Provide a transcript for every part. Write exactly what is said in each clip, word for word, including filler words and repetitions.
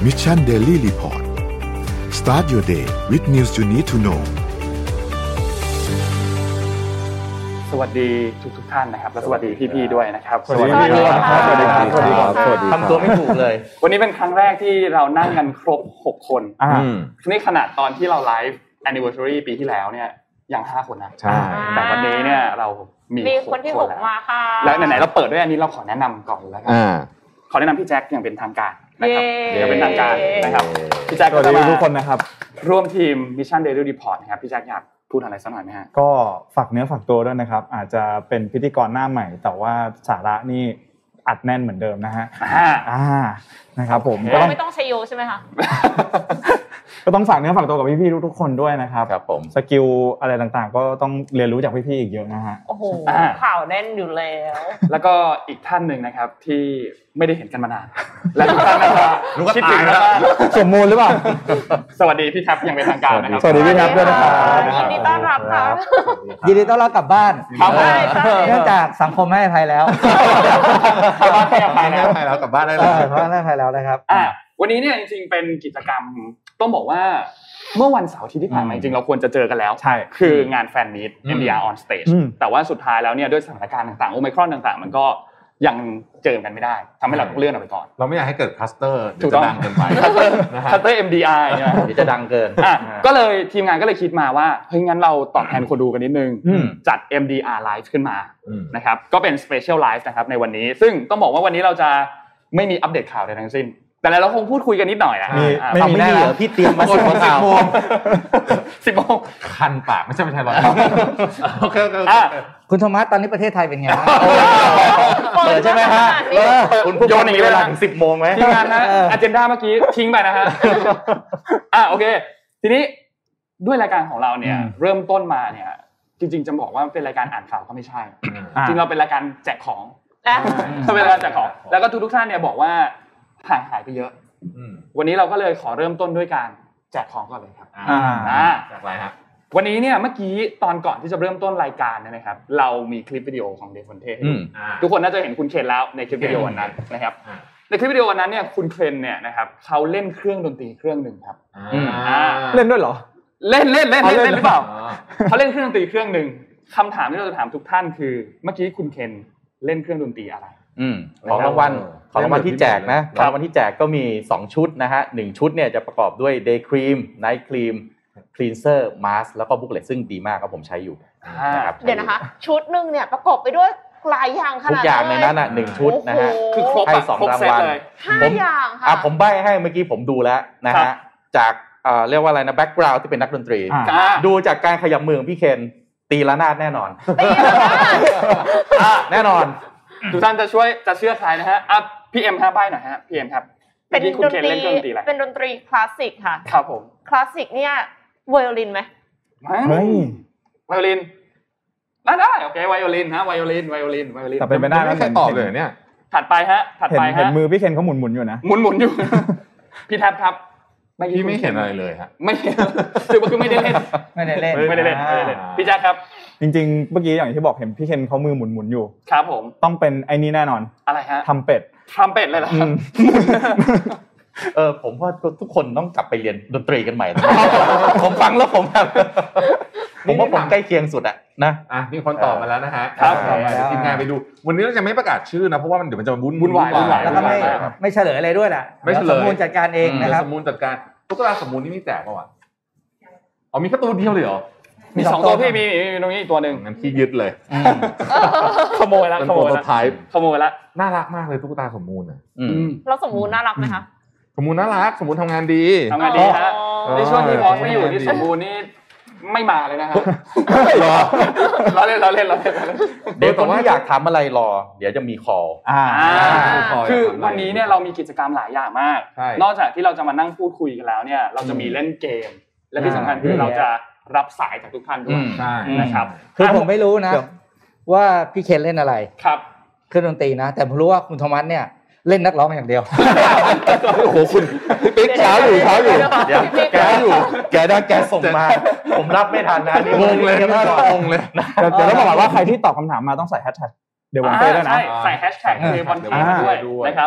Mission Daily Report Start your day with news you need to know สวัสดีทุกทุกท่านนะครับและสวัสดีพี่ๆด้วยนะครับสวัสดีครับสวัสดีครับสวัสดีครับสวัสดีครับทำตัวไม่ถูกเลยวันนี้เป็นครั้งแรกที่เรานั่งกันครบหกคนนี่ขนาดตอนที่เราไลฟ์ anniversary ปีที่แล้วเนี่ยยังห้าคนนะแต่วันนี้เนี่ยเรามีคนที่หกมาค่ะแล้วไหนๆเราเปิดด้วยอันนี้เราขอแนะนำก่อนแล้วกันขอแนะนำพี่แจ็คอย่างเป็นทางการนะครับอย่างเป็นทางการนะครับพี่แจ็คก็จะมาทุกคนนะครับร่วมทีม Mission Daily Report นะครับพี่แจ็คอยากพูดอะไรสักหน่อยไหมฮะก็ฝากเนื้อฝากตัวด้วยนะครับอาจจะเป็นพิธีกรหน้าใหม่แต่ว่าสาระนี่อัดแน่นเหมือนเดิมนะฮะอ่านะครับผมก็ไม่ต้องใช้โยใช่ไหมคะก็ต้องฝากเนื้อฝากตัวกับพี่ๆทุกๆคนด้วยนะครับครับผมสกิลอะไรต่างๆก็ต้องเรียนรู้จากพี่ๆอีกเยอะนะฮะโอ้โหข่าวแน่นอยู่แล้วแล้วก็อีกท่านนึงนะครับที่ไม่ได้เห็นกันมานานและทุกท่านนะครับคิดถึงแล้วสมมูลหรือเปล่าสวัสดีพี่แท็บอย่างเป็นทางการนะครับสวัสดีพี่แท็บด้วยนะครับยินดีต้อนรับครับยินดีต้อนรับกลับบ้านเนื่องจากสังคมให้อภัยแล้วให้อภัยแล้วให้แล้วกลับบ้านได้แล้วเพราะให้อภัยแล้วนะครับอ่าวันนี้เนี่ยจริงๆเป็นกิจกรรมต้องบอกว่าเมื่อวันเสาร์อาทิตย์ที่ผ่านมาจริงๆเราควรจะเจอกันแล้วคืองานแฟนมีต เอ็ม ดี อาร์ on stage แต่ว่าสุดท้ายแล้วเนี่ยด้วยสถานการณ์ต่างๆโอไมครอนต่างๆมันก็ยังเจอกันไม่ได้ทำให้เราต้องเลื่อนออกไปก่อนเราไม่อยากให้เกิดคลัสเตอร์จะดังเกินไปคลัสเตอร์คลัสเตอร์ เอ็ม ดี อาร์ เนี่ยจะดังเกินอ่ะก็เลยทีมงานก็เลยคิดมาว่าเฮ้ยงั้นเราตอบแทนคนดูกันนิดนึงจัด เอ็ม ดี อาร์ Live ขึ้นมานะครับก็เป็น Special Live นะครับในวันนี้ซึ่งต้องบอกว่าวันนี้เราจะไม่มีอัปเดตข่าวใดทั้งสิ้นแต่เราคงพูดคุยกันนิดหน่อยอ่ะไม่มีแน่เหรอพี่เตรียมมาสิบโมงสิบโมงคันปากไม่ใช่ไม่ใช่หรอกโอเคโอเคคุณโทมัสตอนนี้ประเทศไทยเป็นไงเปิดใช่ไหมฮะคุณโยนอย่างนี้เวลาถึงสิบโมงไหมทีมงานนะอะเจนดาเมื่อกี้ทิ้งไปนะฮะอ่ะโอเคทีนี้ด้วยรายการของเราเนี่ยเริ่มต้นมาเนี่ยจริงๆจะบอกว่าเป็นรายการอ่านข่าวก็ไม่ใช่จริงเราเป็นรายการแจกของเป็นรายการแจกของแล้วก็ทุกๆท่านเนี่ยบอกว่าห่างหายไปเยอะวันนี้เราก็เลยขอเริ่มต้นด้วยการแจกของก่อนเลยครับอ่าแจกอะไรครับวันนี้เนี่ยเมื่อกี้ตอนก่อนที่จะเริ่มต้นรายการเนี่ยนะครับเรามีคลิปวิดีโอของเดฟอนเท่ทุกคนน่าจะเห็นคุณเคนแล้วในคลิปวิดีโอนั้นนะครับในคลิปวิดีโอนั้นเนี่ยคุณเคนเนี่ยนะครับเขาเล่นเครื่องดนตรีเครื่องนึงครับเล่นด้วยเหรอเล่นเล่นเล่นเล่นหรือเปล่าเขาเล่นเครื่องดนตรีเครื่องนึงคำถามที่เราจะถามทุกท่านคือเมื่อกี้คุณเคนเล่นเครื่องดนตรีอะไรของรางวัลของรางวัลที่แจกนะรางวัลที่แจกก็มีสองชุดนะฮะหนึ่งชุดเนี่ยจะประกอบด้วย Day Cream Night Cream Cleanser Mask แล้วก็ Booklet ซึ่งดีมากครับผมใช้อยู่นะครับเดี๋ยวนะคะชุดนึงเนี่ยประกอบไปด้วยหลายอย่างขนาดทุกอย่างในนั้นน่ะหนึ่งชุดนะฮะคือครบให้สองรางวัลห้าอย่างค่ะอ่ะผมใบ้ให้เมื่อกี้ผมดูแล้วนะฮะจากเอ่อเรียกว่าอะไรนะแบ็คกราวด์ที่เป็นนักดนตรีดูจากการขยับมือของพี่เคนตีระนาดแน่นอนตีระนาดแน่นอนทุกท่านจะช่วยจะเชื่อใครนะฮะอ่ะพี่เอ็มห้าใบหน่อยฮะพี่เอ็มครับเป็นดนตรีเป็นดนตรีคลาสสิกค่ะครับผมคลาสสิกเนี่ยไวโอลินมั้ยไม่ไวโอลินได้ได้โอเคไวโอลินฮะไวโอลินไวโอลินไวโอลินแต่เป็นไปได้ไม่ใครตอบเลยเนี่ยถัดไปฮะถัดไปฮะเห็นมือพี่เคนเขาหมุนๆอยู่นะหมุนๆอยู่พี่แท็บครับพี่ไม่เห็นอะไรเลยฮะไม่คือมันคือไม่ได้เล่นไม่ได้เล่นไม่ได้เล่นไม่ได้เล่นพี่แจ็คครับจริงๆเมื่อกี้อย่างที่บอกเห็นพี่เคนเขามือหมุนๆอยู่ครับผมต้องเป็นไอ้นี่แน่นอนอะไรฮะทำเป็ดทำเป็ดเลยเหรอครับเออผมว่าทุกคนต้องกลับไปเรียนดนตรีกันใหม่ผมฟังแล้วผมแบบผมว่าผมใกล้เคียงสุดอะนะอ่ะมีคนตอบมาแล้วนะฮะครับทีมงานไปดูวันนี้เราจะไม่ประกาศชื่อนะเพราะว่ามันเดี๋ยวมันจะวุ่นวุ่นวายแล้วก็ไม่ไม่เฉลยอะไรด้วยน่ะไม่เฉลยสมมูลจัดการเองนะครับสมมูลจัดการตุ๊กตาสมมูลนี่มีแจกป่ะวะอ๋อมีแค่ตัวเดียวเลยเหรอมีสองตัวพี่มีมีตรงนี้อีกตัวนึงงั้นพี่ยึดเลยขโมยแล้วขโมยแล้วขโมยแล้วน่ารักมากเลยตุ๊กตาสมมูลน่ะแล้วสมมูลน่ารักมั้ยคะสมมูลน่ารักสมมูลทำงานดีทำงานดีฮะในช่วงที่บอสไม่อยู่ที่สมมูลนี่ไม่มาเลยนะฮะรอรอเล่นรอเล่นรอเล่นเดี๋ยวผมอยากถามอะไรรอเดี๋ยวจะมีคอลอ่าคือวันนี้เนี่ยเรามีกิจกรรมหลายอย่างมากนอกจากที่เราจะมานั่งพูดคุยกันแล้วเนี่ยเราจะมีเล่นเกมและที่สำคัญคือเราจะรับสายจากทุกท่านด้วยนะครับคือผมไม่รู้นะว่าพี่เคนเล่นอะไรครับเครื่องดนตรีนะแต่ผมรู้ว่าคุณโทมัสเนี่ยเล่นนักร้องอย่างเดียวโอ้โหคุณปิ๊กเช้าอยู่เช้าอยู่เดี๋ยวแกอยู่แกได้แกส่งมาผมรับไม่ทันนะนี่งงเลยงงเลยเดี๋ยวต้องบอกว่าใครที่ตอบคำถามมาต้องใส่แฮชแท็กเดวอนเต้ด้วยนะใช่ใส่แฮชแท็กเดวอนเต้ด้วยนะครับ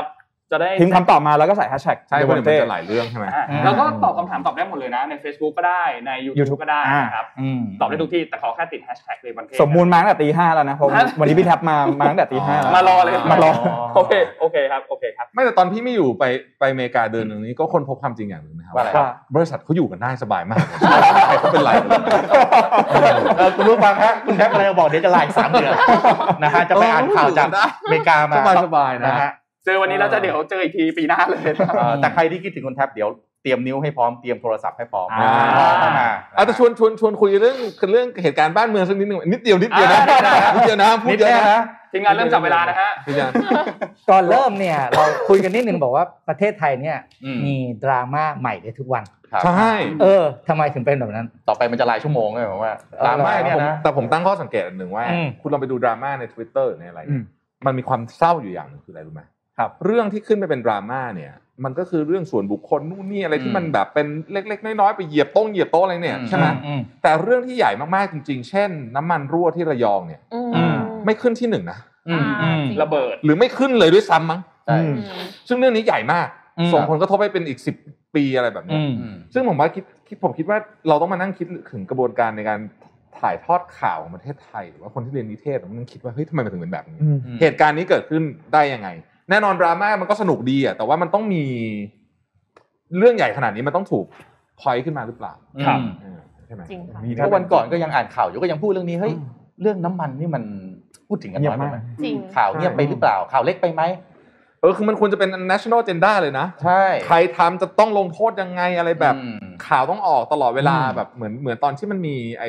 จะได้พิมพ์คำตอบมาแล้วก็ใส่แฮชแท็กใช่เพราะมันจะหลายเรื่องใช่ไหมแล้วก็ตอบคำถามตอบได้หมดเลยนะใน Facebook ก็ได้ใน YouTube ก็ได้นะครับตอบได้ทุกที่แต่ขอแค่ติดแฮชแท็กเลยวันเทศสมมูลมาตั้งแต่ตีห้าแล้วนะเพราะวันนี้พี่แท็บมามาตั้งแต่ตีห้ามารอเลยมารอโอเคโอเคครับโอเคครับไม่แต่ตอนพี่ไม่อยู่ไปไปอเมริกาเดือนนึงนี้ก็ค้นพบความจริงอย่างนึงนะครับว่าบริษัทเขาอยู่กันได้สบายมากใครเขาเป็นไรเออคุณผู้ฟังฮะคุณแท็บอะไรบอกเดี๋ยวจะไลฟ์สามเดือนนะฮะจะไปอ่านข่าวจากอเมริกามาสบายๆนะฮะเจอวันนี้แล้วจะเดี๋ยวเจออีกทีปีหน้าเลยแต่ใครที่คิดถึงคุณแท็บเดี๋ยวเตรียมนิ้วให้พร้อมเตรียมโทรศัพท์ให้พร้อมอ่าเอาแต่ชวนชวนชวนคุยเรื่องเรื่องเหตุการณ์บ้านเมืองสักนิดนึงนิดเดียวนิดเดียวนะนิดเดียวนะพูดเยอะนะทีมงานเริ่มจับเวลานะฮะก่อนเริ่มเนี่ยเราคุยกันนิดนึงบอกว่าประเทศไทยเนี่ยมีดราม่าใหม่ได้ทุกวันใช่เออทำไมถึงเป็นแบบนั้นต่อไปมันจะรายชั่วโมงเลยผมว่าดราม่าเนี่ยนะแต่ผมตั้งข้อสังเกตอันหนึ่งว่าคุณลองไปดูดราม่าใน Twitter ในอะไรมันมีความเศร้าอยู่อย่างนึงคืออะไรรู้ไหมเรื่องที่ขึ้นไปเป็นดราม่าเนี่ยมันก็คือเรื่องส่วนบุคคลนู่นนี่อะไรที่มันแบบเป็นเล็กๆน้อยๆไปเหยียบโต๊ะเหยียบโต๊ะอะไรเนี่ยใช่ไหมแต่เรื่องที่ใหญ่มากๆจริงๆเช่นน้ำมันรั่วที่ระยองเนี่ยไม่ขึ้นที่หนึ่งนะระเบิดหรือไม่ขึ้นเลยด้วยซ้ำมั้งซึ่งเรื่องนี้ใหญ่มากส่งผลกระทบไปเป็นอีกสิบปีอะไรแบบนี้ซึ่งผมว่าคิดผมคิดว่าเราต้องมานั่งคิดถึงกระบวนการในการถ่ายทอดข่าวของประเทศไทยหรือว่าคนที่เรียนนิเทศต้องนั่งคิดว่าเฮ้ยทำไมมันถึงเป็นแบบนี้เหตุการณ์นี้เกิดขึ้นได้ยังไงแน่นอนดราม่ามันก็สนุกดีอ่ะแต่ว่ามันต้องมีเรื่องใหญ่ขนาดนี้มันต้องถูกพอยต์ขึ้นมาหรือเปล่าครับใช่ไหมจริงค่ะเมื่อวันก่อนก็ยังอ่านข่าวอยู่ก็ยังพูดเรื่องนี้เฮ้ยเรื่องน้ำมันนี่มันพูดถึงกันน้อยไปไหมข่าวเงียบไปหรือเปล่าข่าวเล็กไปไหมเออคือมันควรจะเป็น national agenda เลยนะใช่ใครทำจะต้องลงโทษยังไงอะไรแบบข่าวต้องออกตลอดเวลาแบบเหมือนเหมือนตอนที่มันมีไอ้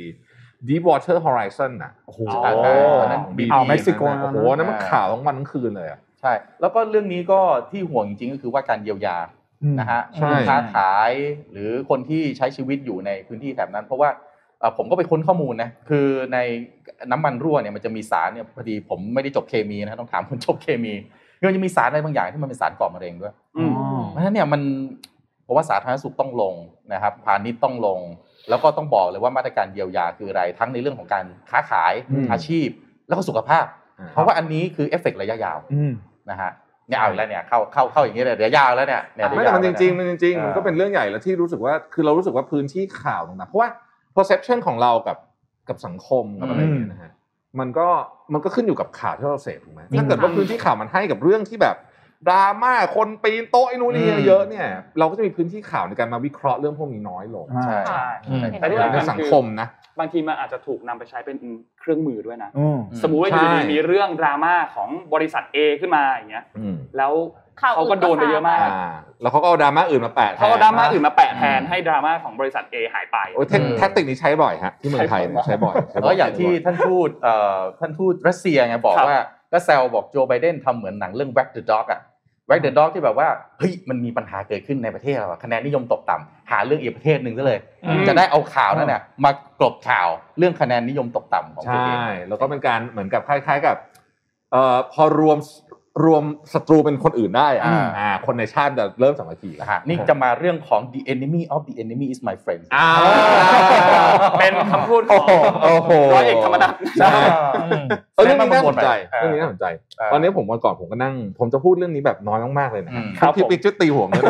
Deepwater Horizon น่ะโอ้โหนั้นอ่าวเม็กซิโกโอ้โหนั้นมันข่าวทั้งวันทั้งคืนเลยอ่ะใช่แล้วก็เรื่องนี้ก็ที่ห่วงจริงๆก็คือว่าการเยียวยานะฮะค้าขายหรือคนที่ใช้ชีวิตอยู่ในพื้นที่แถบนั้นเพราะว่าผมก็ไปค้นข้อมูลนะคือในน้ำมันรั่วเนี่ยมันจะมีสารเนี่ยพอดีผมไม่ได้จบเคมีนะต้องถามคนจบเคมีมันจะมีสารอะไรบางอย่างที่มันเป็นสารก่อมะเร็งด้วยเพราะฉะนั้นเนี่ยมันผมว่าสาธารณสุขต้องลงนะครับพาณิชย์ต้องลงแล้วก็ต้องบอกเลยว่ามาตรการเยียวยาคืออะไรทั้งในเรื่องของการค้าขายอาชีพแล้วก็สุขภาพเพราะว่าอันนี้คือเอฟเฟกต์ระยะยาวนะฮะเนี่ยเอาแล้วเนี่ยเข้าเข้าเข้าอย่างนี้เลยเดี๋ยวยาวแล้วเนี่ยไม่แต่มันจริงๆมันจริงๆมันก็เป็นเรื่องใหญ่แล้วที่รู้สึกว่าคือเรารู้สึกว่าพื้นที่ข่าวตรงนั้นเพราะว่า perception ของเรากับกับสังคมกับอะไรอย่างเงี้ยนะฮะมันก็มันก็ขึ้นอยู่กับข่าวที่เราเสพถูกไหมถ้าเกิดว่าพื้นที่ข่าวมันให้กับเรื่องที่แบบดราม่าคนปีนโต๊ะไอ้นู่นนี่เยอะเนี่ยเราก็จะมีพื้นที่ข่าวในการมาวิเคราะห์เรื่องพวกนี้น้อยลงใช่แต่ที่ในสังคมนะบางทีมันอาจจะถูกนำไปใช้เป็นเครื่องมือด้วยนะสมมุติว่าอยู่ดีมีเรื่องดราม่าของบริษัท A ขึ้นมาอย่างเงี้ยแล้วเขาก็โดนไปเยอะมากแล้วเขาก็เอาดราม่าอื่นมาแปะเขาเอาดราม่าอื่นมาแปะแทนให้ดราม่าของบริษัท A หายไปโอ้แท็กติกนี้ใช้บ่อยฮะที่เมืองไทยใช้บ่อยแล้วอย่างที่ท่านทูตเอ่อท่านทูตรัสเซียไงบอกว่าก็แซวบอกโจไบเดนทำเหมือนหนังเรื่อง Wag the Dog อ่ะ Wag the Dog ที่แบบว่าเฮ้ยมันมีปัญหาเกิดขึ้นในประเทศเราคะแนนนิยมตกต่ำหาเรื่องอีกประเทศนึงซะเลยจะได้เอาข่าวนั่นน่ะมากลบข่าวเรื่องคะแนนนิยมตกต่ำของตัวเองใช่แล้วก็เป็นการเหมือนกับคล้ายๆกับเอ่อพอรวมรวมศัตรูเป็นคนอื่นได้อ่าอ่าคนในชาติจะเริ่มสามัคคีแล้วฮะนี่จะมาเรื่องของ the enemy of the enemy is my friend อ่าเป็นคำพูดของโอ้โหร้อยเอกธรรมนัสใช่เออเรื่องนี้น่าสนใจเรื่องนี้น่าสนใจตอนนี้ผมวันก่อนผมก็นั่งผมจะพูดเรื่องนี้แบบน้อยมากๆเลยนะครับพี่ปิ๊กจะตีหัวเลย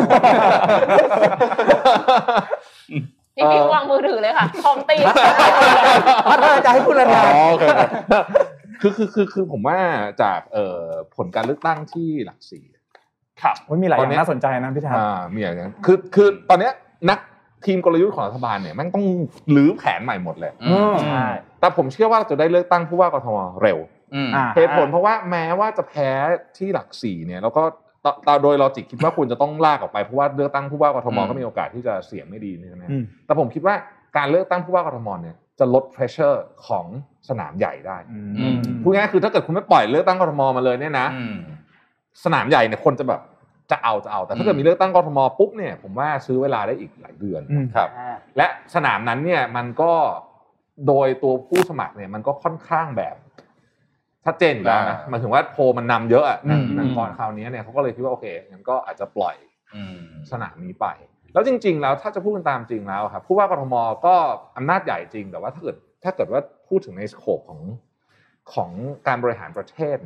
พี่ปิ๊กวางมือถือเลยค่ะคอมตีพัฒนาจะให้พูดนานๆโอเคคือคือคือคือผมว่าจากเอ่อผลการเลือกตั้งที่หลักสี่ครับมันมีหลายอย่างน่าสนใจนะพี่ธาอ่ามีอย่างนั้นคือคือตอนเนี้ยนักทีมกลยุทธ์ของรัฐบาลเนี่ยแม่งต้องรื้อแผนใหม่หมดเลยใช่แต่ผมเชื่อว่าเราจะได้เลือกตั้งผู้ว่ากทมเร็วเหตุผลเพราะว่าแม้ว่าจะแพ้ที่หลักสี่เนี่ยแล้วก็โดยลอจิกคิดว่าคุณจะต้องลากออกไปเพราะว่าเลือกตั้งผู้ว่ากทมก็มีโอกาสที่จะเสียงไม่ดีใช่ไหมแต่ผมคิดว่าการเลือกตั้งผู้ว่ากทมเนี่ยจะลด pressure ของสนามใหญ่ได้พูดง่ายๆคือถ้าเกิดคุณไม่ปล่อยเลือกตั้งกทมมาเลยเนี่ยนะสนามใหญ่เนี่ยคนจะแบบจะเอาจะเอาแต่ถ้าเกิดมีเลือกตั้งกทมปุ๊บเนี่ยผมว่าซื้อเวลาได้อีกหลายเดือนครับและสนามนั้นเนี่ยมันก็โดยตัวผู้สมัครเนี่ยมันก็ค่อนข้างแบบชัดเจนอยู่แล้วนะหมายถึงว่าโพลมันนำเยอะอ่ะในก่อนคราวนี้เนี่ยเขาก็เลยคิดว่าโอเคงั้นก็อาจจะปล่อยสนามนี้ไปแล้วจริงๆแล้วถ้าจะพูดกันตามจริงแล้วครับผู้ว่ากทมก็อำนาจใหญ่จริงแต่ว่าถ้าเกิดถ้าเกิดว่าพูดถึงในสโคปของของการบริหารประเทศเนี่ย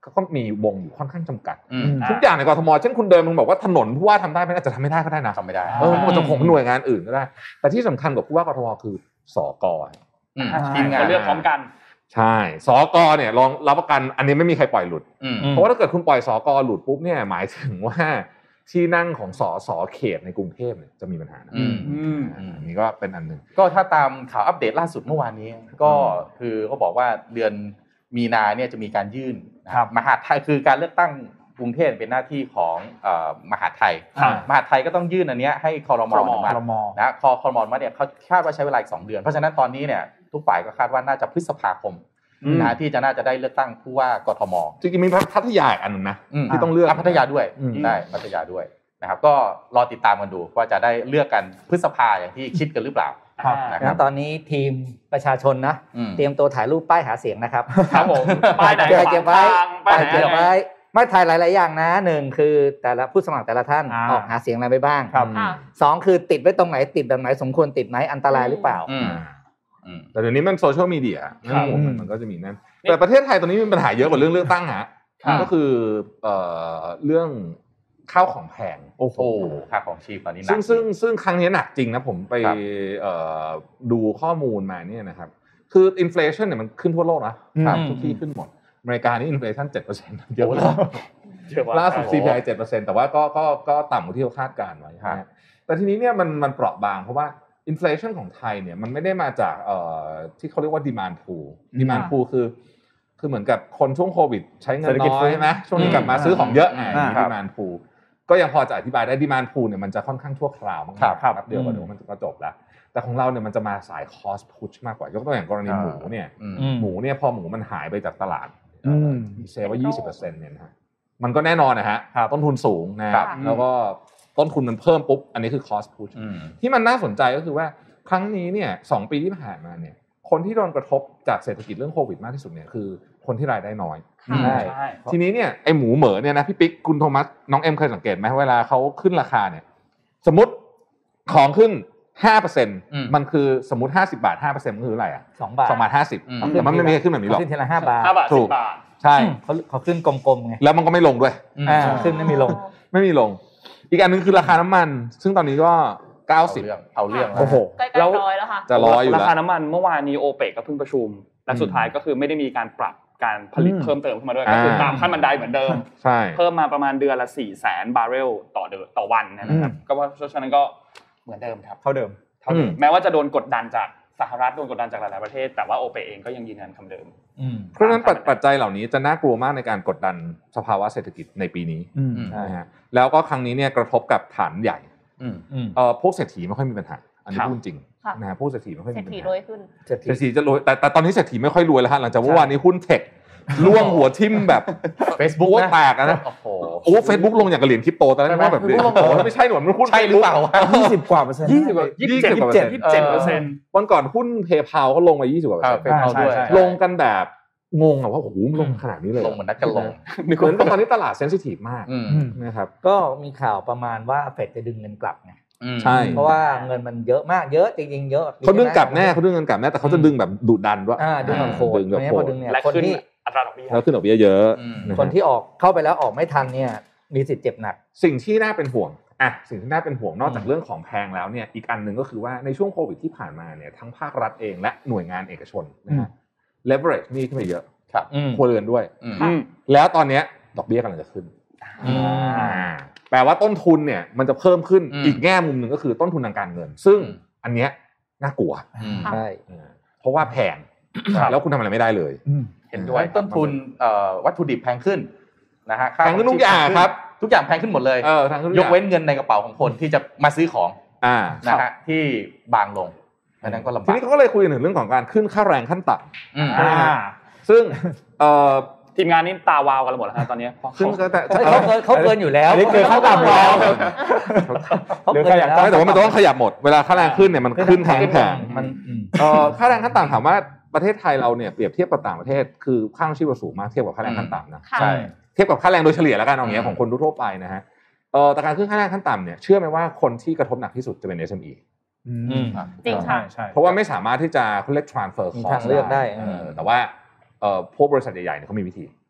ก็มีวงอยู่ค่อนข้างจำกัดทุกอย่างในกทมเช่นคุณเดินมึงบอกว่าถนนผู้ว่าทำได้ไหมอาจจะทำไม่ได้ก็ได้นะทำไม่ได้เออมันจะของหน่วยงานอื่นก็ได้แต่ที่สำคัญกว่าผู้ว่ากทมคือสกทีมงานเลือกพร้อมกันใช่สกเนี่ยลองรับประกันอันนี้ไม่มีใครปล่อยหลุดเพราะว่าถ้าเกิดคุณปล่อยสกหลุดปุ๊บเนี่ยหมายถึงว่าที่นั่งของสสเขตในกรุงเทพเนี่ยจะมีปัญหานะอันนี้ก็เป็นอันนึงก็ถ้าตามข่าวอัปเดตล่าสุดเมื่อวานนี้ก็คือเขาบอกว่าเดือนมีนาเนี่ยจะมีการยื่นมหาดไทยคือการเลือกตั้งกรุงเทพเป็นหน้าที่ของมหาดไทยมหาดไทยก็ต้องยื่นอันนี้ให้ครม.อนุมัตินะคครม.อนุมัติเนี่ยเขาคาดว่าใช้เวลาอีกสองเดือนเพราะฉะนั้นตอนนี้เนี่ยทุกฝ่ายก็คาดว่าน่าจะพฤษภาคมนะที่จะน่าจะได้เลือกตั้งผู้ว่ากทม. จริงๆมีพัทยาอันนึงนะที่ต้องเลือกพัทยาด้วยได้พัทยาด้วยนะครับก็รอติดตามกันดูว่าจะได้เลือกกันพฤษภาอย่างที่คิดกันหรือเปล่านะครับตอนนี้ทีมประชาชนนะเตรียมตัวถ่ายรูปป้ายหาเสียงนะครับครับผมป้ายไหนเก็บไว้ป้ายเก็บไว้ไม่ถ่ายหลายๆอย่างนะหนึ่งคือแต่ละผู้สมัครแต่ละท่านออกหาเสียงอะไรไปบ้างสองคือติดไว้ตรงไหนติดแบบไหนสมควรติดไหมอันตรายหรือเปล่าแต่เดี๋ยวนี้มันโซเชียลมีเดียมันก็จะมีนั่นแต่ประเทศไทยตอนนี้มีปัญหาเยอะกว่าเรื่องเลือกตั้งฮะก็คือเรื่องข้าวของแพงโอ้โหค่าของชีพตอนนี้หนักซึ่งซึ่งซึ่งครั้งนี้หนักจริงนะผมไปดูข้อมูลมาเนี่ยนะครับคืออินเฟลชันเนี่ยมันขึ้นทั่วโลกนะทุกที่ขึ้นหมดอเมริกานี่อินเฟลชัน เจ็ดเปอร์เซ็นต์ เยอะมากล่าสุด ซี พี ไอ เจ็ดเปอร์เซ็นต์ แต่ว่าก็ก็ก็ต่ำกว่าที่เขาคาดการณ์ไว้นะแต่ทีนี้เนี่ยมันมันเปราะบางเพราะว่าอินเฟลชันของไทยเนี่ยมันไม่ได้มาจากเอ่อที่เขาเรียกว่า demand pool demand pool คือคือเหมือนกับคนช่วงโควิดใช้เงินน้อยใช่ไหมช่วงนี้กลับมาซื้อของเยอะไง demand pool ก็ยังพอจะอธิบายได้ demand pool เนี่ยมันจะค่อนข้างชั่วคราวมากๆครับเดียวก็เดี๋ยวมันก็จบแล้วแต่ของเราเนี่ยมันจะมาสาย cost push มากกว่ายกตัวอย่างกรณีหมูเนี่ยหมูเนี่ยพอหมูมันหายไปจากตลาดเซว่า ยี่สิบเปอร์เซ็นต์ เนี่ยนะฮะมันก็แน่นอนนะฮะต้นทุนสูงนะครับแล้วก็ต้นทุนมันเพิ่มปุ๊บอันนี้คือ cost push ที่มันน่าสนใจก็คือว่าครั้งนี้เนี่ยสองปีที่ผ่านมาเนี่ยคนที่โดนกระทบจากเศรษฐกิจเรื่องโควิดมากที่สุดเนี่ยคือคนที่รายได้น้อยใช่ทีนี้เนี่ยไอหมูเหมอเนี่ยนะพี่ปิ๊กคุณโทมัสน้องเอ็มเคยสังเกตไหมเวลาเขาขึ้นราคาเนี่ยสมมติของขึ้น ห้าเปอร์เซ็นต์ มันคือสมมุติห้าสิบบาท ห้าเปอร์เซ็นต์มันคือเท่าไหร่อ่ะสองบาทสองบาทห้าสิบแต่มันไม่มีขึ้นแบบนี้หรอกขึ้นทีละห้าบาทห้าบาทสิบบาทใช่เขาเขาขึ้นกลมๆไงแล้วมันก็ไม่ลงด้วยอ่าขึ้นไม่มีลงไม่มีลงอีกอันนึงคือราคาน้ำมันซึ่งตอนนี้ก็เก้าสิบเอาเรื่องโอ้โหใกล้ๆร้อยแล้วค่ะจะร้อยอยู่แล้วราคาน้ำมันเมื่อวานนี้โอเปกก็เพิ่งประชุมและสุดท้ายก็คือไม่ได้มีการปรับการผลิตเพิ่มเติมขึ้นมาด้วยก็คือตามขั้นบันไดเหมือนเดิมใช่เพิ่มมาประมาณเดือนละ สี่แสน บาร์เรลต่อเดือนต่อวันนะครับก็เพราะฉะนั้นก็เหมือนเดิมครับเท่าเดิมเท่าเดิมแม้ว่าจะโดนกดดันจากสหรัฐโดนกดดันจากหลายๆประเทศแต่ว่าโอเปกเองก็ยังยืนยันคำเดิมเพราะฉะนั้นปัจจัยเหล่านี้จะน่ากลัวมากในการกดดันสภาวะเศรษฐกิจในปีนี้นะฮะแล้วก็ครั้งนี้เนี่ยกระทบกับฐานใหญ่เอ่อพวกเศรษฐีไม่ค่อยมีปัญหาอันนี้พูดจริงนะฮะพวกเศรษฐีไม่ค่อยมีปัญหาเศรษฐีรวยขึ้นเศรษฐีจะรวยแต่แต่ตอนนี้เศรษฐีไม่ค่อยรวยแล้วฮะหลังจากเมื่อวานนี้หุ้นเทคล่วงหัวทิ่มแบบ Facebook นะแตกนะโอ้โหโอ้ Facebook ลงอย่างกับเหรียญคริปโตตอนนั้นว่าแบบไม่ใช่หนวดมันหุ้นใช่หรือเปล่ายี่สิบกว่าเปอร์เซ็นต์ยี่สิบกว่ายี่สิบเจ็ด ยี่สิบเจ็ดเปอร์เซ็นต์วันก่อนหุ้น PayPal ก็ลงมายี่สิบกว่าเปอร์เซ็นต์ PayPal ด้วยลงกันแบบงงอ่ะว่าโอ้โหลงขนาดนี้เลยลงเหมือนนักกันลงเหมือนตอนนี้ตลาดเซนซิทีฟมากนะครับก็มีข่าวประมาณว่าเฟดจะดึงเงินกลับไงใช่เพราะว่าเงินมันเยอะมากเยอะจริงๆเยอะเขาดึงกลับแน่เขาดึงเงินกลับแน่แต่เขาจะดึงแบบดุดันด้วยดึงแบบโหดดึงแบบโหดและคนที่อัตราดอกเบี้ยแล้วขึ้นดอกเบี้ยเยอะคนที่ออกเข้าไปแล้วออกไม่ทันเนี่ยมีสิทธิ์เจ็บหนักสิ่งที่น่าเป็นห่วงอ่ะสิ่งที่น่าเป็นห่วงนอกจากเรื่องของแพงแล้วเนี่ยอีกอันนึงก็คือว่าในช่วงโควิดที่ผ่านมาเนี่ยทั้งภาครัฐเองและหน่วยงานเอกชนนะฮะ leverage นี่ขึ้นไปเยอะครับครัวเรือนด้วยแล้วตอนนี้ดอกเบี้ยกำลังจะขึ้นแปลว่าต้นทุนเนี่ยมันจะเพิ่มขึ้นอีกแง่มุมนึงก็คือต้นทุนทางการเงินซึ่งอันเนี้ยน่ากลัวใช่เพราะว่าแพงแล้วคุณทำอะไรไม่ได้เลยเห็นด้วยต้นทุนวัตถุดิบแพงขึ้นนะฮะแพงขึ้นทุกอย่างครับทุกอย่างแพงขึ้นหมดเลยยกเว้นเงินในกระเป๋าของคนที่จะมาซื้อของนะฮะที่บางลงดังนั้นก็ลำบากทีนี้เขาก็เลยคุยถึงเรื่องของการขึ้นค่าแรงขั้นต่ำซึ่งทีมงานนี่ตาวาวกันหมดแล้วตอนนี้ซึ่งเขาเกินเขาเกินอยู่แล้วนี่เกินเขาต่ำแล้วเขาเกินอยู่แล้วแต่ว่ามันต้องขยับหมดเวลาค่าแรงขึ้นเนี่ยมันขึ้นแพงแพงมันค่าแรงขั้นต่ำถามว่าประเทศไทยเราเนี่ยเปรียบเทียบกับต่างประเทศคือค่าครองชีพสูงมากเทียบกับค่าแรงขั้นต่ำนะใช่เทียบกับค่าแรงโดยเฉลี่ยแล้วกันเอาอย่างเงี้ยของคนทั่วไปนะฮะเออแต่การขึ้นค่าแรงขั้นต่ำเนี่ยเชื่อไหมว่าคนที่กระทบหนักที่สุดจะเป็น เอส เอ็ม อีจริงค่ะเพราะว่าไม่สามารถที่จะเขาเรียก transfer cost ทางเลือกได้แต่ว่าเอ่อพวกบริษัทใหญ่ๆเนี่ยเขามีวิธี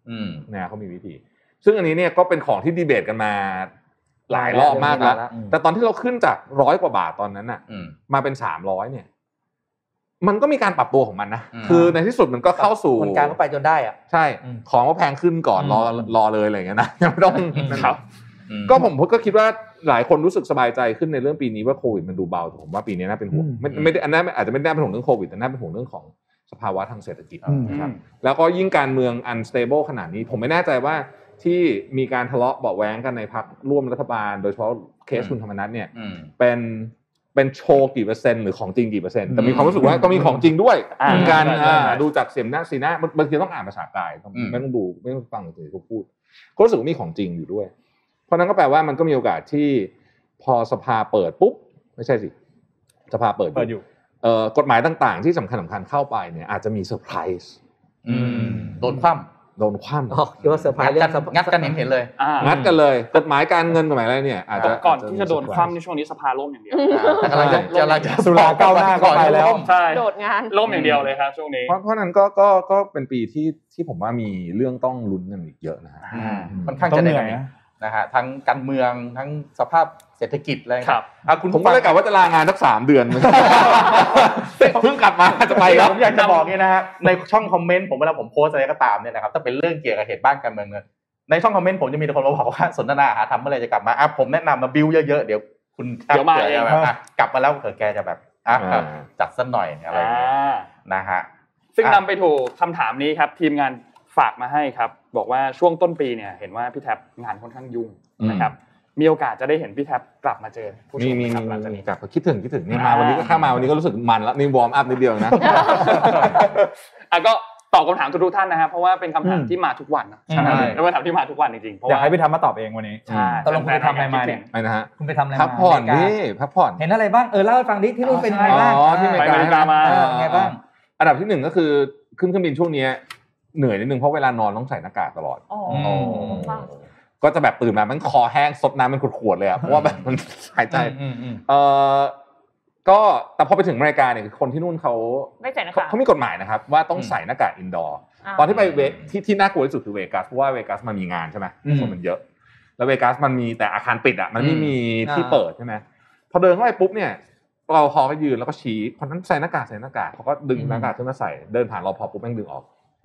นะเขามีวิธีซึ่งอันนี้เนี่ยก็เป็นของที่ดีเบตกันมาหลายรอบมากแล้วแต่ตอนที่เราขึ้นจากร้อยกว่าบาทตอนนั้นน่ะมาเป็นสามร้อยเนี่ยมันก็มีการปรับตัวของมันนะคือในที่สุดมันก็เข้าสู่คนกลางก็ไปจนได้อ่ะใช่ของก็แพงขึ้นก่อนรอรอเลยอะไรอย่างเงี้ยนะยังไม่ต้องนะครับก็ผมก็คิดว่าหลายคนรู้สึกสบายใจขึ้นในเรื่องปีนี้ว่าโควิดมันดูเบาผมว่าปีนี้น่าเป็นห่วงไม่ไม่ได้อันนั้นอาจจะไม่ได้เป็นห่วงเรื่องโควิดแต่น่าเป็นห่วงเรื่องของสภาวะทางเศรษฐกิจนะครับแล้วก็ยิ่งการเมือง unstable ขนาดนี้ผมไม่แน่ใจว่าที่มีการทะเลาะเบาะแว้งกันในพรรคร่วมรัฐบาลโดยเฉพาะเคสคุณธรรมนัสเนี่ยเป็นเป็นโชว์กี่เปอร์เซ็นต์หรือของจริงกี่เปอร์เซ็นต์แต่มีความรู้สึกว่าก็มีของจริงด้วยการดูจากเสียงหน้าสีหน้าบางทีต้องอ่านภาษากายไม่ต้องดูไม่ต้องฟังสิ่งที่เขาพูดก็รู้สึกว่ามีของจริงอยู่ด้วยเพราะนั้นก็แปลว่ามันก็มีโอกาสที่พอสภาเปิดปุ๊บไม่ใช่สิสภาเปิดอยู่เอ่อกฎหมายต่างๆที่สำคัญสำคัญเข้าไปเนี่ยอาจจะมีเซอร์ไพรส์โดนคว่ำโดนคว่ำอ๋อคิดว่าเซอร์ไพรส์เรื่องงัดกันเห็นเลยงัดกันเลยกฎหมายการเงินกฎหมายอะไรเนี่ยอาจจะก่อนที่จะโดนคว่ำในช่วงนี้สภาล่มอย่างเดียวกำลังจะกำลังจะสุราก้าวหน้าก็ไปแล้วใช่โดดงานล่มอย่างเดียวเลยครับช่วงนี้เพราะเพราะนั้นก็ก็ก็เป็นปีที่ที่ผมว่ามีเรื่องต้องลุ้นกันอีกเยอะนะฮะค่อนข้างจะเหนื่อยนะฮะทั้งการเมืองทั้งสภาพเศรษฐกิจอะไรครับคุณผมก็เลยกะว่าจะลางานสักสามเดือนเพิ่งกลับมาจะไปครับผมอยากจะบอกนี่นะฮะในช่องคอมเมนต์ผมเวลาผมโพสอะไรก็ตามเนี่ยนะครับถ้าเป็นเรื่องเกี่ยวกับเหตุบ้านการเมืองเนี่ยในช่องคอมเมนต์ผมจะมีแต่คนมาบอกว่าสนทนาหาทำเมื่อไรจะกลับมาอ่ะผมแนะนำมาบิวเยอะๆเดี๋ยวคุณเดี๋ยวมาเองกลับมาแล้วเผื่อแกจะแบบอ่ะจัดสักหน่อยอะไรอย่างเงี้ยนะฮะซึ่งนำไปถูกคำถามนี้ครับทีมงานฝากมาให้ครับบอกว่าช่วงต้นปีเนี่ยเห็นว่าพี่แท็บงานค่อนข้างยุ่งนะครับมีโอกาสจะได้เห็นพี่แท็บกลับมาเจอผู้ชมครับหลังจากนี้กลับคิดถึงคิดถึงเนี่ยมาวันนี้ก็เข้ามาวันนี้ก็รู้สึกมันแล้วนี่วอร์มอัพนิดเดียวนะอ่ะก็ตอบคำถามทุกท่านนะครับเพราะว่าเป็นคำถามที่มาทุกวันนะใช่แล้วคำถามที่มาทุกวันจริงๆเพราะอยากให้พี่แท็บมาตอบเองวันนี้ใช่ตกลงคุณไปทำอะไรมาเนี่ยไปนะฮะคุณไปทำอะไรมาพักผ่อนดิพักผ่อนเห็นอะไรบ้างเออเล่าให้ฟังดิที่นู่นเป็นไงบ้างอ๋อที่อเมริกามาไงบ้างอันดับที่หนึ่งก็คือขึ้นเครื่องบินช่วงนี้เหนื่อยนิดนึงเพราะเวลานอนต้องใส่หน้ากากตลอดอ๋อก็จะแบบตื่นมามันคอแห้งซดน้ำมันขวดๆเลยอ่ะเพราะว่าแบบมันหายใจเอ่อก็แต่พอไปถึงอเมริกาเนี่ยคนที่นู่นเขาไม่ใส่หน้ากากเขามีกฎหมายนะครับว่าต้องใส่หน้ากากอินดอร์ตอนที่ไปเวที่ที่น่ากลัวที่สุดคือเวกัสเพราะว่าเวกัสมันมีงานใช่ไหมคนมันเยอะแล้วเวกัสมันมีแต่อาคารปิดอ่ะมันไม่มีที่เปิดใช่ไหมพอเดินเข้าไปปุ๊บเนี่ยรปภก็ยืนแล้วก็ชี้คนนั้นใส่หน้ากากใส่หน้ากากเขาก็ดึงหน้ากากขึ้นมาใส่เดินผ่านรปภปุ๊บแม่งดึงออก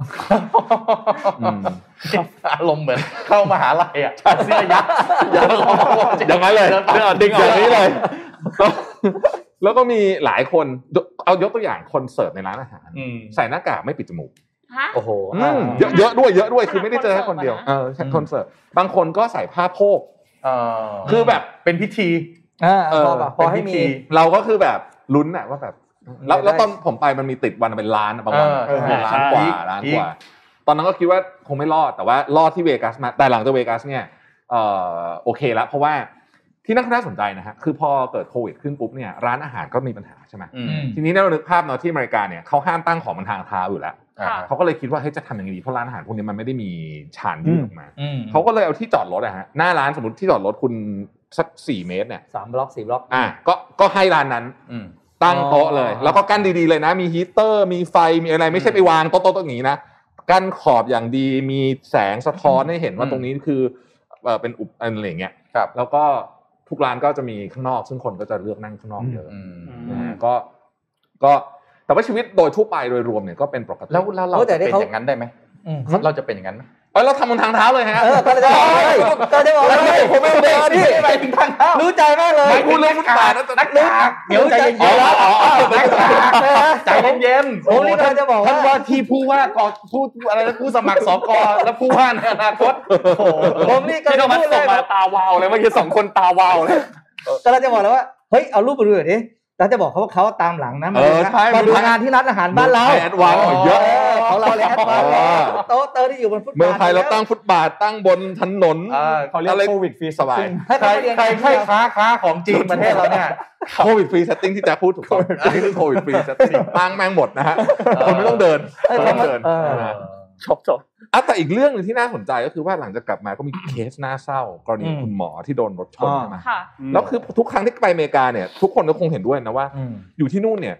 อารมณ์เหมือนเข้ามหาลัยอ่ะเสื้อยัดอย่างนั้นเลยดึงอย่างนี้เลยแล้วก็มีหลายคนเอายกตัวอย่างคนเสิร์ฟในร้านอาหารใส่หน้ากากไม่ปิดจมูกโอ้โหเยอะเยอะด้วยเยอะด้วยคือไม่ได้เจอแค่คนเดียวเออคนเสิร์ฟบางคนก็ใส่ผ้าโพกคือแบบเป็นพิธีเออพอให้มีเราก็คือแบบลุ้นอะว่าแบบแล้วแล้วตอนผมไปมันมีติดวันเป็นล้านบางวันล้านกว่าล้านกว่าตอนนั้นก็คิดว่าคงไม่รอดแต่ว่ารอดที่เวกัสมาแต่หลังจากเวกัสเนี่ยเอ่อโอเคแล้วเพราะว่าที่น่าสนใจนะฮะคือพอเกิดโควิดขึ้นปุ๊บเนี่ยร้านอาหารก็มีปัญหาใช่ไหมทีนี้เรานึกภาพเนาะที่อเมริกาเนี่ยเขาห้ามตั้งของบนทางเท้าอยู่แล้วเขาก็เลยคิดว่าเฮ้ยจะทำยังไงดีเพราะร้านอาหารพวกนี้มันไม่ได้มีชานยื่นออกมาเขาก็เลยเอาที่จอดรถอะฮะหน้าร้านสมมติที่จอดรถคุณสักสี่เมตรเนี่ยสามบล็อกสี่บล็อกอ่ะก็ก็ให้ร้านนั้นตั้งโต๊ะเลยแล้วก็กั้นดีๆเลยนะมีฮีเตอร์มีไฟมีอะไรไม่ใช่ไปวางโต๊ะๆอย่างนี้นะกั้นขอบอย่างดีมีแสงสะท้อนให้เห็นว่าตรงนี้คือเอ่อเป็นอุปอะไรอย่างเงี้ยแล้วก็ทุกร้านก็จะมีข้างนอกซึ่งคนก็จะเลือกนั่งข้างนอกเยอะนะฮะก็ก็แต่ว่าชีวิตโดยทั่วไปโดยรวมเนี่ยก็เป็นปกติแล้วเราจะเป็นอย่างนั้นได้ไหมเราจะเป็นอย่างนั้นไหมเออเราทำบนทางเท้าเลยฮะเออก็จะบอกเลยก็จะบอกเลยผมไม่รู้เลยนี่ไปถึงทางเท้ารู้ใจมากเลยไม่พูดเรื่องฟุตบาทนะนักนักเดี๋ยวใจเย็นๆใจเย็นๆโอ้นี่เราจะบอกท่านว่าที่ผู้ว่ากอผู้อะไรนะผู้สมัครสกแล้วผู้ว่าในอนาคตโอ้ผมนี่ก็จะพูดเลยมาตาวาวเลยเมื่อกี้สองคนตาวาวเลยก็เราจะบอกแล้วว่าเฮ้ยเอารูปไปดูหน่อยดิเราจะบอกเขาว่าเขาตามหลังนะมาดูงานที่ร้านอาหารบ้านเราแอดวานซ์เยอะของเราเลยแอดวานซ์โต๊ะเตอร์ที่อยู่บนฟุตบาทเมืองไทยเราตั้งฟุตบาทตั้งบนถนนเขาเรียกโควิดฟรีสบายใครใครใครค้าค้าของจริงประเทศเราเนี่ยโควิดฟรีเซตติ้งที่จะพูดถูกต้องนี่คือโควิดฟรีเซตติ้งตั้งแม่งหมดนะฮะคนไม่ต้องเดินไม่ต้องเดินจบจบอ่ะแต่อีกเรื่องนึงที่น่าสนใจก็คือว่าหลังจากกลับมาก็มีเคสน่าเศร้ากรณีคุณหมอที่โดนรถชนใช่ไหมแล้วคือทุกครั้งที่ไปอเมริกาเนี่ยทุกคนก็คงเห็นด้วยนะว่าอยู่ที่นู่นเนี่ย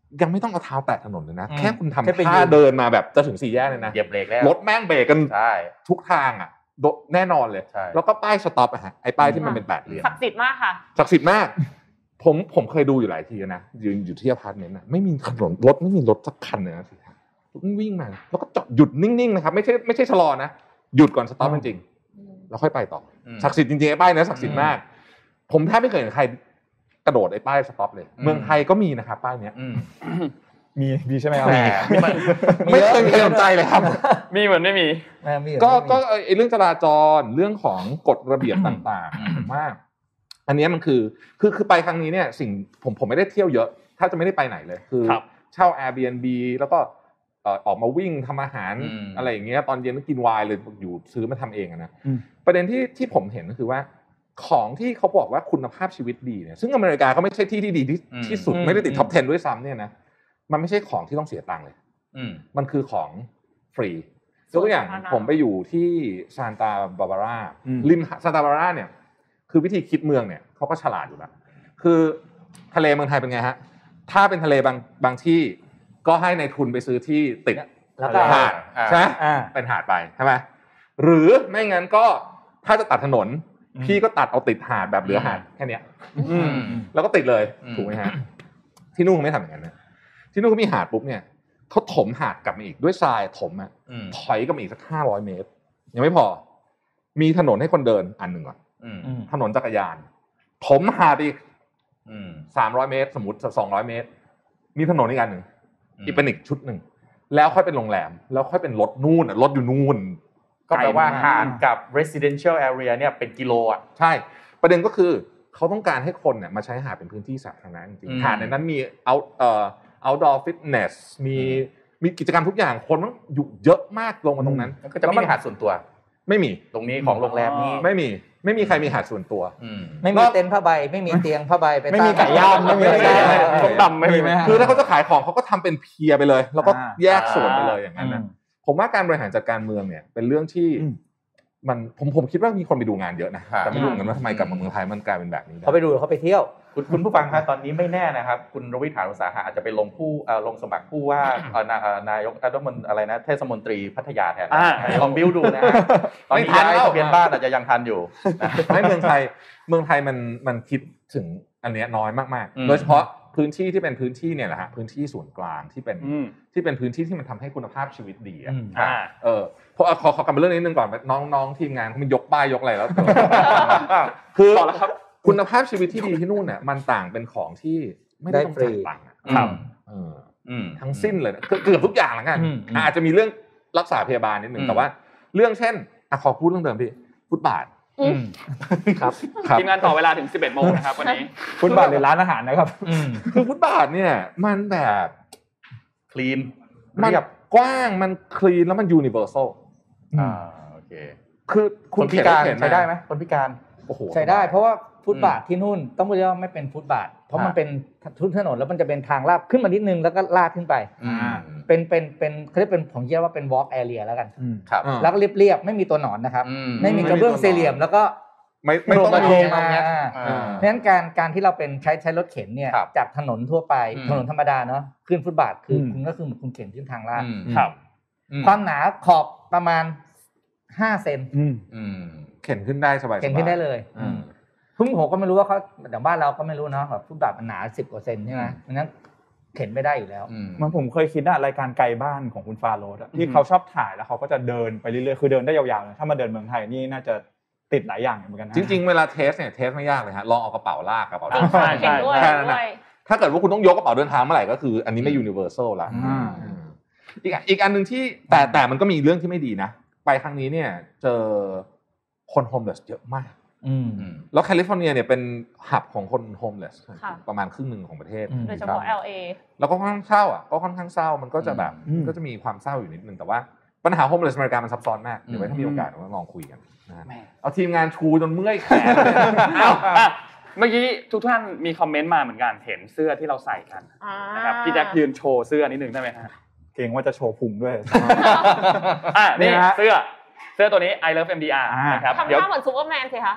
ยังไม่ต้องเอาเท้าแตะถนนเลยนะแค่คุณทำท่าเดินมาแบบจะถึงสี่แยกเลยนะเหยียบเบรกแล้วรถแม่งเบรกกันใช่ทุกทางอ่ะแน่นอนเลยแล้วก็ป้ายสต็อปอะฮะไอ้ป้ายที่มันเป็นแปดเหลี่ยมศักดิ์สิทธิ์มากค่ะศักดิ์สิทธิ์มากผมผมเคยดูอยู่หลายทีนะยืนอยู่ที่อพาร์ตเมนต์น่ะไม่มีถนนรถไม่มีรถสักคันเลยนะวิ่งมาแล้วก็จอดหยุดนิ่งๆนะครับไม่ใช่ไม่ใช่ชะลอนะหยุดก่อนสต็อปจริงๆแล้วค่อยไปต่อศักดิ์สิทธิ์จริงๆไอ้ป้ายนี้ศักดิ์สิทธิ์มากผมแทบไม่เคยเห็นใครกระโดดไอ้ป้ายสต็อปเลยเมืองไทยก็มีนะครับป้ายเนี้ยมีมีใช่ไหมครับไม่เคยมีใครสนใจเลยครับมีเหมือนไม่มีก็ก็ไอ้เรื่องจราจรเรื่องของกฎระเบียบต่างๆผมว่าอันนี้มันคือคือคือไปครั้งนี้เนี่ยสิ่งผมผมไม่ได้เที่ยวเยอะถ้าจะไม่ได้ไปไหนเลยคือเช่า Airbnb แล้วก็ออกมาวิ่งทำอาหารอะไรอย่างเงี้ยตอนเย็นก็กินไวน์เลยอยู่ซื้อมาทำเองนะประเด็นที่ที่ผมเห็นก็คือว่าของที่เขาบอกว่าคุณภาพชีวิตดีเนี่ยซึ่งอเมริกาก็ไม่ใช่ที่ที่ดีที่ที่สุดไม่ได้ติดท็อปสิบด้วยซ้ำเนี่ยนะมันไม่ใช่ของที่ต้องเสียตังค์เลยมันคือของฟรียกตัวอย่างผมไปอยู่ที่ซานตาบาบาร่าริมซานตาบาบาร่าเนี่ยคือวิธีคิดเมืองเนี่ยเขาก็ฉลาดอยู่แล้วคือทะเลเมืองไทยเป็นไงฮะถ้าเป็นทะเลบางบางที่ก็ให้ในทุนไปซื้อที่ติดหาดใช่ไหมเป็นหาดไปใช่ไหมหรือไม่งั้นก็ถ้าจะตัดถนนพี่ก็ตัดเอาติดหาดแบบเหลือหาดแค่นี้แล้วก็ติดเลยถูกไหมฮะที่นู่นไม่ทำอย่างนั้นนะที่นู่นก็มีหาดปุ๊บเนี่ยเขาถมหาดกลับมาอีกด้วยทรายถมอ่ะถอยกลับมาอีกสักห้าร้อยเมตรยังไม่พอมีถนนให้คนเดินอันหนึ่งก่อนถนนจักรยานถมหาดอีกสามร้อยเมตรสมมติสองร้อยเมตรมีถนนอีกอันหนึ่งอีกเป็นอีกชุดหนึ่งแล้วค่อยเป็นโรงแรมแล้วค่อยเป็นรถนู่นรถอยู่นู่นก็แปลว่าห่างกับ residential area เนี่ยเป็นกิโลอ่ะใช่ประเด็นก็คือเขาต้องการให้คนเนี่ยมาใช้หาดเป็นพื้นที่สาธารณะจริงๆหาดในนั้นมี out เอ่อ outdoor fitness มีมีกิจกรรมทุกอย่างคนมันอยู่เยอะมากลงมาตรงนั้นก็จะไม่มีหาดส่วนตัวไม่มีตรงนี้ของโรงแรมนี้ไม่มีไม่มีใครมีหาดส่วนตัวไม่มีเต็นท์ผ้าใบไม่มีเตียงผ้าใบไปไม่มีไก่ย่างไม่มีอะไรต้มตำไม่มีคือถ้าเขาจะขายของเขาก็ทำเป็นเพียไปเลยแล้วก็แยกส่วนไปเลยอย่างนั้นนะผมว่าการบริหารจัดการเมืองเนี่ยเป็นเรื่องที่มันผมผมคิดว่ามีคนไปดูงานเยอะนะแต่ไม่รู้เหมือนกันว่าทำไมกลับมาเมืองไทยมันกลายเป็นแบบนี้เขาไปดูเขาไปเที่ยวคุณคุณผู้ฟังครับตอนนี้ไม่แน่นะครับคุณรวิทย์ หาญอุตสาหะอาจจะไปลงผู้ลงสมัครผู้ว่านายกรัฐมนตรีอะไรนะเทศมนตรีพัทยาแทนลองบิ้วดูนะตอนนี้ย้ายทะเบียนบ้านอาจจะยังทันอยู่ให้เมืองไทยเมืองไทยมันมันคิดถึงอันเนี้ยน้อยมากๆโดยเฉพาะพื้นที่ที่เป็นพื้นที่เนี่ยแหละฮะพื้นที่ส่วนกลางที่เป็นที่เป็นพื้นที่ที่มันทำให้คุณภาพชีวิตดีอ่ะเออพอขอขอกลับมาเรื่องนี้นึงก่อนน้องๆทีมงานเขามันยกป้ายยกอะไรแล้วคือคุณภาพชีวิตที่ดีที่นู่นเนี่ยมันต่างเป็นของที่ไม่ได้ต้องจ่ายตังค์ครับทั้งสิ้นเลยเกือบทุกอย่างแล้วกันอาจจะมีเรื่องรักษาพยาบาลนิดนึงแต่ว่าเรื่องเช่นอ่ะขอพูดเรื่องเดิมพี่ฟุตบาทครับทีมงานต่อเวลาถึงสิบเอ็ดโมงนะครับวันนี้ฟุตบาทหรือร้านอาหารนะครับคือฟุตบาทเนี่ยมันแบบคลีนมันกว้างมันคลีนแล้วมันยูนิเวอร์แซลอ่าโอเคคือคนพิการใช้ได้ไหมคนพิการโอ้โหใช้ได้เพราะว่าฟุตบาทที่นู่นต้องพูดว่าไม่เป็นฟุตบาทเพราะมันเป็นทุนถนนแล้วมันจะเป็นทางลาดขึ้นมานิดนึงแล้วก็ลาดขึ้นไปเป็นเป็นเป็นเขาเรียกเป็นผมเรียกว่าเป็น walk area แล้วกันครับแล้วก็เรียบๆไม่มีตัวหนอนนะครับไม่มีกระเบื้องสี่เหลี่ยมแล้วก็ไม่ไม่ต้องมาลงมาเพราะฉะนั้นการการที่เราเป็นใช้ใช้รถเข็นเนี่ยจากถนนทั่วไปถนนธรรมดาเนาะขึ้นฟุตบาทคือคุณก็คือเหมือนคุณเข็นขึ้นทางลาดครับความหนาขอบประมาณห้าเซนเข็นขึ้นได้สบายๆเข็นขึ้นได้เลยพึ่งโหก็ไม่รู้ว่าเขาแต่บ้านเราก็ไม่รู้เนาะแบบฟุตบาทมันหนาสิบกว่าเซนใช่ไหมเพราะงั้นเข็นไม่ได้อยู่แล้วมันผมเคยคิดนะรายการไกลบ้านของคุณฟาโรสที่เขาชอบถ่ายแล้วเขาก็จะเดินไปเรื่อยๆคือเดินได้ยาวๆเลยถ้ามาเดินเมืองไทยนี่น่าจะติดหลายอย่างเหมือนกันนะจริงๆเวลาเทสเนี่ยเทสไม่ยากเลยฮะลองเอากระเป๋าลากกระเป๋าเดินทางใช่ใช่ถ้าเกิดว่าคุณต้องยกกระเป๋าเดินทางเมื่อไหร่ก็คืออันนี้ไม่ยูนิเวอร์แซลละอีกอีกอันนึงที่แต่แต่มันก็มีเรื่องที่ไม่ดีนะไปครั้งนี้เนี่ยเจอคนโฮมเลสเยอะมากแล้วแคลิฟอร์เนียเนี่ยเป็นหับของคนโฮมเลสประมาณครึ่งหนึ่งของประเทศโดยเฉพาะ แอล เอแล้วก็ค่อนข้างเศร้าอ่ะก็ค่อนข้างเศร้ามันก็จะแบบก็จะมีความเศร้าอยู่นิดนึงแต่ว่าปัญหาโฮมเลสอเมริกามันซับซ้อนมากเดี๋ยวไว้ถ้ามีโอกาสเราลองคุยกันนะเอาทีมงานชูจนเมื่อยแขนเอาเมื่อกี้ทุกท่านมีคอมเมนต์มาเหมือนกันเห็นเสื้อที่เราใส่กันนะครับพี่แจ็คยืนโชว์เสื้อนิดนึงได้ไหมฮะเก่งว่าจะโชว์พุงด้วยอ่ะนี่เสื้อเสื้อตัวนี้ I Love เอ็ม ดี อาร์ นะครับทำท่าเหมือนซูเปอร์แมนสิคะ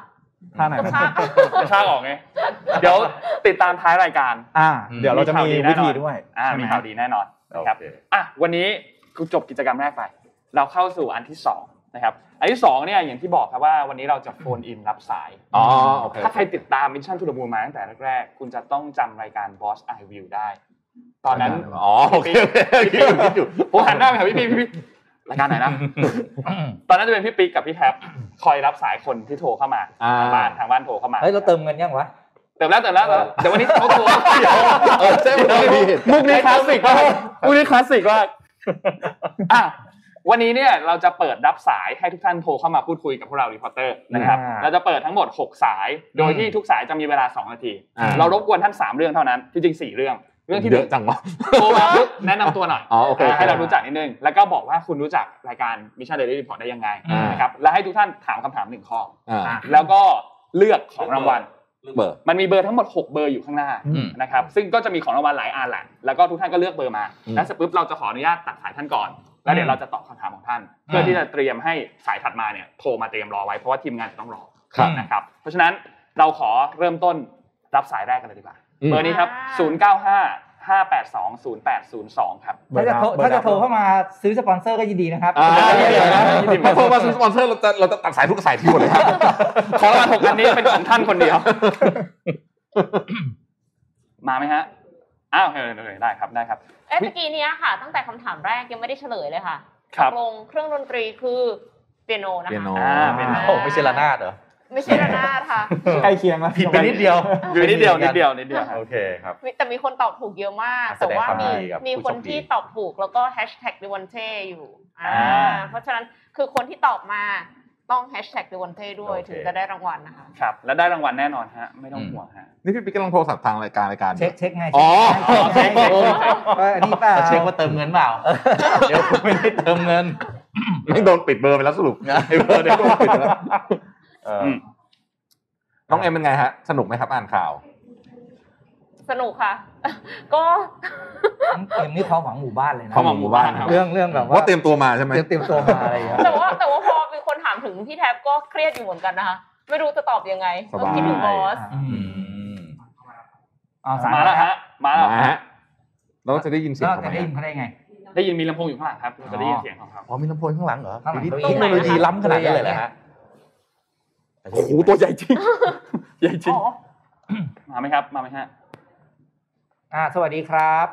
ท่าไหนกระชากกระชากออกไงเดี๋ยวติดตามท้ายรายการอ่าเดี๋ยวเราจะมีวิธีด้วยอ่ามีข่าวดีแน่นอนนะครับอ่ะวันนี้กูจบกิจกรรมแรกไปเราเข้าสู่อันที่สองนะครับอันที่สองเนี่ยอย่างที่บอกครับว่าวันนี้เราจะโฟนอินรับสายอ๋อโอเคถ้าใครติดตาม Mission to the Moon มาตั้งแต่แรกๆคุณจะต้องจำรายการ Boss Eye View ได้ตอนนั้นอ๋อโอเคคิดอยู่คิดอยู่ผมหันหน้าไปหาพี่ปิ๊กพี่รายการไหนนะตอนนั้นจะเป็นพี่ปิ๊กกับพี่แท็บคอยรับสายคนที่โทรเข้ามาทางบ้านทางบ้านโทรเข้ามาเฮ้ยเราเติมเงินยังวะเติมแล้วเติมแล้วเดี๋ยววันนี้เขาโทรเออใช่มุกนี้คลาสสิกมากมุกนี้คลาสสิกมากอ่ะวันนี้เนี่ยเราจะเปิดรับสายให้ทุกท่านโทรเข้ามาพูดคุยกับพวกเรารีพอร์เตอร์นะครับเราจะเปิดทั้งหมดหกสายโดยที่ทุกสายจะมีเวลาสองนาทีเรารบกวนท่านสามเรื่องเท่านั้นจริงๆสี่เรื่องเรื่องที่เยอะจังวะโทรมาปุ๊บแนะนำตัวหน่อยอ๋อโอเคให้เรารู้จักนิดนึงแล้วก็บอกว่าคุณรู้จักรายการ Mission Daily Report ได้ยังไงนะครับและให้ทุกท่านถามคำถามหนึ่งข้อแล้วก็เลือกของรางวัลเบอร์มันมีเบอร์ทั้งหมดหกเบอร์อยู่ข้างหน้านะครับซึ่งก็จะมีของรางวัลหลายอันแหละแล้วก็ทุกท่านก็เลือกเบอร์มาแล้วเสร็จปุ๊บเราจะขออนุญาตตัดสายท่านก่อนแล้วเดี๋ยวเราจะตอบคำถามของท่านเพื่อที่จะเตรียมให้สายถัดมาเนี่ยโทรมาเตรียมรอไว้เพราะว่าทีมงานจะต้องรอนะครับเพราะฉะนั้นเราขอเริ่มต้นรับสายแรกกันเลยดีกว่าเบอร์นี้ครับศูนย์ เก้า ห้า ห้า แปด สอง ศูนย์ แปด ศูนย์ สองครับถ้าจะโทรถ้าจะโทรเข้ามาซื้อสปอนเซอร์ก็ยินดีนะครับถ้าโทรมาซื้อสปอนเซอร์เราจะเราจะตัดสายทุกสายที่หมดเลยครับขอรางวัลหกอันนี้เป็นของท่านคนเดียวมาไหมฮะอ้าวเฮ้ยได้ครับได้ครับเอ๊ะเมื่อกี้นี้ค่ะตั้งแต่คำถามแรกยังไม่ได้เฉลยเลยค่ะตกลงเครื่องดนตรีคือเปียโนนะคะเปียโนเปียโนไม่ใช่ระนาดเหรอไม่ใช่ระนาดค่ะใกล้เคียงแล้วผิดไปนิดเดียวอยู่นิดเดียวนิดเดียวนิดเดียวโอเคครับแต่มีคนตอบถูกเยอะมากแต่ว่ามีมีคนที่ตอบถูกแล้วก็แฮชแท็กดิวันเท่อยู่อ่าเพราะฉะนั้นคือคนที่ตอบมาต้องแฮชแท็กดิวันเท่ด้วยถึงจะได้รางวัลนะคะครับและได้รางวัลแน่นอนฮะไม่ต้องห่วงฮะนี่พี่ปิ๊กกำลังโทรศัพท์ทางรายการรายการเช็คเช็คไงอ๋อเช็คอันนี้เปล่าเช็คว่าเติมเงินเปล่าเดี๋ยวไม่ได้เติมเงินไม่โดนปิดเบอร์ไปแล้วสรุปไอ้เบอร์เนี่ยโดนปิดแล้วน้องเอ็มเป็นไงฮะสนุกไหมครับอ่านข่าวสนุกค่ะก็เอ็มนี่เขาหวังหมู่บ้านเลยนะเขาหวังหมู่บ้านเรื่องเรื่องแบบว่าเตรียมตัวมาใช่ไหมเตรียมตัวมาอะไรอย่างเงี้ยแต่ว่าแต่ว่าพอมีคนถามถึงพี่แท็บก็เครียดอยู่เหมือนกันนะคะไม่รู้จะตอบยังไงต้องคิดถึงบอสมาแล้วฮะมาแล้วฮะเราจะได้ยินเสียงเขาได้ยินเขาได้ไงได้ยินมีลำโพงอยู่ข้างหลังครับจะได้ยินเสียงของเขาอ๋อมีลำโพงข้างหลังเหรอเทคโนโลยีล้ำขนาดนั้นเลยเหรอฮะโอ้โหตัวใหญ่จริงใหญ่จริงมาไหมครับมาไหมฮะอ่าสวัสดีครับ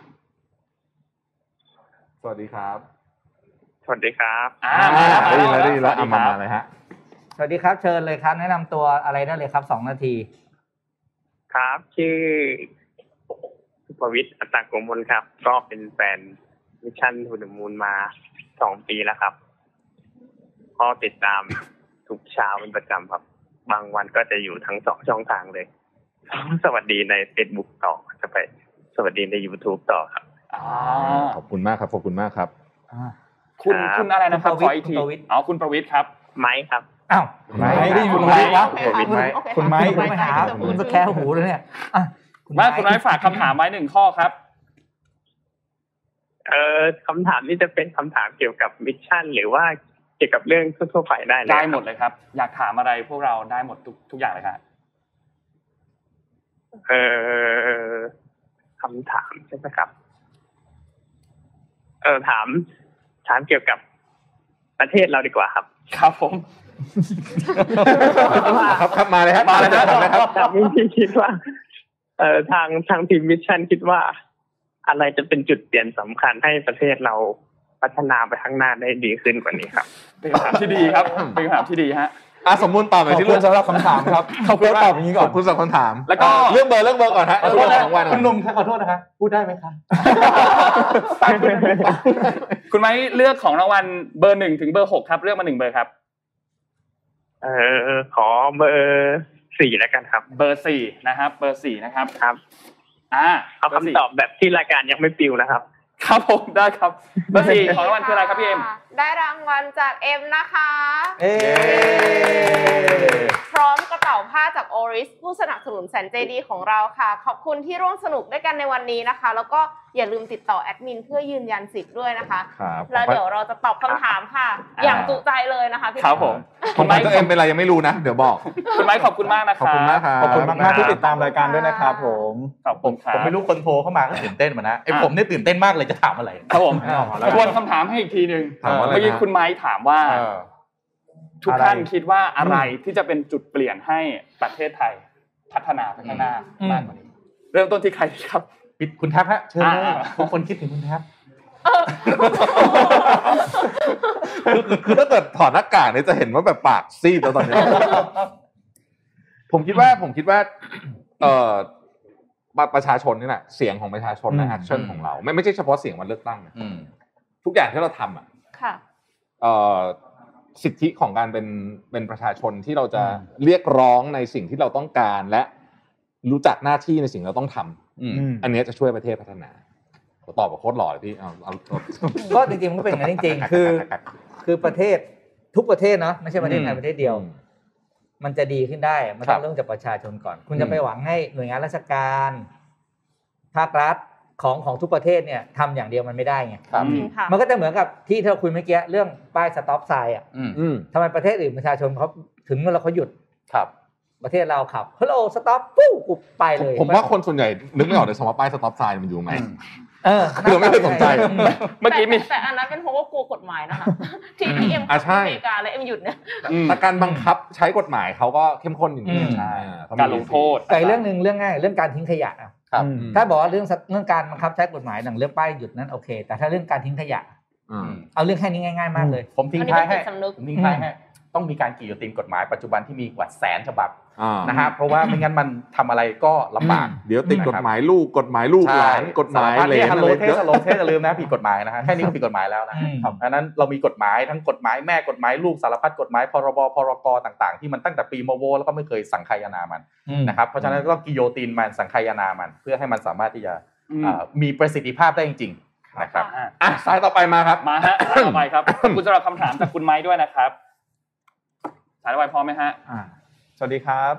สวัสดีครับสวัสดีครับอ่าได้ยินแล้วได้ยินแล้วเอามาเลยฮะสวัสดีครับเชิญเลยครับแนะนำตัวอะไรได้เลยครับสองนาทีครับชื่อสุภวิทย์อัตตาโกมลครับก็เป็นแฟนมิชชั่นทูเดอะมูนมาสองปีแล้วครับก็ติดตามทุกเช้าเป็นประจำครับบางวันก็จะอยู่ทั้งสองช่องทางเลยสวัสดีใน Facebook ต่อจะไปสวัสดีใน YouTube ต่อครับขอบคุณมากครับขอบคุณมากครับคุณคุณอะไรนะครับขออีกทีอ๋อคุณประวิทย์ครับไมค์ครับอ้าวไมค์ได้ยินคุณไมค์วะคุณไมค์คุณไปหาคุณจะแค่หูเลยเนี่ยมาคุณไมค์ฝากคำถามไว้หนึ่งข้อครับเอ่อคำถามนี้จะเป็นคำถามเกี่ยวกับมิชชั่นหรือว่าเกี่ยวกับเรื่องทั่วๆไปได้เลยได้หมดเลยครับอยากถามอะไรพวกเราได้หมดทุกทุกอย่างเลยครับเอ่อคำถามใช่ไหมครับเออถามถามเกี่ยวกับประเทศเราดีกว่าครับครับผมครับครับมาเลยครับมาเลยนะครับครับพี่คิดว่าเอ่อทางทางทีมมิชชั่นคิดว่าอะไรจะเป็นจุดเปลี่ยนสำคัญให้ประเทศเราพัฒนาไปข้างหน้าได้ดีขึ้นกว่านี้ครับเป็นคำถามที่ดีครับเป็นคำถามที่ดีฮะอ่ะสมมุติตอบไปที่เรื่องสำหรับคำถามครับเขาพูดตอบอย่างนี้ก่อนคุณสำหรับคำถามแล้วก็เรื่องเบอร์เรื่องเบอร์ก่อนฮะเรื่องของวันคุณหนุ่มครับขอโทษนะคะพูดได้ไหมคะคุณไม้เลือกของรางวัลเบอร์หนึ่งถึงเบอร์หกครับเลือกมาหนึ่งเบอร์ครับเออขอเบอร์สี่แล้วกันครับเบอร์สี่นะครับเบอร์สี่นะครับครับอ่าเอาคำตอบแบบที่รายการยังไม่ปิวนะครับครับผมได้ครับเบอร์สี่ของรางวัลคืออะไรครับพี่เอ็มได้รางวัลจากเอ็มนะคะเย้พร้อมกระเป๋าผ้าจาก Oreo Forest ผู้สนับสนุนแสนใจดีของเราค่ะขอบคุณที่ร่วมสนุกด้วยกันในวันนี้นะคะแล้วก็อย่าลืมติดต่อแอดมินเพื่อยืนยันสิทธิ์ด้วยนะคะแล้วเดี๋ยวเราจะตอบคำถามค่ะอย่างจุใจเลยนะคะพี่ครับผมคุณไมค์เอ็มเป็นอะไรยังไม่รู้นะเดี๋ยวบอกคุณไมค์ขอบคุณมากนะครับขอบคุณมากครับขอบคุณมากๆที่ติดตามรายการด้วยนะครับผมขอบคุณครับผมไม่รู้คนโทรเข้ามาก็ตื่นเต้นมานะไอ้ผมเนี่ยตื่นเต้นมากเลยจะถามอะไรครับผมทวนคำถามให้อีกทีนึงเมื่อกี้คุณไมค์ถามว่าทุกท่านคิดว่าอะไรที่จะเป็นจุดเปลี่ยนให้ประเทศไทยพัฒนาไปข้างหน้ามากกว่านี้เริ่มต้นที่ใครครับปิดคุณแท็บฮะเชิญเลยทุกคนคิดถึงคุณแท็บคือถ้าเกิดถอดหน้ากากเนี่ยจะเห็นว่าแบบปากซีดแล้วตอนนี้ผมคิดว่าผมคิดว่าเอ่อประชาชนนี่แหละเสียงของประชาชนนะแอคชั่นของเราไม่ไม่ใช่เฉพาะเสียงวันเลือกตั้งทุกอย่างที่เราทำอ่ะเอ่อสิทธิของการเป็นเป็นประชาชนที่เราจะเรียกร้องในสิ่งที่เราต้องการและรู้จักหน้าที่ในสิ่งเราต้องทำอันนี้จะช่วยประเทศพัฒนาตอบแบบโคตรหล่อเลยพี่เอาเอาก็จริงๆมันก็เป็นอย่างนั้นจริงๆคือคือประเทศทุกประเทศเนาะไม่ใช่ประเทศไทยประเทศเดียวมันจะดีขึ้นได้มันต้องเริ่มจากประชาชนก่อนคุณจะไปหวังให้หน่วยงานราชการภาครัฐของของทุกประเทศเนี่ยทำอย่างเดียวมันไม่ได้ไงมันก็จะเหมือนกับที่เราคุยเมื่อกี้เรื่องป้ายสต็อปไซน์อ่ะทำไมประเทศอื่นประชาชนเขาถึงเวลาเขาหยุดประเทศเราขับฮัลโหลสต็อปปุ๊บกูไปเลยผมว่าคนส่วนใหญ่นึกไม่ออกเลยสมมติป้ายสต็อปไซน์มันอยู่ไหนเออคือไม่เคยสนใจเมื่อกี้มีแต่อันนั้นเป็นเพราะว่ากลัวกฎหมายนะคะที่ที่เอ็มอเมริกาและเอ็มหยุดเนี่ยแต่การบังคับใช้กฎหมายเขาก็เข้มข้นอย่างนี้ใช่การลงโทษแต่เรื่องนึงเรื่องง่ายเรื่องการทิ้งขยะถ้าบอกว่าเรื่องเรื่องการบังคับใช้กฎหมายหนังเรื่องป้ายหยุดนั้นโอเคแต่ถ้าเรื่องการทิ้งขยะเอาเรื่องแค่นี้ง่ายๆมากเลยผมทิ้งท้ายให้ผมทิ้งท้ายให้ต้องมีการกิโยตินกฎหมายปัจจุบันที่มีกว่าแสนฉบับนะฮะเพราะว่าไม่งั้นมันทำอะไรก็ลำบากเดี๋ยวติดกฎหมายลูกกฎหมายลูกหลานกฎหมายเลยฮัลโหลเทสฮัลโหลเทสอย่าลืมนะผิดกฎหมายนะฮะแค่นี้ก็ผิดกฎหมายแล้วนะดังนั้นเรามีกฎหมายทั้งกฎหมายแม่กฎหมายลูกสารพัดกฎหมายพรบพรกต่างๆที่มันตั้งแต่ปีมโวแล้วก็ไม่เคยสังคายนามันนะครับเพราะฉะนั้นก็กิโยตินมันสังคายนามันเพื่อให้มันสามารถที่จะมีประสิทธิภาพได้จริงๆนะครับอ่ะสายต่อไปมาครับมาฮะต่อไปครับขอบคุณสำหรับคำถามจากคุณไม้ด้วยนะครับสายต่อไปพร้อมไหมฮะสวัสดีครับ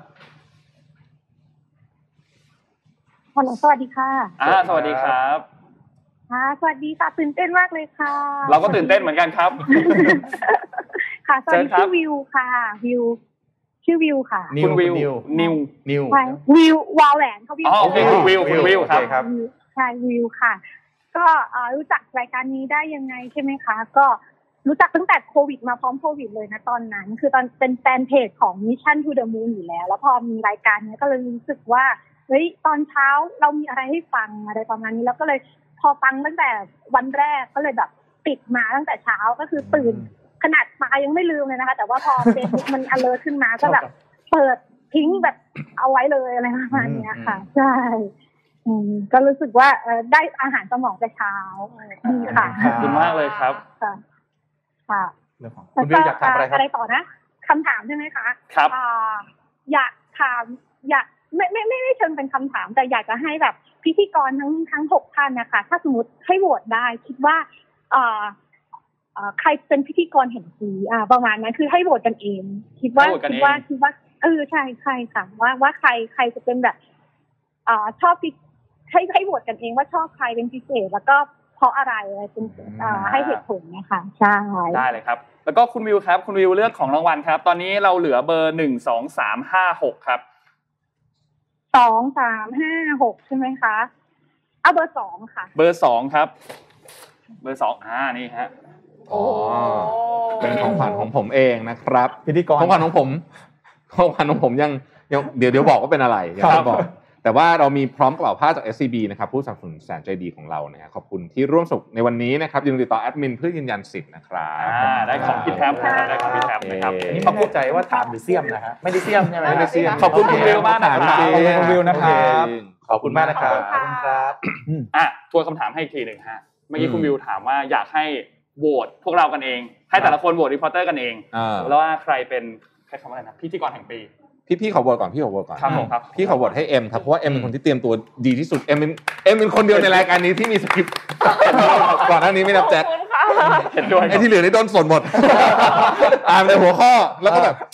ฮัลโหลสวัสดีค่ะอ่าสวัสดีครับค่ะสวัสดีค่ะตื่นเต้นมากเลยค่ะเราก็ตื่นเต้นเหมือนกันครับค่ะสวัสดีชื่อวิวค่ะวิวชื่อวิวค่ะคุณวิวนิวนิววิววาวแหวนเขาวิวอ๋อโอเคคุณวิวคุณวิวครับใช่วิวค่ะก็รู้จักรายการนี้ได้ยังไงใช่ไหมคะก็รู้จักตั้งแต่โควิดมาพร้อมโควิดเลยนะตอนนั้นคือตอนเป็นแฟนเพจของ Mission to the Moon อยู่แล้วแล้วพอมีรายการนี้ก็เลยรู้สึกว่าเฮ้ยตอนเช้าเรามีอะไรให้ฟังอะไรประมาณนี้แล้วก็เลยพอฟังตั้งแต่วันแรกก็เลยแบบติดมาตั้งแต่เช้าก็คือตื่นขนาดตายังไม่ลืมเลยนะคะแต่ว่าพอ Facebook มัน alert ขึ้นมาก็แบบเปิดทิ้งแบบเอาไว้เลยอะไรประมาณนี้ค่ะใช่ก็รู้สึกว่าได้อาหารสมองแต่เช้าดีค่ะขอบคุณมากเลยครับค่ะค่ะคุณวิวอยากถามอะไรครับอะไรต่อนะคำถามใช่ไหมคะครับอยากถามอยากไม่ไม่ไม่ไม่เชิงเป็นคำถามแต่อยากจะให้แบบพิธีกรทั้งทั้งหกท่านนะคะถ้าสมมติให้โหวตได้คิดว่าเอ่อเอ่อใครเป็นพิธีกรแห่งปีอ่าประมาณนั้นคือให้โหวตกันเองคิดว่าคิดว่าคิดว่าเออใช่ใช่ค่ะว่าว่าใครใครจะเป็นแบบอ่าชอบให้ให้โหวตกันเองว่าชอบใครเป็นพิเศษแล้วก็เพราะอะไรเป็นอ่าให้เหตุผลนะคะใช่ได้เลยครับแล้วก็คุณวิวครับคุณวิวเลือกของรางวัลครับตอนนี้เราเหลือเบอร์หนึ่ง สอง สาม ห้า หกครับสอง สาม ห้า หกใช่ไหมคะเอาเบอร์สองค่ะเบอร์สองครับเบอร์สองอ่านี่ฮะอ๋อเป็นของขวัญของผมเองนะครับพิธีกรของขวัญของผมของขวัญของผมยังเดี๋ยวเดี๋ยวบอกว่าเป็นอะไรยังไม่บอกแต่ว่าเรามีพร้อมกระเป๋าผ้าจาก เอส ซี บี นะครับผู้สนับสนุนแสนใจดีของเรานะครับขอบคุณที่ร่วมสนุกในวันนี้นะครับยินดีต่อแอดมินเพื่อยืนยันสิทธิ์นะครับได้ของพี่แท็บได้ของพี่แท็บนะครับนี่มาเข้าใจว่าถามหรือเสี่ยมนะฮะไม่ได้เสี่ยมใช่ไหมไม่ได้เสี่ยมขอบคุณคุณวิวมากนะครับขอบคุณคุณวิวนะครับขอบคุณมากนะครับขอบคุณครับอ่ะทวนคำถามให้อีกทีหนึ่งฮะเมื่อกี้คุณวิวถามว่าอยากให้โหวตพวกเรากันเองให้แต่ละคนโหวตรีพอร์เตอร์กันเองแล้วว่าใครเป็นใครคำว่าอะไรนะพิธีกรแห่งปีพี่พี่ขอโหวตก่อนพี่ขอโหวตก่อนครับผมครับพี่ขอโหวตให้เอ็มครับเพราะว่าเอ็มเป็นคนที่เตรียมตัวดีที่สุดเอ็มเป็นเอ็มเป็นคนเดียวในรายการนี้ที่มีสคริปต์ก่อนหน้านี้ไม่นับแจ็คเห็นด้วยไอ้ที่เหลือนี่โดนสนหมดอ่านในหัวข้อแล้วก็แบบ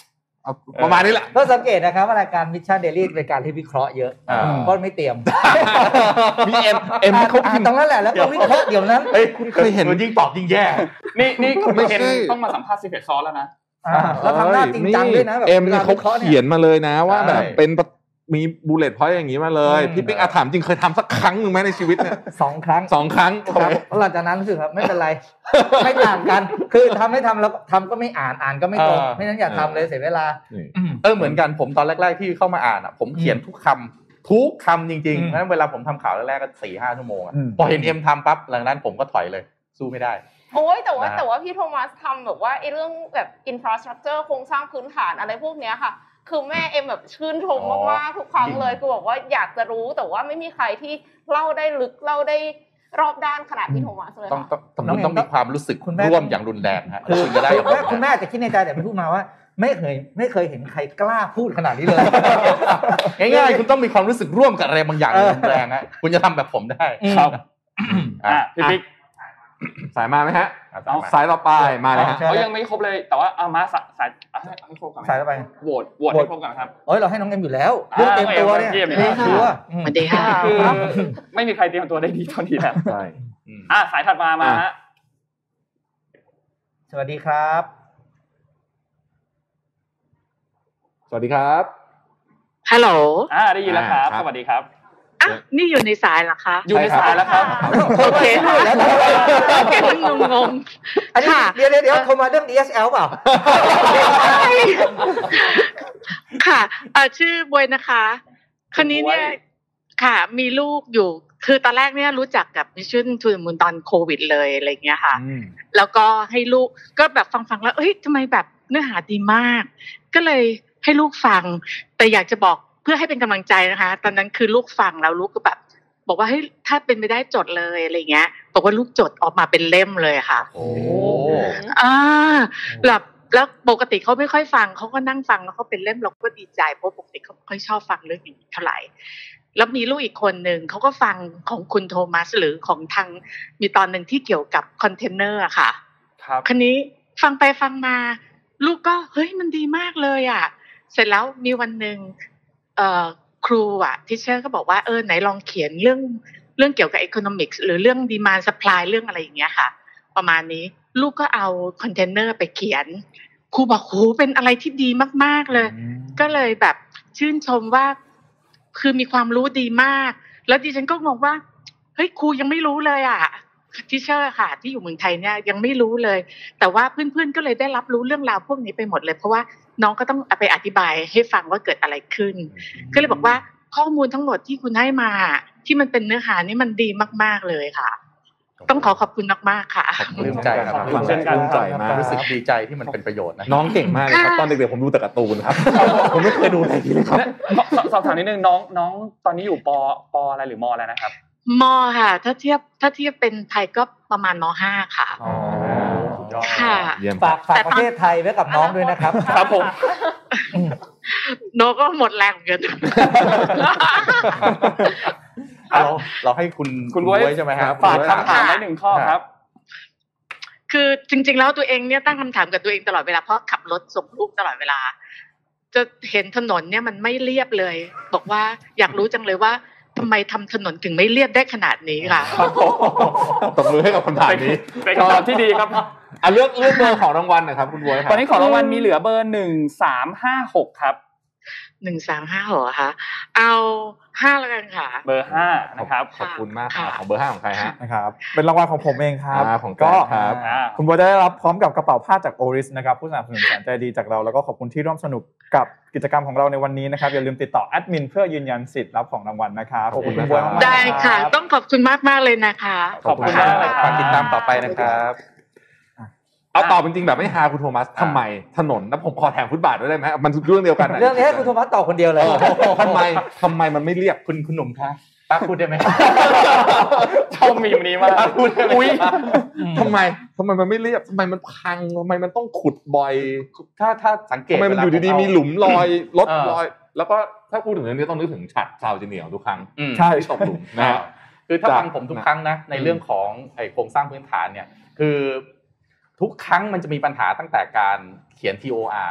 ประมาณนี้แหละก็สังเกตนะครับว่ารายการ Mission Daily เป็นการที่วิเคราะห์เยอะเพราะไม่เตรียมมีเอ็มเอ็มเขาตรงนั้นแหละแล้วก็วิเคราะห์เดี๋ยวนั้นเอ้ยคุณเคยเห็นยิ่งตอบยิ่งแย่นี่นี่ไม่เห็นต้องมาสัมภาษณ์ Secret Sauce แล้วนะแล้วทำหน้าจริงจังด้วยนะแบบเอ็มเขาเขียนมาเลยนะว่าแบบเป็นมีบูลเลตพอยต์อย่างนี้มาเลยพี่ปิ๊กอาถามจริงเคยทำสักครั้งหนึ่งไหมในชีวิตเนี่ยสองครั้งสองครั้งครับแล้วหลังจากนั้นรู้สึกครับไม่เป็นไรไม่ต่างกันคือทำไม่ทำแล้วทำก็ไม่อ่านอ่านก็ไม่ตรงไม่นั้นอย่าทำเลยเสียเวลาเออเหมือนกันผมตอนแรกๆที่เข้ามาอ่านอ่ะผมเขียนทุกคำทุกคำจริงๆนั้นเวลาผมทำข่าวแรกๆก็สี่ห้าชั่วโมงพอเห็นเอ็มทำปั๊บหลังนั้นผมก็ถอยเลยสู้ไม่ได้โอ้ยแต่ว่าแต่ว่าพี่โทมัสทำแบบว่าไอ้เรื่องแบบอินฟราสตรัคเจอร์โครงสร้างพื้นฐานอะไรพวกเนี้ยค่ะคือแม่เอ็มแบบชื่นชมมากๆทุกครั้งเลยคือบอกว่าอยากจะรู้แต่ว่าไม่มีใครที่เล่าได้ลึกเล่าได้รอบด้านขนาดพี่โทมัสเลยต้องต้องต้องมีความรู้สึกร่วมอย่างรุนแรงฮะคือจะได้คุณแม่จะคิดในใจแต่ไม่พูดมาว่าไม่เคยไม่เคยเห็นใครกล้าพูดขนาดนี้เลยง่ายๆคุณต้องมีความรู้สึกร่วมกับอะไรบางอย่างรุนแรงฮะคุณจะทำแบบผมได้ครับอ่ะพี่ปิ๊กสายมาไหมฮะสายต่อไปมาเลยฮะเขายังไม่ครบเลยแต่ว่าเอามาสายสายให้ครบก่อนสายต่อไปโหวตโหวตให้ครบก่อนครับเอ้ยเราให้น้องเอ็มอยู่แล้วเรื่องเต็มตัวเนี่ยชัวร์สวัสดีค่ะคือไม่มีใครเตรียมตัวได้ดีเท่านี้แล้วใช่อ่ะสายถัดมามาฮะสวัสดีครับสวัสดีครับฮัลโหลอ่าได้ยินแล้วครับสวัสดีครับอ่ะนี่อยู่ในสายเหรอคะอยู่ในสายแล้วครับโอเคแล้วโอเคงงงอันนี้เดี๋ยวเดี๋ยวโทรมาเรื่อง ดี เอส แอล เปล่าค่ะเอ่อชื่อบวยนะคะคนนี้เนี่ยค่ะมีลูกอยู่คือตอนแรกเนี่ยรู้จักกับมิชชั่นทูเดอะมูนตอนโควิดเลยอะไรเงี้ยค่ะแล้วก็ให้ลูกก็แบบฟังๆแล้วเอ้ยทำไมแบบเนื้อหาดีมากก็เลยให้ลูกฟังแต่อยากจะบอกเพื่อให้เป็นกำลังใจนะคะตอนนั้นคือลูกฟังแล้วลูกก็แบบบอกว่าเฮ้ยถ้าเป็นไปได้จดเลยอะไรเงี้ยบอกว่าลูกจดออกมาเป็นเล่มเลยค่ะโอ้อ่าแบบแล้วปกติเขาไม่ค่อยฟังเขาก็นั่งฟังแล้วเขาเป็นเล่มเราก็ดีใจเพราะปกติเขาไม่ค่อยชอบฟังเรื่องอย่างนี้เท่าไหร่แล้วมีลูกอีกคนนึงเขาก็ฟังของคุณโทมัสหรือของทางมีตอนนึงที่เกี่ยวกับคอนเทนเนอร์อะค่ะครับคันนี้ฟังไปฟังมาลูกก็เฮ้ยมันดีมากเลยอ่ะเสร็จแล้วมีวันนึงเอ่อครูอ่ะทิเชอร์ก็บอกว่าเออไหนลองเขียนเรื่องเรื่องเกี่ยวกับ economics หรือเรื่อง demand supply เรื่องอะไรอย่างเงี้ยค่ะประมาณนี้ลูกก็เอาคอนเทนเนอร์ไปเขียนครูบอกโหเป็นอะไรที่ดีมากๆเลยก็เลยแบบชื่นชมว่าคือมีความรู้ดีมากแล้วดิฉันก็งงว่าเฮ้ยครูยังไม่รู้เลยอ่ะทิเชอร์ค่ะที่อยู่เมืองไทยเนี่ยยังไม่รู้เลยแต่ว่าเพื่อนๆก็เลยได้รับรู้เรื่องราวพวกนี้ไปหมดเลยเพราะว่าน้องก็ต้องไปอธิบายให้ฟังว่าเกิดอะไรขึ้นก็เลยบอกว่าข้อมูลทั้งหมดที่คุณให้มาที่มันเป็นเนื้อหานี่มันดีมากๆเลยค่ะต้องขอขอบคุณมากๆค่ะปลื้มใจครับเช่นกันใจมากรู้สึกดีใจที่มันเป็นประโยชน์นะน้องเก่งมากเลยครับตอนเด็กๆผมดูแต่การ์ตูนครับผมไม่เคยดูอะไรทีเลยครับสอบถามนิดนึงน้องน้องตอนนี้อยู่ปปอะไรหรือมอะไรนะครับมค่ะถ้าเทียบถ้าเทียบเป็นไทยก็ประมาณมห้าค่ะอ๋อค่ะฝากฝากประเทศไทยไว้กับน้องด้วยนะครับครับผมโนก็หมดแรงเกินเราเราให้คุณคุณบ๊วยใช่ไหมครับฝากคำถามไว้หนึ่งข้อครับคือจริงๆแล้วตัวเองเนี่ยตั้งคำถามกับตัวเองตลอดเวลาเพราะขับรถส่งลูกตลอดเวลาจะเห็นถนนเนี่ยมันไม่เรียบเลยบอกว่าอยากรู้จังเลยว่าทำไมทำถนนถึงไม่เรียบได้ขนาดนี้ค่ะตบมือให้กับคำถามนี้เป็นคำตอบที่ดีครับอ่ะเลือกเลือกเบอร์ของรางวัลหน่อยครับคุณบ๊วยครับตอนนี้ของรางวัลมีเหลือเบอร์หนึ่งสามห้าหกครับหนึ่งสามห้าหกค่ะเอาห้าแล้วกันค่ะเบอร์ห้านะครับขอบคุณมากครับของเบอร์ห้าของใครฮะนะครับเป็นรางวัลของผมเองครับก็ครับคุณบ๊วยได้รับพร้อมกับกระเป๋าผ้าจากโอริสนะครับผู้สนับสนุนแสนใจดีจากเราแล้วก็ขอบคุณที่ร่วมสนุกกับกิจกรรมของเราในวันนี้นะครับอย่าลืมติดต่อแอดมินเพื่อยืนยันสิทธิ์รับของรางวัลนะครับขอบคุณคุณบ๊วยมากๆได้ค่ะต้องขอบคุณมากๆเลยนะคะขอบคุณมากเลยครับติดตามต่อไปนะครับเอาตอบจริงๆแบบไม่ฮาคุณโทมัสทำไมถนนแล้วผมขอแถมฟุตบาทด้วยได้ไหมมันเรื่องเดียวกันเรื่องนี้ให้คุณโทมัสตอบคนเดียวเลยทำไมทำไมมันไม่เรียบคุณคุณหนุ่มคะป้าพูดได้ไหมชอบมีมนี้มากพูดได้ไหมทำไมทำไมมันไม่เรียบทำไมมันพังทำไมมันต้องขุดบ่อยถ้าถ้าสังเกตทำไมมันอยู่ดีๆมีหลุมรอยรถรอยแล้วก็ถ้าพูดถึงเรื่องนี้ต้องนึกถึงฉัดซาวจิเนียร์ทุกครั้งใช่ตกหลุมนะคือถ้าฟังผมทุกครั้งนะในเรื่องของไอ้โครงสร้างพื้นฐานเนี่ยคือทุกครั้งมันจะมีปัญหาตั้งแต่การเขียน ที โอ อาร์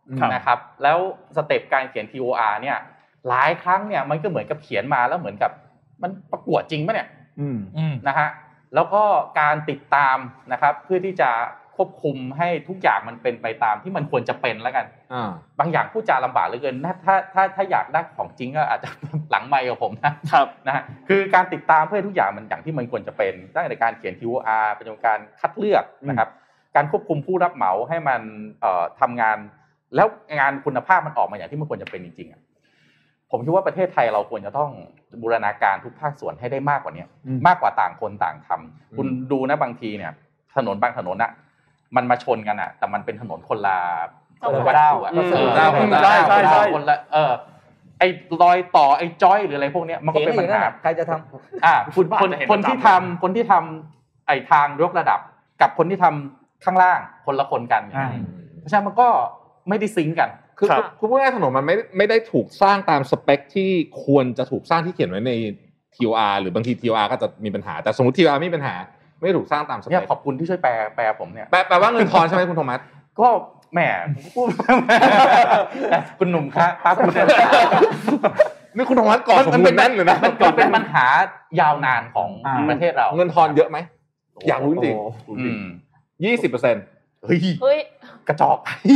นะครับแล้วสเต็ปการเขียน ที โอ อาร์ เนี่ยหลายครั้งเนี่ยมันก็เหมือนกับเขียนมาแล้วเหมือนกับมันประกวดจริงป่ะเนี่ยนะฮะแล้วก็การติดตามนะครับเพื่อที่จะควบคุมให้ทุกอย่างมันเป็นไปตามที่มันควรจะเป็นแล้วกันบางอย่างพูดจาลำบากเหลือเกินถ้าถ้าถ้าอยากได้ของจริงก็อาจจะหลังไมค์กับผมนะครับนะฮะคือการติดตามเพื่อทุกอย่างมันอย่างที่มันควรจะเป็นตั้งแต่การเขียน ที โอ อาร์ เป็นการคัดเลือกนะครับการควบคุมผู้รับเหมาให้มันเอ่อทำงานแล้วงานคุณภาพมันออกมาอย่างที่มันควรจะเป็นจริงๆอ่ะผมคิดว่าประเทศไทยเราควรจะต้องบูรณาการทุกภาคส่วนให้ได้มากกว่านี้มากกว่าต่างคนต่างทำคุณดูนะบางทีเนี่ยถนนบางถนนอ่ะมันมาชนกันอ่ะแต่มันเป็นถนนคนละวัดอ่ะใช่ใช่ใช่คนละเออไอ้รอยต่อไอ้จ้อยหรืออะไรพวกนี้มันก็เป็นปัญหาใครจะทำอ่าคุณคนคนที่ทำคนที่ทำไอ้ทางยกระดับกับคนที่ทำข้างล่างคนละคนกันเพราะฉะนั้นมันก็ไม่ได้ซิงกันคือคือพูดง่ายๆถนนมันไม่ไม่ได้ถูกสร้างตามสเปคที่ควรจะถูกสร้างที่เขียนไว้ใน ที โอ อาร์ หรือบางที ที โอ อาร์ ก็จะมีปัญหาแต่สมมติ ที โอ อาร์ ไม่มีปัญหาไม่ถูกสร้างตามสเปคเนี่ยขอบคุณที่ช่วยแปลแปลผมเนี่ยแปลแปลว่าเงินทอนใช่ไหมคุณโทมัสก็แหมพูดคุณหนุ่มครับป้าคุณนี่คุณโทมัสก่อนมันเป็นแน่นหรือนะมันเป็นปัญหายาวนานของประเทศเราเงินทอนเยอะไหมอยากรู้จริงยี่สิบเปอร์เซ็นต์เฮ้ยเฮ้ยกระจอก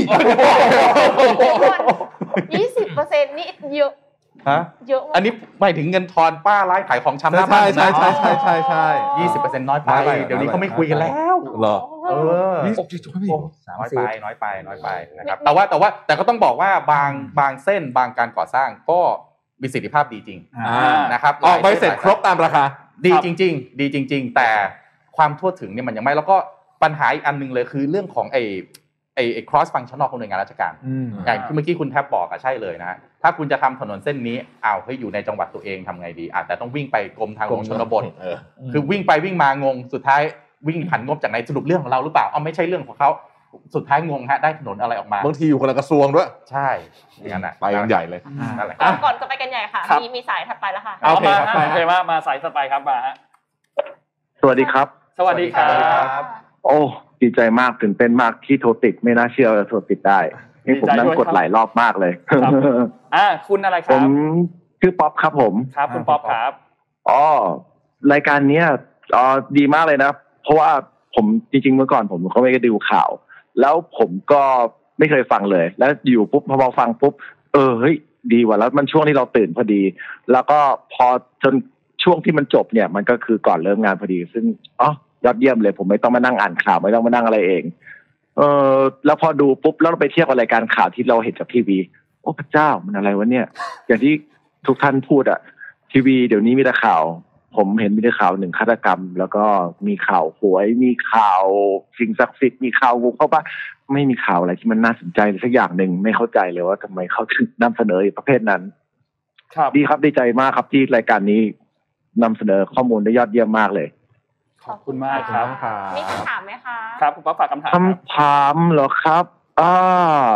ยี่สิบเปอร์เซ็นต์นี่เยอะฮะเยอะอันนี้หมายถึงเงินทอนป้าร้านขายของชำหน้าบ้านใช่ใช่ใช่ใช่ใช่ยี่สิบเปอร์เซ็นต์น้อยไปเดี๋ยวนี้เขาไม่คุยกันแล้วเหรอเออน้อยไปน้อยไปน้อยไปนะครับแต่ว่าแต่ว่าแต่ก็ต้องบอกว่าบางบางเส้นบางการก่อสร้างก็มีประสิทธิภาพดีจริงนะครับออกใบเสร็จครบตามราคาดีจริงๆดีจริงๆแต่ความทั่วถึงเนี่ยมันยังไม่แล้วก็ปัญหาอีกอันนึงเลยคือเรื่องของไอ้ไอ้ cross functional ของหน่วยงานราชการอย่างที่เมื่อกี้คุณแทบบอกอะใช่เลยนะฮะถ้าคุณจะทำถนนเส้นนี้อ้าวเฮ้ยอยู่ในจังหวัดตัวเองทำไงดีอ่ะแต่ต้องวิ่งไปกรมทางหลวงชนบทคือวิ่งไปวิ่งมางงสุดท้ายวิ่งผันงบจากไหนสรุปเรื่องของเราหรือเปล่าอ้าวไม่ใช่เรื่องของเขาสุดท้ายงงฮะได้ถนนอะไรออกมาบางทีอยู่คนละกระทรวงด้วยใช่อย่างนั้นน่ะไปกันใหญ่เลยนั่นแหละก่อนจะไปกันใหญ่ค่ะมีมีสายถัดไปแล้วค่ะโอเคครับโอเคมามาสายถัดไปครับมาฮะสวัสดีครับสวัสดีครับโอ้ดีใจมากตื่นเต้นมากที่โทรติดไม่น่าเชื่อว่าโทรติดได้นี่ผมนั่งกดหลายรอบมากเลยอ่าคุณอะไรครับผมชื่อป๊อปครับผมครับคุณป๊อปครับอ๋อรายการเนี้ยอ๋อดีมากเลยนะเพราะว่าผมจริงๆเมื่อก่อนผมก็ไม่ได้ดูข่าวแล้วผมก็ไม่เคยฟังเลยแล้วอยู่ปุ๊บพอฟังปุ๊บเออเฮ้ยดีว่ะแล้วมันช่วงที่เราตื่นพอดีแล้วก็พอจนช่วงที่มันจบเนี่ยมันก็คือก่อนเริ่มงานพอดีซึ่งอ๋อยอดเยี่ยมเลยผมไม่ต้องมานั่งอ่านข่าวไม่ต้องมานั่งอะไรเองเออแล้วพอดูปุ๊บแล้วเราไปเทียบกับรายการข่าวที่เราเห็นจากทีวีโอ้พระเจ้ามันอะไรวะเนี่ยอย่างที่ทุกท่านพูดอะทีวีเดี๋ยวนี้มีแต่ข่าวผมเห็นมีแต่ข่าวหนึ่งฆาตกรรมแล้วก็มีข่าวหวยมีข่าวสิ่งศักดิ์สิทธิ์มีข่าวงูเข้าบ้านไม่มีข่าวอะไรที่มันน่าสนใจสักอย่างหนึ่งไม่เข้าใจเลยว่าทำไมเขาถึงนำเสนอประเภทนั้นครับดีครับดีใจมากครับที่รายการนี้นำเสนอข้อมูลได้ยอดเยี่ยมมากเลยขอบคุณมากครับมีคำถามไหมคะครับคุณป๊อปฝากคำถามคำถามเหรอครับอ่า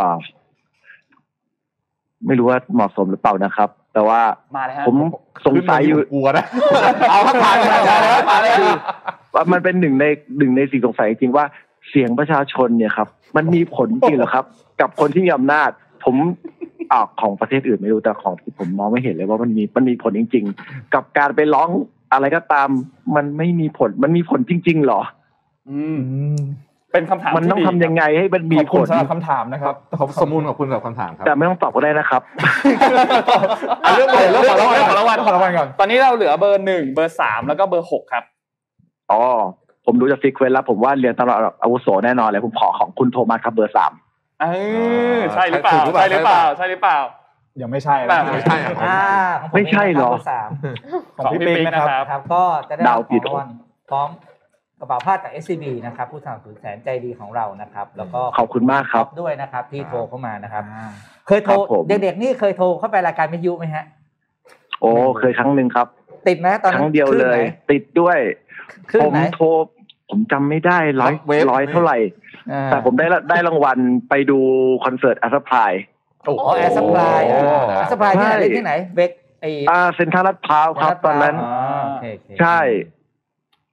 ไม่รู้ว่าเหมาะสมหรือเปล่านะครับแต่ว่าผมสงสัยอยู่กลัวนะเอาคำถามมาแล้วมาแล้วมันเป็นหนึ่งในหนึ่งในสิ่งสงสัยจริงว่าเสียงประชาชนเนี่ยครับมันมีผลจริงเหรอครับกับคนที่มีอำนาจผมอ่าของประเทศอื่นไม่รู้แต่ของที่ผมมองไม่เห็นเลยว่ามันมีมันมีผลจริงๆกับการไปร้องอะไรก็ตามมันไม่มีผลมันมีผลจริงๆหรออืมเป็นคำถามมันต้องทำยังไงให้มันมีผลสำหรับคำถามนะครับขอบสมูลขอบคุณสำหรับคำถามครับแต่ไม่ต้องตอบก็ได้นะครับเรื่องเรื่องของรางวัลของรางวัลของรางวัลก่อนตอนนี้เราเหลือเบอร์หนึ่งเบอร์สามแล้วก็เบอร์หกครับอ๋อผมดูจากซีเควนซ์แล้วผมว่าเรียนตลอดอาวุโสแน่นอนเลยผมขอของคุณโทมัสครับเบอร์สามเออใช่หรือเปล่าใช่หรือเปล่าใช่หรือเปล่ายังไม่ใช่แล้วไม่ใช่อ่าไม่ใช่หรอของพี่ปิ๊กนะครับครับก็จะได้ของรางวัลพร้อมกระเป๋าผ้าจาก เอส ซี บี นะครับผู้สนับสนุนแสนใจดีของเรานะครับแล้วก็ขอบคุณมากครับด้วยนะครับที่โทรเข้ามานะครับเคยโทรเด็กๆนี่เคยโทรเข้าไปรายการวิทยุไหมฮะโอ้เคยครั้งนึงครับติดไหมตอนนั้นครั้งเดียวเลยติดด้วยผมโทรผมจำไม่ได้ร้อยร้อยเท่าไหร่แต่ผมได้ได้รางวัลไปดูคอนเสิร์ตอัสพลายโอ้แอร์ซัพพลายอัสพลายที่ไหนเล่นที่ไหนเบกไออ่าเซ็นทรัลลาดพร้าวครับตอนนั้นใช่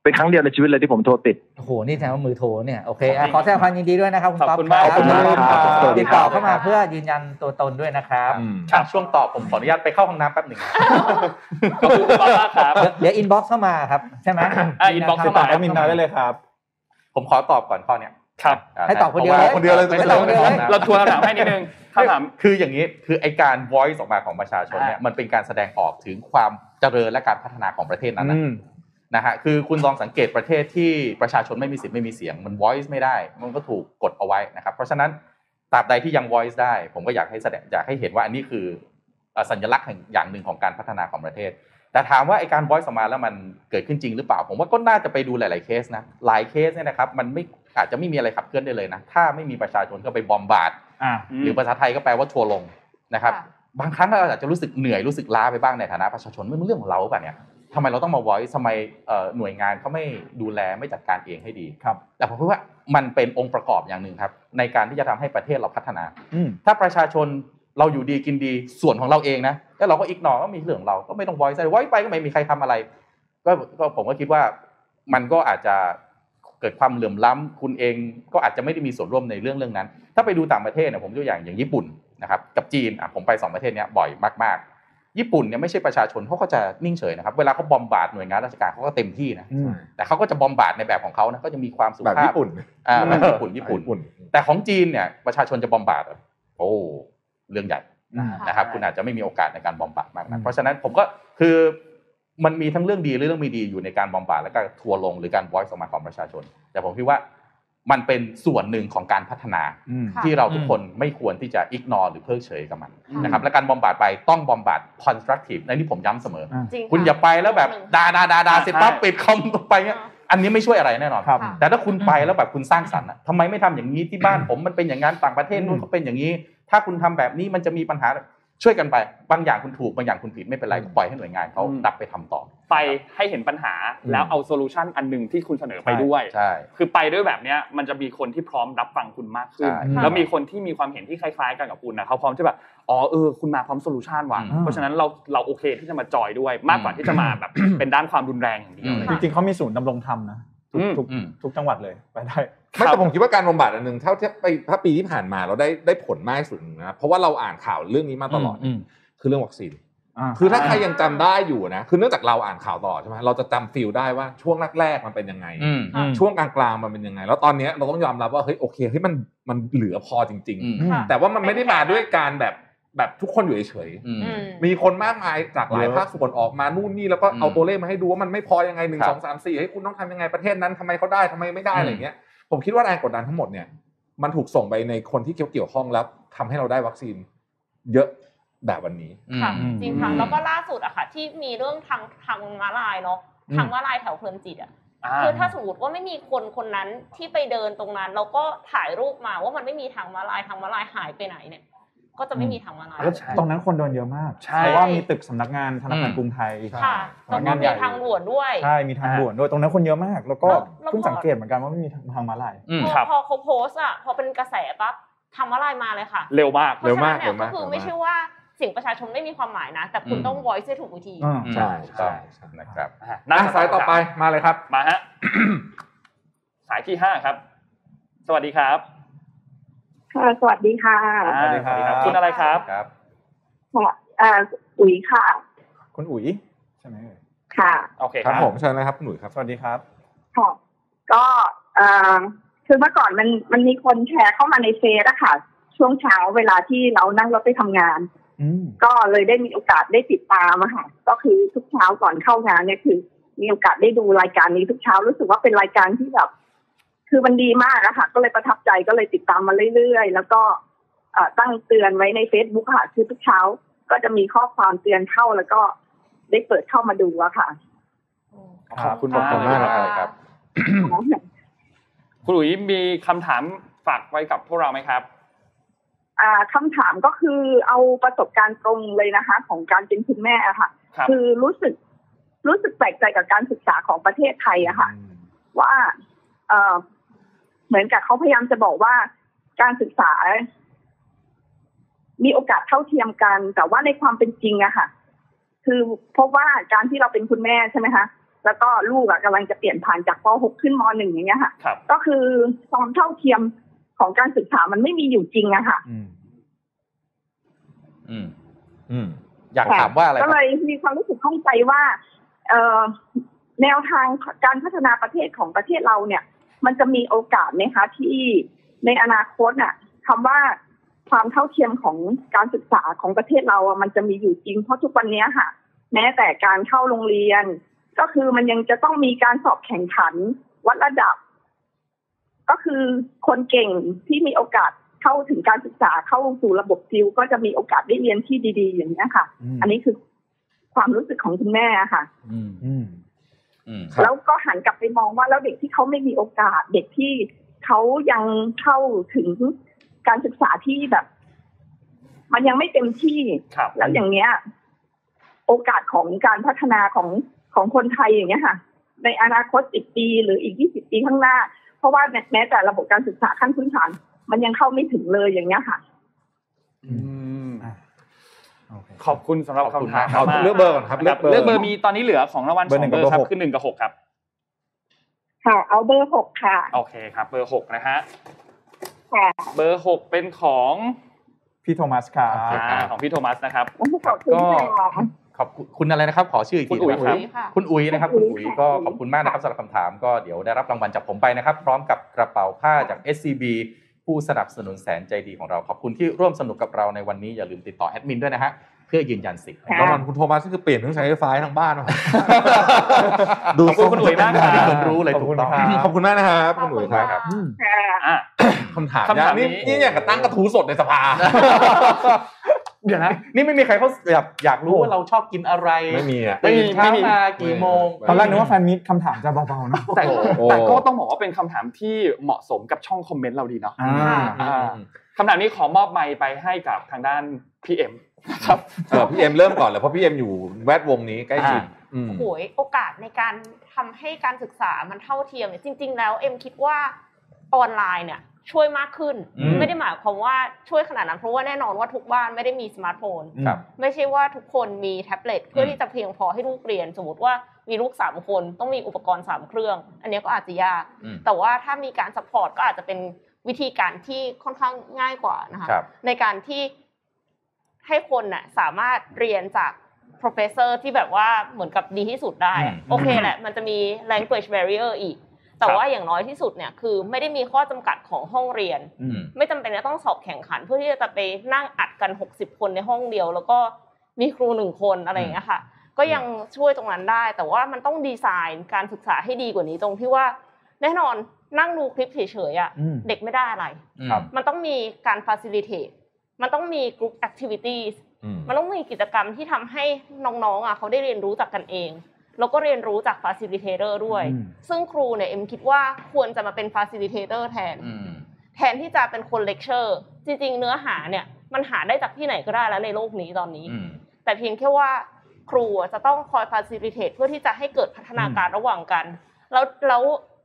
เป็นครั้งเดียวในชีวิตเลยที่ผมโทรติดโอ้โหนี่แสดงว่ามือโทรเนี่ยโอเคขอแสดงความยินดีด้วยนะครับคุณป๊อปขอบคุณมากครับติดต่อเข้ามาเพื่อยืนยันตัวตนด้วยนะครับครับช่วงตอบผมขออนุญาตไปเข้าห้องน้ำแป๊บหนึ่งขอบคุณมากครับเดี๋ยวอินบ็อกซ์เข้ามาครับใช่ไหมอ่าอินบ็อกซ์เข้ามาแอดมินมาได้เลยครับผมขอตอบก่อนข้อเนี้ยครับให้ตอบคนเดียวเลยคนเดียวเลยไม่ต้องเราทวนคำถามให้นิดนึงคำถามคืออย่างนี้คือไอการ voice ออกมาของประชาชนเนี่ยมันเป็นการแสดงออกถึงความเจริญและการพัฒนาของประเทศนั้นนะฮะคือคุณลองสังเกตประเทศที่ประชาชนไม่มีสิทธิ์ไม่มีเสียงมัน voice ไม่ได้มันก็ถูกกดเอาไว้นะครับเพราะฉะนั้นตราบใดที่ยัง voice ได้ผมก็อยากให้แสดงอยากให้เห็นว่าอันนี้คือสัญลักษณ์อย่างหนึ่งของการพัฒนาของประเทศแต่ถามว่าไอการ voice ออกมาแล้วมันเกิดขึ้นจริงหรือเปล่าผมว่าก็น่าจะไปดูหลายๆเคสนะหลายเคสเนี่ยนะครับมันไม่อาจจะไม่มีอะไรขับเคลื่อนได้เลยนะถ้าไม่มีประชาชนก็ไปบอมบาร์ดหรือภาษาไทยก็แปลว่าทัวร์ลงนะครับบางครั้งเราอาจจะรู้สึกเหนื่อยรู้สึกล้าไปบ้างในฐานะประชาชนไม่เป็นเรื่องของเราป่ะเนี่ยทำไมเราต้องมา voice ทำไมหน่วยงานเขาไม่ดูแลไม่จัดการเองให้ดีแต่ผมคิดว่ามันเป็นองค์ประกอบอย่างหนึ่งครับในการที่จะทำให้ประเทศเราพัฒนาถ้าประชาชนเราอยู่ดีกินดีส่วนของเราเองนะแล้วเราก็อิกนอร์ก็มีเรื่องเราก็ไม่ต้อง voice ใส่ voice ไปก็ไม่มีใครทำอะไรก็ก็ผมก็คิดว่ามันก็อาจจะเกิดความเหลื่อมล้ำคุณเองก็อาจจะไม่ได้มีส่วนร่วมในเรื่องเรื่องนั้นถ้าไปดูต่างประเทศเนี่ยผมยกอย่างอย่างญี่ปุ่นนะครับกับจีนอ่ะผมไปสองประเทศเนี้ยบ่อยมากๆญี่ปุ่นเนี่ยไม่ใช่ประชาชนเขาก็จะนิ่งเฉยนะครับเวลาเขาบอมบาร์ดหน่วยงานราชการเขาก็เต็มที่นะแต่เขาก็จะบอมบาร์ดในแบบของเขานะก็จะมีความสุภาพแบบญี่ปุ่นอ่าแบบญี่ปุ่นญี่ปุ่นแต่ของจีนเนี่ยประชาชนจะบอมบาร์ดโอ้เรื่องใหญ่นะครับคุณอาจจะไม่มีโอกาสในการบอมบาร์ดมากนะเพราะฉะนั้นผมก็คือมันมีทั้งเรื่องดีและเรื่องไม่ดีอยู่ในการบอมบาร์ดและการทัวร์ลงหรือการ voice ออกมาของประชาชนแต่ผมคิดว่ามันเป็นส่วนหนึ่งของการพัฒนาที่เราทุกคนไม่ควรที่จะ ignore หรือเพิกเฉยกับมันนะครับและการบอมบาร์ดไปต้องบอมบาร์ด constructive ในนี้ผมย้ำเสมอคุณอย่าไปแล้วแบบด่าด่าด่าด่าเสร็จปั๊บปิดคอมไปเงี้ยอันนี้ไม่ช่วยอะไรแน่นอนแต่ถ้าคุณไปแล้วแบบคุณสร้างสรรค์ทำไมไม่ทำอย่างนี้ที่บ้านผมมันเป็นอย่างนั้นต่างประเทศนู้นเขาเป็นอย่างนี้ถ้าคุณทำแบบนี้มันจะมีปัญหาช่วยกันไปบางอย่างคุณถูกบางอย่างคุณผิดไม่เป็นไรปล่อยให้หน่วยงานเขารับไปทำต่อไปให้เห็นปัญหาแล้วเอาโซลูชันอันนึงที่คุณเสนอไปด้วยคือไปด้วยแบบนี้มันจะมีคนที่พร้อมรับฟังคุณมากขึ้นแล้วมีคนที่มีความเห็นที่คล้ายๆกันกับคุณนะเขาพร้อมจะแบบอ๋อเออคุณมาพร้อมโซลูชันว่ะเพราะฉะนั้นเราเราโอเคที่จะมาจอยด้วยมากกว่าที่จะมาแบบเป็นด้านความรุนแรงอย่างเดียวจริงๆเขามีศูนย์ดำรงธรรมนะทุกทุกจังหวัดเลยไปได้ไม่แต่ผมคิดว่าการบำบัดอันนึงเท่าที่ไปถ้าปีที่ผ่านมาเราได้ได้ผลมากสุดนะเพราะว่าเราอ่านข่าวเรื่องนี้มาตลอดคือเรื่องวัคซีนคือถ้าใครยังจำได้อยู่นะคือเนื่องจากเราอ่านข่าวตลอดใช่ไหมเราจะจำฟีลได้ว่าช่วงแรกๆมันเป็นยังไงช่วงกลางๆมันเป็นยังไงแล้วตอนนี้เราต้องยอมรับว่าเฮ้ยโอเคเฮ้ยมันมันเหลือพอจริงๆแต่ว่ามันไม่ได้มาด้วยการแบบแบบทุกคนอยู่เฉยๆมีคนมากมายจากหลายภาคส่วนออกมานู่นนี่แล้วก็เอาตัวเลขมาให้ดูว่ามันไม่พอยังไงหนึ่งสองสามสี่ให้คุณต้องทำยังไงประเทศนั้นทำไมเขาได้ทำไมไม่ได้อะไรเงี้ยผมคิดว่าแรงกดดันทั้งหมดเนี่ยมันถูกส่งไปในคนที่เกี่ยวข้องแล้วทำให้เราได้วัคซีนเยอะแบบวันนี้ค่ะจริงค่ะแล้วก็ล่าสุดอะค่ะที่มีเรื่องทางทางม้าลายเนาะทางม้าลายแถวเพลินจิตอะคือถ้าสมมติว่าไม่มีคนคนนั้นที่ไปเดินตรงนั้นแล้วก็ถ่ายรูปมาว่ามันไม่มีทางม้าลายทางม้าลายหายไปไหนเนี่ยก็จะไม่มีทางม้าลายตรงนั้นคนเดินเยอะมากเพราะว่ามีตึกสำนักงานธนาคารกรุงไทยค่ะแล้วก็มีทางด่วนด้วยใช่มีทางด่วนด้วยตรงนั้นคนเยอะมากแล้วก็เพิ่งสังเกตเหมือนกันว่าไม่มีทางม้าลายพอเขาโพสอะพอเป็นกระแสปั๊บทางม้าลายมาเลยค่ะเร็วมากเร็วมากเร็วมากก็คือไม่ใช่ว่าเสียงประชาชนไม่มีความหมายนะแต่คุณต้อง voice ให้ถูกวิธีใช่ใช่นะครับนั่งสายต่อไปมาเลยครับมาฮะสายที่ห้าครับสวัสดีครับค่ะสวัสดีค่ะสวัสดีครับคุณอะไรครับครับอ่าอุ๋ยค่ะคุณอุ๋ยใช่ไหมค่ะโอเคครับผมเชิญเลยครับคุณอุ๋ยครับสวัสดีครับค่ะก็อ่าคือเมื่อก่อนมันมันมีคนแชร์เข้ามาในเฟซอะค่ะช่วงเช้าเวลาที่เรานั่งรถไปทำงานก็เลยได้มีโอกาสได้ติดตามอะค่ะก็คือทุกเช้าก่อนเข้างานเนี่ยคือมีโอกาสได้ดูรายการนี้ทุกเช้ารู้สึกว่าเป็นรายการที่แบบคือมันดีมากอะค่ะก็เลยประทับใจก็เลยติดตามมาเรื่อยๆแล้วก็ตั้งเตือนไว้ใน Facebook ค่ะคือทุกเช้าก็จะมีข้อความเตือนเข้าแล้วก็ได้เปิดเข้ามาดูอะค่ะขอบคุณมากมากเลยครับคุณอุ๋ยมีคำถามฝากไว้กับพวกเราไหมครับอ่าคำถามก็คือเอาประสบการณ์ตรงเลยนะคะของการเป็นคุณแม่อะค่ะคือรู้สึกรู้สึกแปลกใจกับการศึกษาของประเทศไทยอะค่ะว่าเอ่อเหมือนกับเขาพยายามจะบอกว่าการศึกษามีโอกาสเท่าเทียมกันแต่ว่าในความเป็นจริงอะค่ะคือพบว่าการที่เราเป็นคุณแม่ใช่ไหมคะแล้วก็ลูกอ่ะกำลังจะเปลี่ยนผ่านจากป หก ขึ้นม หนึ่ง อย่างเงี้ยค่ะก็คือความเท่าเทียมของการศึกษามันไม่มีอยู่จริงอะค่ะอืมอืมอืมอยากถามว่าอะไรก็เลยมีความรู้สึกข้องใจว่าเอ่อแนวทางการพัฒนาประเทศของประเทศเราเนี่ยมันจะมีโอกาสไหมคะที่ในอนาคตน่ะคำว่าความเท่าเทียมของการศึกษาของประเทศเราอ่ะมันจะมีอยู่จริงเพราะทุกวันนี้ค่ะแม้แต่การเข้าโรงเรียนก็คือมันยังจะต้องมีการสอบแข่งขันวัดระดับก็คือคนเก่งที่มีโอกาสเข้าถึงการศึกษาเข้าสู่ระบบซิลก็จะมีโอกาสได้เรียนที่ดีๆอย่างนี้ค่ะอันนี้คือความรู้สึกของคุณแม่ค่ะแล้วก็หันกลับไปมองว่าแล้วเด็กที่เขาไม่มีโอกาสเด็กที่เขายังเข้าถึงการศึกษาที่แบบ มันยังไม่เต็มที่แล้วอย่างเงี้ยโอกาสของการพัฒนาของของคนไทยอย่างเงี้ยค่ะในอนาคตสิบปีหรืออีกยี่สิบปีข้างหน้าเพราะว่าแม้แต่ระบบการศึกษาขั้นพื้นฐานมันยังเข้าไม่ถึงเลยอย่างเงี้ยค่ะขอบคุณสำหรับคำถามเอาเลือกเบอร์ก่อนครับเลือกเบอร์เลือกเบอร์มีตอนนี้เหลือของรางวัลสองเบอร์ครับคือหนึ่งกับหกครับค่ะเอาเบอร์หกค่ะโอเคครับเบอร์หกนะฮะค่ะเบอร์หกเป็นของพี่โทมัสครับของพี่โทมัสนะครับก็ขอบคุณอะไรนะครับขอชื่ออีกทีนะครับคุณอุ๋ยนะครับคุณอุ๋ยก็ขอบคุณมากนะครับสำหรับคำถามก็เดี๋ยวได้รับรางวัลจากผมไปนะครับพร้อมกับกระเป๋าผ้าจาก เอส ซี บี ผู้สนับสนุนแสนใจดีของเราขอบคุณที่ร่วมสนุกกับเราในวันนี้อย่าลืมติดต่อแอดมินด้วยนะฮะเพื่อยืนยันสิทธิ์รางวัลคุณโทมัสคือเปลี่ยนเครื่องใช้ไฟฟ้าทั้งบ้านดูคุณอุ๋ยมากครับคนรู้เลยถูกต้องขอบคุณมากนะครับคุณอุ๋ยครับคำถามนี่นี่อย่างกับตั้งกระทู้สดในสภาเดี๋ยวนะนี่ไม่มีใครเขาอยากอยากรู้ว่าเราชอบกินอะไรไม่มีอ่ะไม่มีเช้ามากี่โมงตอนแรกนึกว่าแฟนมิตรคำถามจะเบาๆนะแต่แต่ก็ต้องบอกว่าเป็นคำถามที่เหมาะสมกับช่องคอมเมนต์เราดีเนาะคำถามนี้ขอมอบไมค์ไปให้กับทางด้านพี่เอ็มครับพี่เอ็มเริ่มก่อนเลยเพราะพี่เอ็มอยู่แวดวงนี้ใกล้ชิดโอ้ยโอกาสในการทำให้การศึกษามันเท่าเทียมเนี่ยจริงๆแล้วเอ็มคิดว่าออนไลน์เนี่ยช่วยมากขึ้นไม่ได้หมายความว่าช่วยขนาดนั้นเพราะว่าแน่นอนว่าทุกบ้านไม่ได้มีสมาร์ทโฟนไม่ใช่ว่าทุกคนมีแท็บเล็ตเพื่อที่จะเพียงพอให้ลูกเรียนสมมติว่ามีลูกสามคนต้องมีอุปกรณ์สามเครื่องอันนี้ก็อาจจะยากแต่ว่าถ้ามีการซัพพอร์ตก็อาจจะเป็นวิธีการที่ค่อนข้างง่ายกว่านะคะในการที่ให้คนน่ะสามารถเรียนจาก professor ที่แบบว่าเหมือนกับดีที่สุดได้โอเคแหละมันจะมี language barrier อีกแต่ว่าอย่างน้อยที่สุดเนี่ยคือไม่ได้มีข้อจำกัดของห้องเรียนไม่จำเป็นจะต้องสอบแข่งขันเพื่อที่จะไปนั่งอัดกันหกสิบคนในห้องเดียวแล้วก็มีครูหนึ่งคนอะไรอย่างเงี้ยค่ะก็ยังช่วยตรงนั้นได้แต่ว่ามันต้องดีไซน์การศึกษาให้ดีกว่านี้ตรงที่ว่าแน่นอนนั่งดูคลิปเฉยๆอ่ะเด็กไม่ได้อะไรมันต้องมีการ facilitate มันต้องมี group activities มันต้องมีกิจกรรมที่ทำให้น้องๆอ่ะเขาได้เรียนรู้จากกันเองแล้วก็เรียนรู้จาก facilitator ด้วยซึ่งครูเนี่ยเอ็มคิดว่าควรจะมาเป็น facilitator แทนแทนที่จะเป็นคน lecture จริงๆเนื้อหาเนี่ยมันหาได้จากที่ไหนก็ได้แล้วในโลกนี้ตอนนี้แต่เพียงแค่ว่าครูจะต้องคอย facilitate เพื่อที่จะให้เกิดพัฒนาการระหว่างกันแล้วแล้ว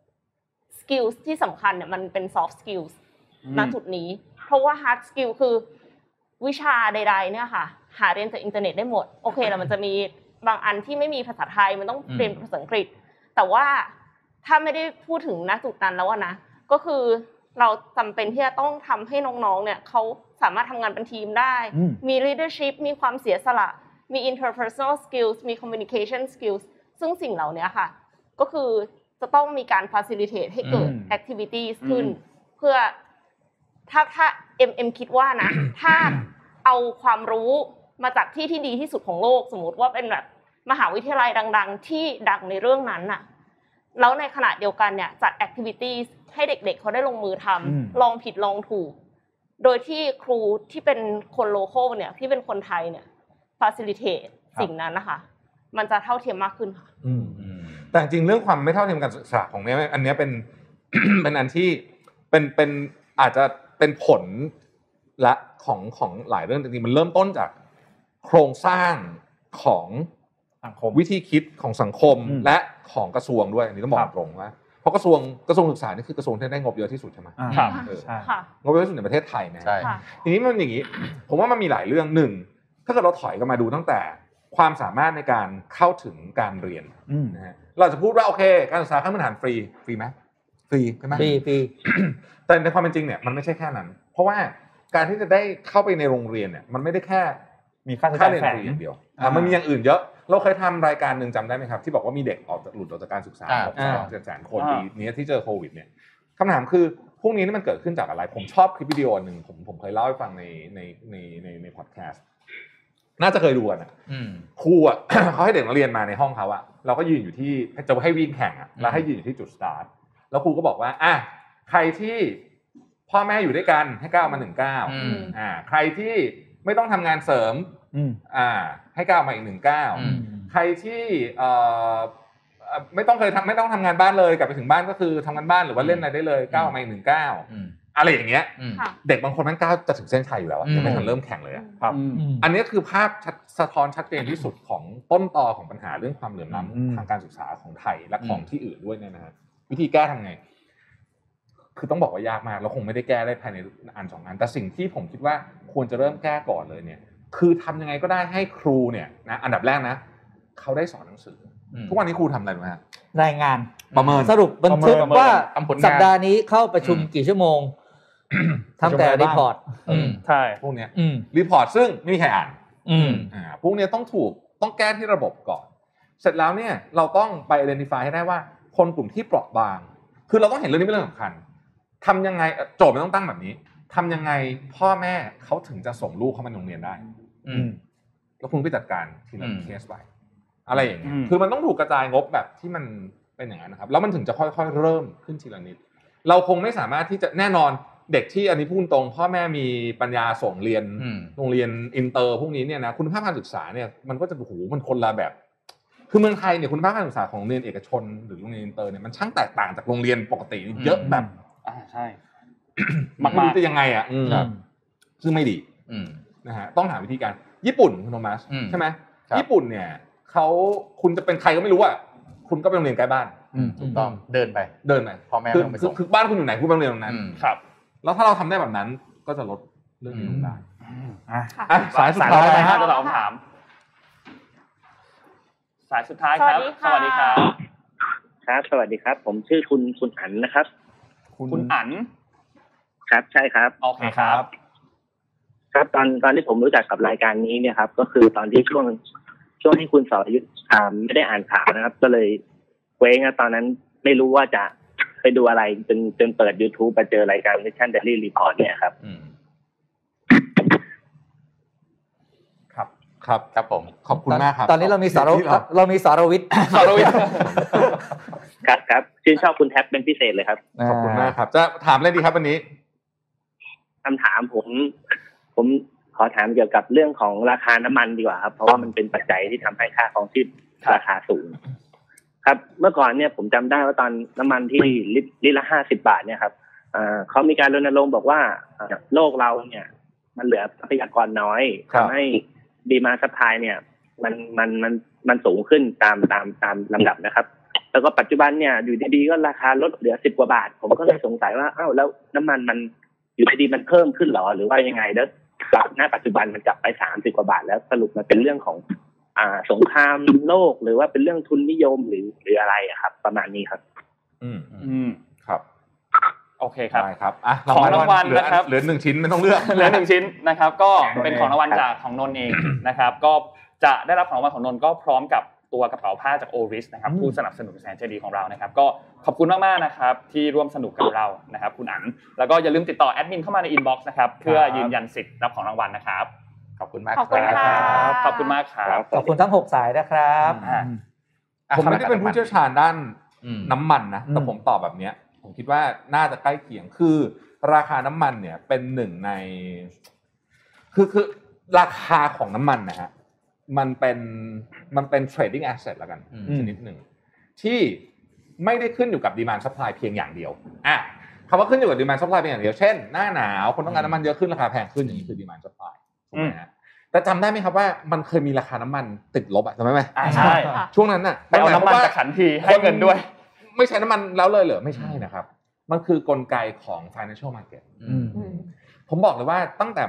skills ที่สำคัญเนี่ยมันเป็น soft skills ณจุดนี้เพราะว่า hard skill คือวิชาใดๆเนี่ยค่ะหาเรียนจากอินเทอร์เน็ตได้หมดโอเคแล้วมันจะมีบางอันที่ไม่มีภาษาไทยมันต้องเรียนภาษาอังกฤษแต่ว่าถ้าไม่ได้พูดถึงณจุดนั้นแล้วนะก็คือเราจำเป็นที่จะต้องทำให้น้องๆเนี่ยเขาสามารถทำงานเป็นทีมได้มี leadership มีความเสียสละมี interpersonal skills มี communication skills ซึ่งสิ่งเหล่านี้ค่ะก็คือจะต้องมีการ facilitate ให้เกิด activities ขึ้นเพื่อถ้าถ้า เอ็ม เอ็ม คิดว่านะถ้าเอาความรู้มาจากที่ที่ดีที่สุดของโลกสมมติว่าเป็นแบบมหาวิทยาลัยดังๆที่ดังในเรื่องนั้นน่ะแล้วในขณะเดียวกันเนี่ยจัดแอคทิวิตี้ให้เด็กๆเขาได้ลงมือทำลองผิดลองถูกโดยที่ครูที่เป็นคนโลคอลเนี่ยที่เป็นคนไทยเนี่ยฟาซิลิเทตสิ่งนั้นนะคะมันจะเท่าเทียมมากขึ้นค่ะแต่จริงเรื่องความไม่เท่าเทียมการศึกษาของเนี้ยอันนี้เป็น เป็นอันที่เป็นเป็นอาจจะเป็นผลละของของหลายเรื่องจริงๆมันเริ่มต้นจากโครงสร้างของสังคมวิธีคิดของสังคมและของกระทรวงด้วยอันนี้ต้องบอกตรงว่าเพราะกระทรวงกระทรวงศึกษานี่คือกระทรวงที่ได้งบเยอะที่สุดใช่ไหมครับใช่งบเยอะที่สุดในประเทศไทยนะทีนี้มันอย่างนี้ผมว่ามันมีหลายเรื่องหนึ่งถ้าเกิดเราถอยกันมาดูตั้งแต่ความสามารถในการเข้าถึงการเรียนนะฮะเราจะพูดว่าโอเคการศึกษาขั้นพื้นฐานฟรีฟรีไหมฟรีใช่ไหมฟรีฟรีแต่ในความเป็นจริงเนี่ยมันไม่ใช่แค่นั้นเพราะว่าการที่จะได้เข้าไปในโรงเรียนเนี่ยมันไม่ได้แค่มีค่าใช้จ่ายแฝงอย่างเดียวอ่ามันมีอย่างอื่นเยอะเราเคยทำรายการนึงจำได้ไหมครับที่บอกว่ามีเด็กออกจากหลุดออกจากการศึกษาหกแสนคนปีนี้ที่เจอโควิดเนี่ยคำถามคือพวกนี้นี่มันเกิดขึ้นจากอะไรผมชอบคลิปวิดีโอนึงผมผมเคยเล่าให้ฟังในในในในในพอดแคสต์น่าจะเคยดูกันอ่ะครูอ่ะ เขาให้เด็กนักเรียนมาในห้องเขาอ่ะเราก็ยืนอยู่ที่จะให้วิ่งแข่งอ่ะแล้วให้ยืนอยู่ที่จุดสตาร์ทแล้วครูก็บอกว่าอ่ะใครที่พ่อแม่อยู่ด้วยกันให้ก้าวมาหนึ่งก้าวอ่าใครที่ไม่ต้องทำงานเสริมอ่าให้ก้าวมาอีกหนึ่งก้าวใครที่เอ่อไม่ต้องเคยทำไม่ต้องทำงานบ้านเลยกลับไปถึงบ้านก็คือทำงานบ้านหรือว่าเล่นอะไรได้เลยก้าวมาอีกหนึ่งก้าวอะไรอย่างเงี้ยเด็กบางคนมันก้าวจะถึงเส้นชัยอยู่แล้วยังไม่ทันเริ่มแข่งเลยอ่ะอันนี้คือภาพสะท้อนชัดเจนที่สุดของต้นตอของปัญหาเรื่องความเหลื่อมล้ำทางการศึกษาของไทยและของที่อื่นด้วยเนี่ยนะฮะวิธีแก้ทำไงคือต้องบอกว่ายากมากแล้วคงไม่ได้แก้ได้ภายในอันสองอันแต่สิ่งที่ผมคิดว่าควรจะเริ่มแก้ก่อนเลยเนี่ยคือทำยังไงก็ได้ให้ครูเนี่ยนะอันดับแรกนะเขาได้สอนหนังสือทุกวันนี้ครูทำอะไรรู้ไหมฮะรายงานประเมินสรุปบันทึกว่าสัปดาห์นี้เข้าประชุมกี่ชั่วโมงทำแต่รีพอร์ตใช่พวกนี้รีพอร์ตซึ่งไม่มีใครอ่านอ่าพวกนี้ต้องถูกต้องแก้ที่ระบบก่อนเสร็จแล้วเนี่ยเราต้องไป identify ให้ได้ว่าคนกลุ่มที่เปราะบางคือเราต้องเห็นเรื่องนี้เป็นเรื่องสำคัญทำยังไงโจทย์มันต้องตั้งแบบนี้ทำยังไงพ่อแม่เขาถึงจะส่งลูกเข้ามาโรงเรียนได้แล้วคุณไปจัดการทีละเคสไปอะไรอย่างเงี้ยคือมันต้องถูกกระจายงบแบบที่มันเป็นอย่างนั้นนะครับแล้วมันถึงจะค่อยๆเริ่มขึ้นทีละนิดเราคงไม่สามารถที่จะแน่นอนเด็กที่อันนี้พูดตรงพ่อแม่มีปัญญาส่งเรียนโรงเรียนอินเตอร์พวกนี้เนี่ยนะคุณภาพการศึกษาเนี่ยมันก็จะโอ้โหมันคนละแบบคือเมืองไทยเนี่ยคุณภาพการศึกษาของโรงเรียนเอกชนหรือโรงเรียนอินเตอร์เนี่ยมันช่างแตกต่างจากโรงเรียนปกติเยอะแบบอ่าใช่มากๆจะยังไงอ่ะซึ่งไม่ดีนะฮะต้องหาวิธีการญี่ปุ่นคุณโทมัสใช่ไหมญี่ปุ่นเนี่ยเขาคุณจะเป็นใครก็ไม่รู้อ่ะคุณก็ไปโรงเรียนใกล้บ้านถูกต้องเดินไปเดินไปพ่อแม่ต้องไปส่งคือบ้านคุณอยู่ไหนคุณไปโรงเรียนตรงนั้นครับแล้วถ้าเราทำได้แบบนั้นก็จะลดเรื่องนี้ลงได้อ่ะสายสุดท้ายนะฮะจะตอบคำถามสายสุดท้ายครับสวัสดีครับครับสวัสดีครับผมชื่อคุณคุณอั๋นนะครับคุณอั๋นครับใช่ครับโอเคครับครับตอนตอนที่ผมรู้จักกับรายการนี้เนี่ยครับก็คือตอนที่ช่วงช่วงที่คุณสรยุทธ์อ่าไม่ได้อ่านข่าวนะครับก็เลยเว้งตอนนั้นไม่รู้ว่าจะไปดูอะไรจนจนเปิด YouTube ไปเจอรายการ Mission Daily Report เนี่ยครับครับครับครับผมขอบคุณมากครับตอนนี้เรามีสารเรามีสารวิทย์สารวิทย์ครับครับชื่นชอบคุณแท็บเป็นพิเศษเลยครับขอบคุณมากครับจะถามอะไรดีครับวันนี้คำถามผมผมขอถามเกี่ยวกับเรื่องของราคาน้ำมันดีกว่าครับเพราะว่ามันเป็นปัจจัยที่ทำให้ค่าครองชีพราคาสูงครับเมื่อก่อนเนี่ยผมจำได้ว่าตอนน้ำมันที่ลิตรลิตรละห้าสิบบาทเนี่ยครับเขามีการรณรงค์บอกว่าโลกเราเนี่ยมันเหลือทรัพยากรน้อยทำให้ดีมานด์ซัพพลายเนี่ยมันมันมันมันสูงขึ้นตามตามตามลำดับนะครับแล้วก็ปัจจุบันเนี่ยอยู่ดีๆก็ราคาลดเหลือสิบกว่าบาทผมก็เลยสงสัยว่าอ้าวแล้วน้ำมันมันอยู่ดีๆมันเพิ่มขึ้นหรอหรือว่ายังไงแล้วณปัจจุบันมันกลับไปสามสิบกว่าบาทแล้วสรุปมันเป็นเรื่องของอ่าสงครามโลกหรือว่าเป็นเรื่องทุนนิยมหรือหรืออะไรอะครับประมาณนี้ครับอืมอืมครับโอเคครับได้ครับอ่ะของรางวัลนะครับเหลือหนึ่งชิ้นไม่ต้องเลือกเหลือหนึ่งชิ้นนะครับก็เป็นของรางวัลจากของนนท์เองนะครับก็จะได้รับของรางวัลของนนท์ก็พร้อมกับตัวกระเป๋าผ้าจาก Oris นะครับผู้สนับสนุนแสนใจดีของเรานะครับก็ขอบคุณมากๆนะครับที่ร่วมสนุกกับเรานะครับคุณอั๋นแล้วก็อย่าลืมติดต่อแอดมินเข้ามาในอินบ็อกซ์นะครับเพื่อยืนยันสิทธิ์รับของรางวัลนะครับขอบคุณมากขอบคุณครับขอบคุณมากครับขอบคุณทั้งหกสายนะครับผมไม่ได้เป็นผู้เชี่ยวชาญด้านน้ำมันนะแต่ผมตอบแบบนี้ผมคิดว่าน่าจะใกล้เคียงคือราคาน้ำมันเนี่ยเป็นหนึ่งในคือคือราคาของน้ำมันนะฮะมันเป็นมันเป็น trading asset แล้วกันชนิดหนึ่งที่ไม่ได้ขึ้นอยู่กับ demand supply เพียงอย่างเดียวอ่ะคำว่าขึ้นอยู่กับ demand supply เพียงอย่างเดียวเช่นหน้าหนาวคนต้องการน้ำมันเยอะขึ้นราคาแพงขึ้นอย่างนี้คือ demand supply ถูกไหมฮะแต่จำได้ไหมครับว่ามันเคยมีราคาน้ำมันติดลบอ่ะจำได้ไหมใช่ช่วงนั้นน่ะไปเอาน้ำมันจากขันทีให้เงินด้วยไม่ใช่น้ำมันแล้วเลยเหรอไม่ใช่นะครับมันคือกลไกของ financial market ผมบอกเลยว่าตั้งแต่มนุษย์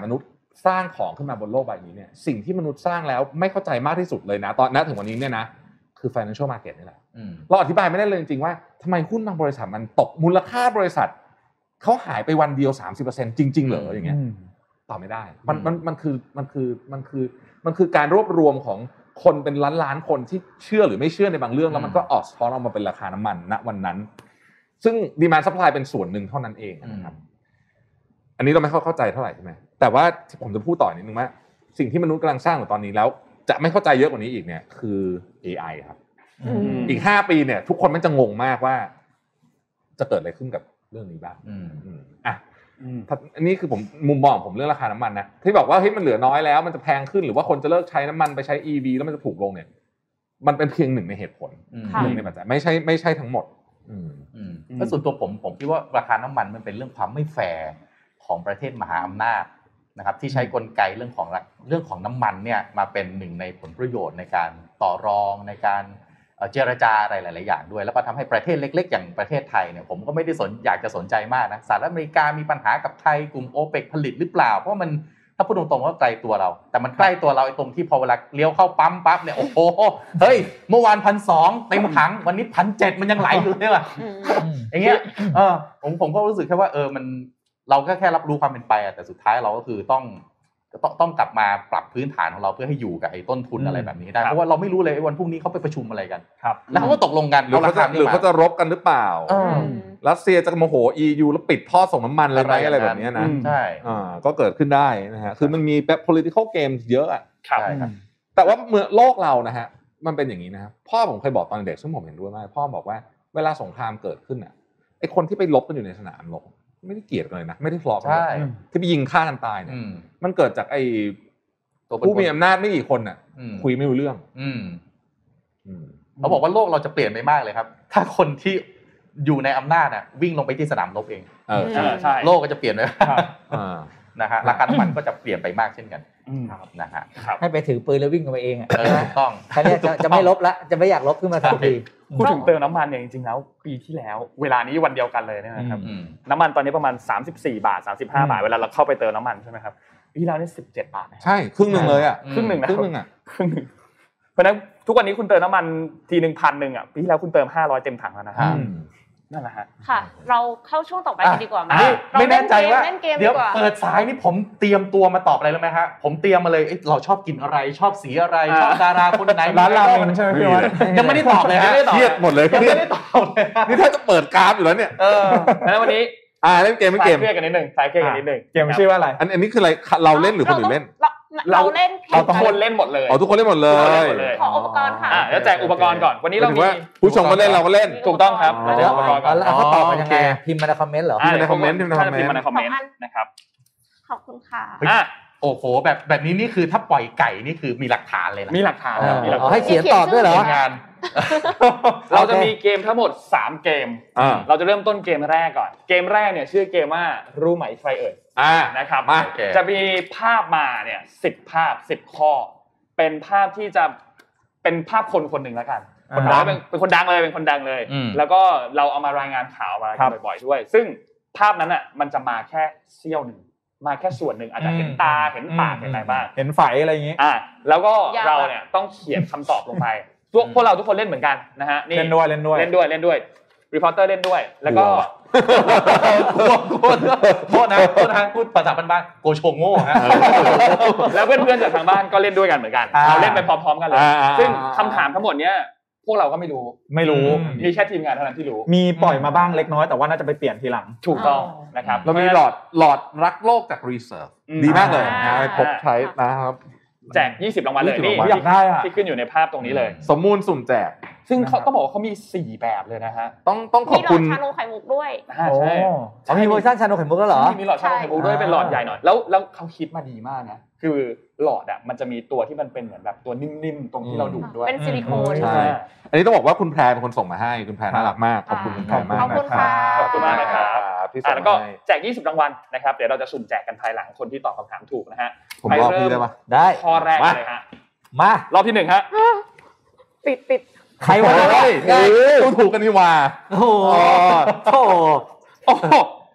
สร้างของขึ้นมาบนโลกใบนี้เนี่ยสิ่งที่มนุษย์สร้างแล้วไม่เข้าใจมากที่สุดเลยนะตอนณถึงวันนี้เนี่ยนะคือ financial market นี่แหละเราอธิบายไม่ได้เลยจริงๆว่าทำไมหุ้นบางบริษัทมันตกมูลค่าบริษัทเขาหายไปวันเดียว สามสิบเปอร์เซ็นต์ จริงๆเหรออย่างเงี้ยตอบไม่ได้มันมันมันคือมันคือมันคือมันคือการรวบรวมของคนเป็นล้านๆคนที่เชื่อหรือไม่เชื่อในบางเรื่องแล้วมันก็ออกสะท้อนออกมาเป็นราคาน้ำมันณวันนั้นซึ่ง demand supply เป็นส่วนหนึ่งเท่านั้นเองนะครับอันนี้เราไม่เข้าใจเท่าไหร่ใช่ไหมแต่ว่าผมจะพูดต่อนิดนึงว่าสิ่งที่มนุษย์กำลังสร้างอยู่ตอนนี้แล้วจะไม่เข้าใจเยอะกว่านี้อีกเนี่ยคือ เอ ไอ ครับอีกห้าปีเนี่ยทุกคนมันจะงงมากว่าจะเกิดอะไรขึ้นกับเรื่องนี้บ้างอ่ะอันนี้คือผมมุมมองผมเรื่องราคาน้ำมันนะที่บอกว่าเฮ้ยมันเหลือน้อยแล้วมันจะแพงขึ้นหรือว่าคนจะเลิกใช้น้ำมันไปใช้ อี วี แล้วมันจะถูกลงเนี่ยมันเป็นเพียงหนึ่งในเหตุผลหนึ่งในปัจจัยไม่ใช่ไม่ใช่ทั้งหมดแล้วส่วนตัวผมผมคิดว่าราคาน้ำมันมันเป็นเรื่องความไม่แฟร์ของประเทศมหาอำนาจนะครับที่ใช้กลไกเรื่องของเรื่องของน้ำมันเนี่ยมาเป็นหนึ่งในผลประโยชน์ในการต่อรองในการเจรจาอะไรหลายๆอย่างด้วยแล้วก็ทำให้ประเทศเล็กๆอย่างประเทศไทยเนี่ยผมก็ไม่ได้สนอยากจะสนใจมากนะสหรัฐอเมริกามีปัญหากับไทยกลุ่มโอเปกผลิตหรือเปล่าเพราะมันถ้าพูดตรงๆว่าไกลตัวเราแต่มันใกล้ตัวเราไอ้ตรงที่พอเวลาเลี้ยวเข้าปั๊มปั๊บเนี่ยโอ้โหเฮ้ยเมื่อวานพันสองเต็มถังวันนี้พันเจ็ดมันยังไหลอยู่เลยว่ะอย่างเงี้ยเออผมผมก็รู้สึกแค่ว่าเออมันเราก็แค่รับรู้ความเป็นไปอะแต่สุดท้ายเราก็คือต้องต้องต้องกลับมาปรับพื้นฐานของเราเพื่อให้อยู่กับไอ้ต้นทุนอะไรแบบนี้ได้เพราะว่าเราไม่รู้เลยวันพรุ่งนี้เขาไปประชุมอะไรกันแล้วเขาก็ตกลงกันหรือเขาจะหรือเขาจะรบกันหรือเปล่ารัสเซียจะโมโห อี ยู แล้วปิดท่อส่งน้ำมันเลยไหมอะไรแบบนี้นะใช่อ่าก็เกิดขึ้นได้นะฮะคือมันมีแบบ political games เยอะอ่ะใช่ครับแต่ว่าเมื่อโลกเรานะฮะมันเป็นอย่างนี้นะครับพ่อผมเคยบอกตอนเด็กซึ่งผมเห็นด้วยมากพ่อบอกว่าเวลาสงครามเกิดขึ้นอ่ะไอ้คนที่ไปรบกันอยู่ในสนามรบไม่ได้เกลียดกันเลยนะไม่ได้ทะเลาะกันที่ไปยิงฆ่ากันตายเนี่ยมันเกิดจากไอ้ผู้มีอำนาจไม่กี่คนน่ะคุยไม่รู้เรื่องเขาบอกว่าโลกเราจะเปลี่ยนไปมากเลยครับถ้าคนที่อยู่ในอำนาจน่ะวิ่งลงไปที่สนามรบเองเออใช่โลกก็จะเปลี่ยนไปนะฮะราคาน้ำมันก็จะเปลี่ยนไปมากเช่นกันนะฮะให้ไปถือปืนแล้ววิ่งกันไปเองอ่ะถูกต้องแค่นี้จะไม่ลบละจะไม่อยากลบขึ้นมาทันทีพูดถึงเติมน้ำมันเนี่ยจริงๆแล้วปีที่แล้วเวลานี้วันเดียวกันเลยนะครับน้ำมันตอนนี้ประมาณสามสิบสี่บาทสามสิบห้าบาทเวลาเราเข้าไปเติมน้ำมันใช่ไหมครับปีแล้วนี่สิบเจ็ดบาทใช่ครึ่งนึงเลยอ่ะครึ่งนึงนะครึ่งนึงอ่ะครึ่งนึงเพราะฉะนั้นทุกวันนี้คุณเติมน้ำมันทีนึงพันนึงอ่ะปีที่แล้วคุณเติมห้าร้อยเต็มถังแล้วนะฮะนั่นแหละฮะค่ะเราเข้าช่วงต่อไปดีกว่ามั้ยไม่แน่ใจว่าเดี๋ยวเปิดสายนี่ผมเตรียมตัวมาตอบอะไรรู้มั้ยฮะผมเตรียมมาเลยเราชอบกินอะไรชอบสีอะไรชอบดาราคนไหนร้านราเมงใช่มั้ยพี่วัดยังไม่ได้ตอบเลยฮะเครียดหมดเลยเครียดไม่ได้ตอบเลยนี่ถ้าจะเปิดกราฟอยู่แล้วเนี่ยเออแล้ววันนี้อ่าเล่นเกมไม่เกมเครียดกันนิดนึงสายเครียดกันนิดนึงเกมชื่อว่าอะไรอันอันนี้คืออะไรเราเล่นหรือคนอื่นเล่นเราเล่นเราทุกคนเล่นหมดเลยอ๋อทุกคนเล่นหมดเลยขออุปกรณ์ค่ะอ่าแล้วแจกอุปกรณ์ก่อนวันนี้เรามีผู้ชมก็เล่นเราก็เล่นถูกต้องครับแจกอุปกรณ์ก่อนแล้วเขาตอบมายังไงพิมพ์มาในคอมเมนต์เหรอพิมพ์ในคอมเมนต์พิมพ์ในคอมเมนต์พิมพ์ในคอมเมนต์นะครับขอบคุณค่ะอ่ะโอ้โหแบบแบบนี้นี่คือถ้าปล่อยไก่นี่คือมีหลักฐานเลยนะมีหลักฐานมีหลักฐานให้เขียนตอบด้วยเหรองานเราจะมีเกมทั้งหมดสามเกมเราจะเริ่มต้นเกมแรกก่อนเกมแรกเนี่ยชื่อเกมว่ารู้ไหมใครเอ่ยนะครับจะมีภาพมาเนี่ยสิบภาพสิบข้อเป็นภาพที่จะเป็นภาพคนคนหนึ่งแล้วกันคนดังเป็นคนดังเลยเป็นคนดังเลยแล้วก็เราเอามารายงานข่าวมาบ่อยๆด้วยซึ่งภาพนั้นอ่ะมันจะมาแค่เสี้ยวนึงมาแค่ส่วนหนึ่งอาจจะเห็นตาเห็นปากเห็นอะไรบ้างเห็นไฝอะไรอย่างงี้อ่าแล้วก็เราเนี่ยต้องเขียนคำตอบลงไปพวกพวกเราทุกคนเล่นเหมือนกันนะฮะนี่เล่นด้วยเล่นด้วยเล่นด้วยเล่นด้วยรีพอร์เตอร์เล่นด้วยแล้วก็โทษโทษนะโทษนะพูดภาษาบ้านๆโกโชโง่ฮะแล้วเพื่อนๆจากทางบ้านก็เล่นด้วยกันเหมือนกันเราเล่นไปพร้อมๆกันเลยซึ่งคำถามทั้งหมดเนี้ยพวกเราก็ไม่รู้ไม่รู้มีแค่ทีมงานเท่านั้นที่รู้มีปล่อยมาบ้างเล็กน้อยแต่ว่าน่าจะไปเปลี่ยนทีหลังถูกต้องนะครับเรามีหลอดหลอดรักโลกจากรีเสิร์ฟดีมากเลยนะพกใช้นะครับแจกยี่สิบรางวัลเลยนี่อยากได้อ่ะที่ขึ้นอยู่ในภาพตรงนี้เลยสมมูลสุ่มแจกซึ่งเขาต้องบอกว่าเขามีสี่แบบเลยนะฮะต้องต้องขอบคุณมีหลอดชานมไข่มุกด้วยใช่อ๋อมีเวอร์ชันชานมไข่มุกแล้วเหรอมีหลอดชานมไข่มุกด้วยเป็นหลอดใหญ่หน่อยแล้วแล้วเขาคิดมาดีมากนะคือหลอดอ่ะมันจะมีตัวที่มันเป็นเหมือนแบบตัวนิ่มๆตรงที่เราดูดด้วยเป็นซิลิโคนใช่อันนี้ต้องบอกว่าคุณแพรเป็นคนส่งมาให้คุณแพรน่ารักมากขอบคุณคุณแพรมากขอบคุณค่ะขอบคุณมากนะครับที่ส่งมาแล้วก็แจกยี่สิบรางวัลนะครับเดี๋ยวเราจะสุ่มแจกกันภายหลังคนที่ตอบคำถามถูกนะฮะผมบอกพี่ได้ป่ะได้ข้อแรกเลยฮะมารอบที่หนึ่งฮะปิดปิดใครวะได้ถูกกันนี่ว่าโอ้โหโอ้โห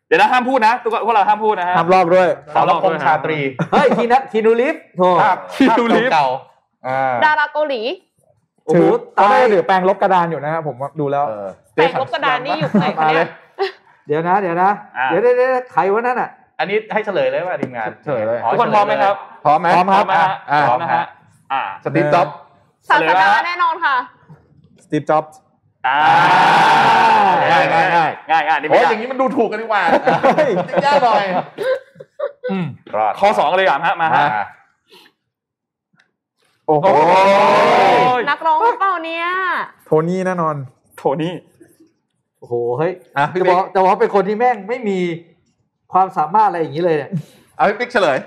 เดี๋ยวนะห้ามพูดนะทุกคนพวกเราห้ามพูดนะฮะห้ามลอกด้วยสรพงษ์ชาตรีเฮ้ยคีนัทคีนูลิฟโธ่คีนูลิฟเก่าดาราเกาหลีถือเขาได้ถือแปรงลบกระดานอยู่นะครับผมดูแล้วแปรงลบกระดานนี่อยู่ไหนคะเนี่ยเดี๋ยวนะเดี๋ยวนะเดี๋ยวเดี๋ยวใครวะนั่นอ่ะอันนี้ให้เฉลยเลยว่าทีมงานเฉลยเลยทุกคนพร้อมไหมครับพร้อมไหมพร้อมครับพร้อมนะฮะอ่าสตีฟจ็อบส์ศาสดาแน่นอนค่ะสตีฟจ็อบส์อ่าง่ายง่ายง่ายง่ายง่ายนี่โอ้ยอย่างนี้มันดูถูกกันดีกว่าย่าหน่อยข้อสองเลยอ่ะฮะมาฮะโอ้โหนักร้องหรือเปล่าเนี่ยโทนี่แน่นอนโทนี่โอ้โหเฮ้ยจะบอกจะบอกเป็นคนที่แม่งไม่มีความสามารถอะไรอย่างนี้เลยเนี่ยเอาพี่ปิ๊กเฉลย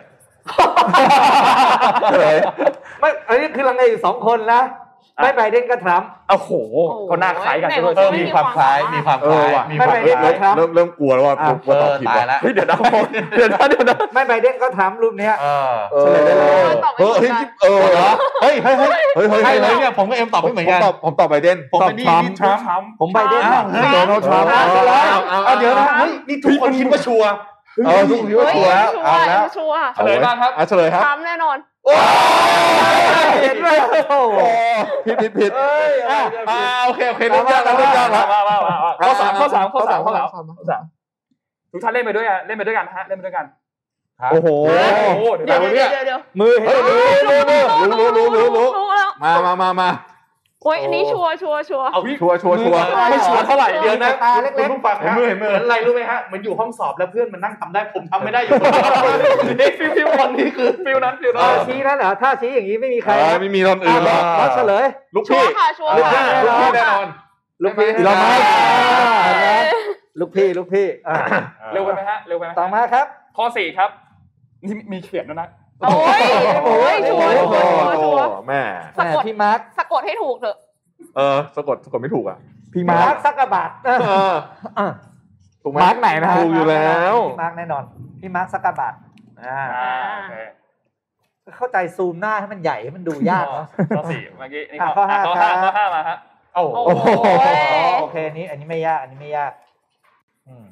เฉลยไม่อันนี้คือลังเลอยู่สองคนนะไม่ไบเดนก็ทรัมป์โอ้โหก็น่าคล้ายกันด้วยมีความคล้ายมีความคล้ายมีความคล้ายเริ่มเริ่มกลัวแล้วว่าว่าตอบผิดแล้วเฮ้ยเดี๋ยวนะเดี๋ยวนะเดี๋ยวนะไม่ไบเดนก็ทรัมป์รูปเนี้ยเออเฉลยได้เลยเฮ้ยเออเหรอเฮ้ยเฮ้ยเฮ้ยเฮ้ยเฮ้ยเฮ้ยเนี่ยผมก็เอ็มตอบไม่เหมือนกันผมตอบไบเดนผมเป็นนี่นี่ทรัมป์ผมไบเดนโดนัลด์ทรัมป์เอาเดี๋ยวนะเฮ้ยนี่ทุกคนคิดว่าชัวร์เออทุกคนคิดว่าชัวร์แล้วเอาแล้วชัวร์เฉลยมาครับเฉลยครับทรัมป์แน่นอนเห็นไหมโอ้ผิดผิดผิดอ่าโอเคโอเคเริ่มยากแล้วเริ่มยากแล้วมามามาข้อสามข้อสามข้อสามข้อสามข้อสามทุกท่านเล่นไปด้วยอ่ะเล่นไปด้วยกันฮะเล่นไปด้วยกันโอ้โหเดี๋ยวเดี๋ยวเดี๋ยวมือเห็นรู้รู้รู้รู้รู้มามามามาโอ้ยอันนี้ชัวร์ชัวร์ชัวร์เอาชัวร์ชัวร์ชัวร์ไม่ชัวร์เท่าไหร่เดี๋ยวนะตาเล็กๆฟังนะเหมือนอะไรรู้ไหมฮะเหมือนอยู่ห้องสอบแล้วเพื่อนมันนั่งทำได้ผมทำไม่ได้อยู่นี่ฟิลฟิลคนนี้คือฟิลนั้นฟิลนั้นชี้นั้นเหรอถ้าชี้อย่างนี้ไม่มีใครไม่มีคนอื่นหรอกมาเฉลยลูกพี่ค่ะชัวร์ค่ะลูกพี่แน่นอนลูกพี่เราไหมลูกพี่ลูกพี่เร็วไปไหมฮะเร็วไปไหมต่อมาครับข้อสี่ครับนี่มีเขียนแล้วนะโอ้ยโอ้ยชัวร์ชัวร์ชัวร์แม่สะกดพี่มาร์คสะกดให้ถูกเถอะเออสะกดสะกดไม่ถูกอ่ะพี่มาร์คซักกะบาทเออถูกไหมมาร์คไหนนะถูกอยู่แล้วพี่มาร์คแน่นอนพี่มาร์คซักกะบาทอ่าเข้าใจซูมหน้าให้มันใหญ่ให้มันดูยากเนาะข้อสี่เมื่อกี้นี่ข้อห้าข้อห้าข้อห้ามาฮะโอ้โหโอเคอันนี้อันนี้ไม่ยากอันนี้ไม่ยากอืม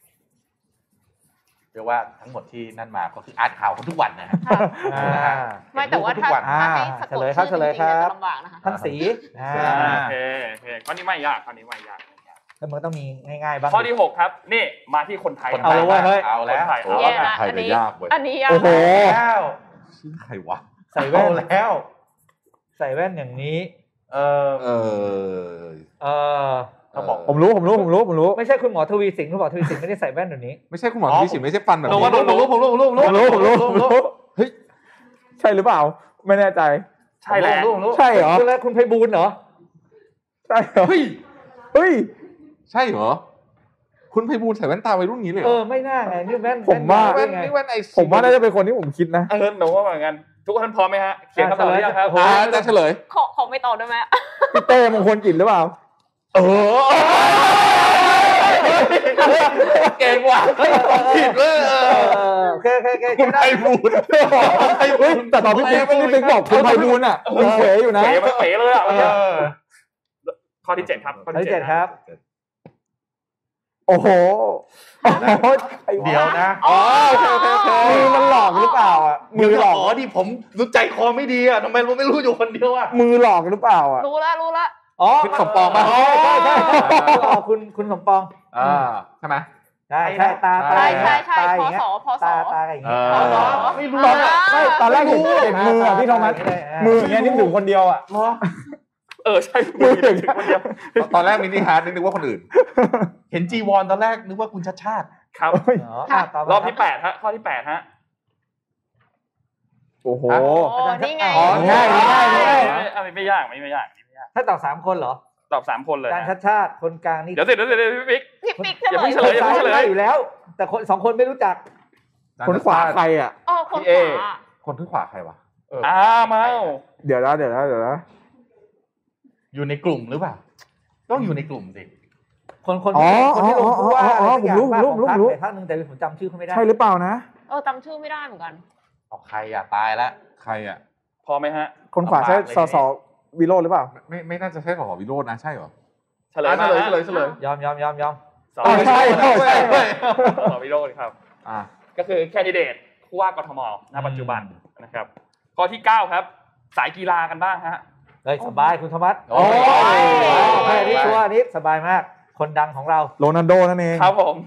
เรียกว่าทั้งหมดที่นั่นมาก็คืออ่านข่าวทุกวันนะฮะไม่แต่ว่าถ้าให้สะกดชื่อจริงๆจะลำบากนะคะทั้งสีโอเคโอเคข้อนี้ไม่ยากข้อนี้ไม่ยากแล้วมันต้องมีง่ายๆบ้างข้อที่หกครับนี่มาที่คนไทยเอาแล้วเฮ้ยเอาแล้วโอ้ยไทยจะยากเว้ยอันนี้ยากโอ้โหชื่อใครวะใส่แว่นแล้วใส่แว่นอย่างนี้เออเออเออเขาบอกผมรู้ผมรู้ผมรู้ผมรู้ไม่ใช่คุณหมอทวีสิงห์คุณหมอทวีสิงห์ไม่ได้ใส่แว่นแบบนี้ไม่ใช่คุณหมอทวีสิงห์ไม่ใช่ฟันแบบนี้ผมรู้ผมรู้ผมรู้ผมรู้ผมรู้ผมรู้เฮ้ยใช่หรือเปล่าไม่แน่ใจใช่แล้วใช่เหรอคุณแล้วคุณไพบูลย์เหรอใช่เหรอเฮ้ยเฮ้ยใช่เหรอคุณไพบูลย์ใส่แว่นตาวัยรุ่นนี้เลยเออไม่น่าไงนี่แว่นผมว่าแว่นนี่แว่นไอผมว่าน่าจะเป็นคนที่ผมคิดนะเออหนูว่าเหมือนกันทุกคนพร้อมไหมฮะเขียนคำตอบหรือยังครับจะเฉลยขอขอไม่ตอบได้ไหมพี่เต้มงคลกิจหรือเปล่าเออเก่งว่ะผิดเลยโอเคโอเคโอเคคุณไพบูลย์ไพบูลย์แต่ตอนพี่ปิ๊กพี่ปิ๊กบอกคุณไพบูลย์อ่ะมันเป๋อยู่นะเป๋มันเป๋เลยอ่ะข้อที่เจ็ดครับข้อที่เจ็ดครับโอ้โหเดี๋ยวนะอ๋อโอเคโอเคโอเคมือมันหลอกหรือเปล่าอ่ะมือหลอกอ๋อดิผมรู้ใจคอไม่ดีอ่ะทำไมผมไม่รู้อยู่คนเดียวอ่ะมือหลอกหรือเปล่าอ่ะรู้ละรู้ละอ๋อคุณสมปองป่ะใช่ใช่ใช่คุณคุณสมปองอ่าใช่ไหมใช่ใช่ตาตาใช่ใช่ใช่พศพศตาตาอย่างเงี้ยไม่รู้ไม่ตอนแรกเห็นเห็นมืออ่ะพี่โทมัสมืออย่างเงี้ยนึกถึงคนเดียวอ่ะเออใช่มืออย่างเงี้ยคนเดียวตอนแรกมินิฮาร์ดนึกว่าคนอื่นเห็นจีวอนตอนแรกนึกว่าคุณชัดชาติครับรอบที่แปดฮะข้อที่แปดฮะโอ้โหนี่ไงง่ายง่ายง่ายไม่ไม่ยากไม่ไม่ยากถ้าตอบสามคนเหรอตอบสามคนเลยการชัดชาติคนกลางนี่เดี๋ยวเดี๋ยวเดี๋ยวพี่ปิ๊กพี่ปิ๊กอย่าเพิ่งเฉลยอย่าเพิ่งเฉลยอยู่แล้วแต่คนสองคนไม่รู้จักคนขวาใครอ่ะอ๋อคนขวาคนที่ขวาใครวะอ่ามาเดี๋ยวนะเดี๋ยวนะเดี๋ยวนะอยู่ในกลุ่มหรือเปล่าต้องอยู่ในกลุ่มสิคนคนที่คนที่ลงผู้ว่าผมรู้ผมรู้ผมรู้ท่านนึงแต่ผมจำชื่อเขาไม่ได้ใช่หรือเปล่านะเออจำชื่อไม่ได้เหมือนกันเอาใครอ่ะตายแล้วใครอ่ะพอไหมฮะคนขวาใช่สสวิโรจน์หรือเปล่าไม่ไม่น่าจะใช่สสวิโรจน์นะใช่เหรอเฉลยเฉลยเฉลยเฉลยยอมยอมยอมยอมสอใช่ใช่ใช่สอวิโรจน์ครับอ่าก็คือแคนดิเดตผู้ว่ากทมณปัจจุบันนะครับข้อที่เก้าครับสายกีฬากันบ้างฮะเฮ้ยสบายคุณธรรมะโอ้ยแค่นี้ชัวร์นี้สบายมากคนดังของเราโรนัลโดนั่นเองครับผม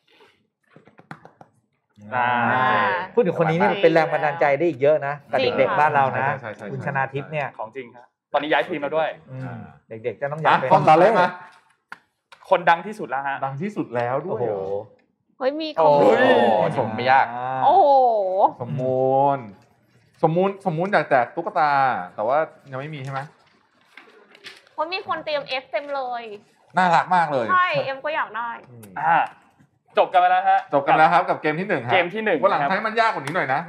พูดถึงคนนี้นี่เป็นแรงบันดาลใจได้อีกเยอะนะกับเด็กๆบ้านเรานะคุณชนาทิพย์เนี่ยของจริงครับตอนนี้ย้ายทีมแล้วด้วยเด็กๆจะต้องย้ายไปคนดังเลยมั้ยคนดังที่สุดแล้วฮะดังที่สุดแล้วด้วยโอ้โหเฮ้ยมีคอมเมนต์ชมไม่ยากโอ้โหสมมูลสมมูลสมมูลอยากแจกตุ๊กตาแต่ว่ายังไม่มีใช่ไหมคนมีคนเตรียม F เต็มเลยน่ารักมากเลยใช่เอ็มก็อยากได้อ่าจบกันไปแล้วฮะจบกันแล้วครับกับเกมที่หนึ่งครับเกมที่หนึ่งวันหลังให้มันยากกว่านี้หน่อยนะ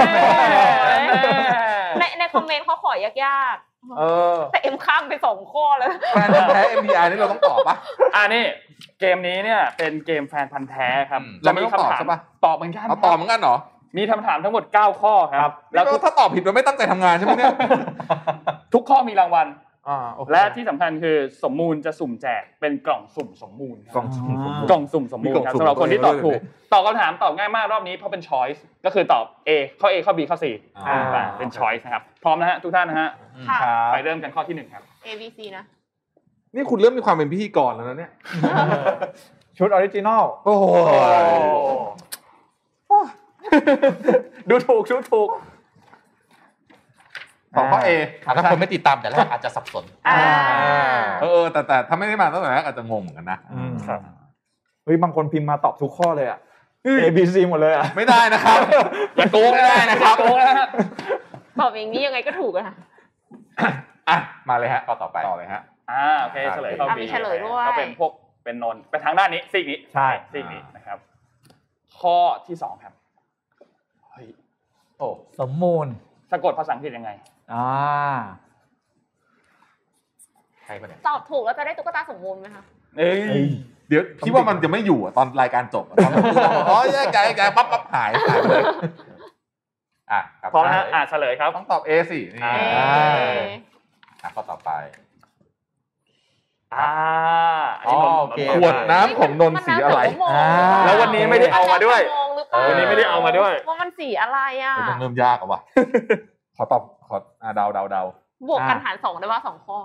ในในคอมเมนต์เขาขอยากๆเออแต่เอ็มข้ามไปสองข้อเลยแฟนพันธุ์แท้ เอ็ม ดี ไอ นี่เราต้องตอบป่ะอ่านี่เกมนี้เนี่ยเป็นเกมแฟนพันธุ์แท้ครับเราไม่ต้องตอบใช่ป่ะตอบเหมือนกันเอาตอบเหมือนกันเหรอมีคำถามทั้งหมดเก้าข้อครับแล้วถ้าตอบผิดเราไม่ตั้งใจทำงานใช่ไหมเนี่ยทุกข้อมีรางวัลและที่สำคัญคือสมมูลจะสุ่มแจกเป็นกล่องสุ่มสมมูลกล่องสุ่มกล่องสุ่มสมมูลครับสำหรับคนที่ตอบถูกตอบคำถามตอบง่ายมากรอบนี้เพราะเป็น choice ก็คือตอบ A ข้อ A ข้อ B ข้อ C อ่าเป็น choice นะครับพร้อมนะฮะทุกท่านนะฮะไปเริ่มกันข้อที่หนึ่งครับ A B C นะนี่คุณเริ่มมีความเป็นพิธีกรแล้วนะเนี่ยชุดออริจินอลโอ้โหดูถูกชุดถูกตอบข้อ A ถ้าคนไม่ติดตามแต่แรกอาจจะสับสนเออแต่แต่ถ้าไม่ได้มาตั้งแต่แรกอาจจะงงเหมือนกันนะครับเฮ้ยบางคนพิมพ์มาตอบทุกข้อเลยอ่ะ A B C หมดเลยอ่ะไม่ได้นะครับอย่าโกงไม่ได้นะครับโกงนะฮะตอบอย่างนี้ยังไงก็ถูกอะค่ะอ่ะมาเลยฮะข้อต่อไปต่อเลยฮะอ่าโอเคเฉลยข้อ B เฉลยด้วยก็เป็นพวกเป็นนนไปทางด้านนี้ซีกนี้ใช่ซีกนี้นะครับข้อที่สองครับเฮ้ยโอ้สมมูลสะกดภาษาอังกฤษยังไงอ่าใครปะเนี่ยตอบถูกแล้วจะได้ตุ๊กตาสมมูลไหมคะเอ้ยเดี๋ยวคิดว่ามันจะไม่อยู่ตอนรายการจบตอนอ๋อแยกแยกปั๊บปั๊บหายหายไปเลยอ่ะพร้อมนะฮะอ่ะเฉลยครับต้องตอบ A สินี่อ่ะข้อต่อไปอ่าอ๋อโอเคขวดน้ำของนนสีอะไรแล้ววันนี้ไม่ได้เอามาด้วยวันนี้ไม่ได้เอามาด้วยว่ามันสีอะไรอ่ะมันเริ่มยากอ่ะว่ะขอตอบขออ่าเดาเดาเดาบวกกันหารสองได้ว่าสองข้อ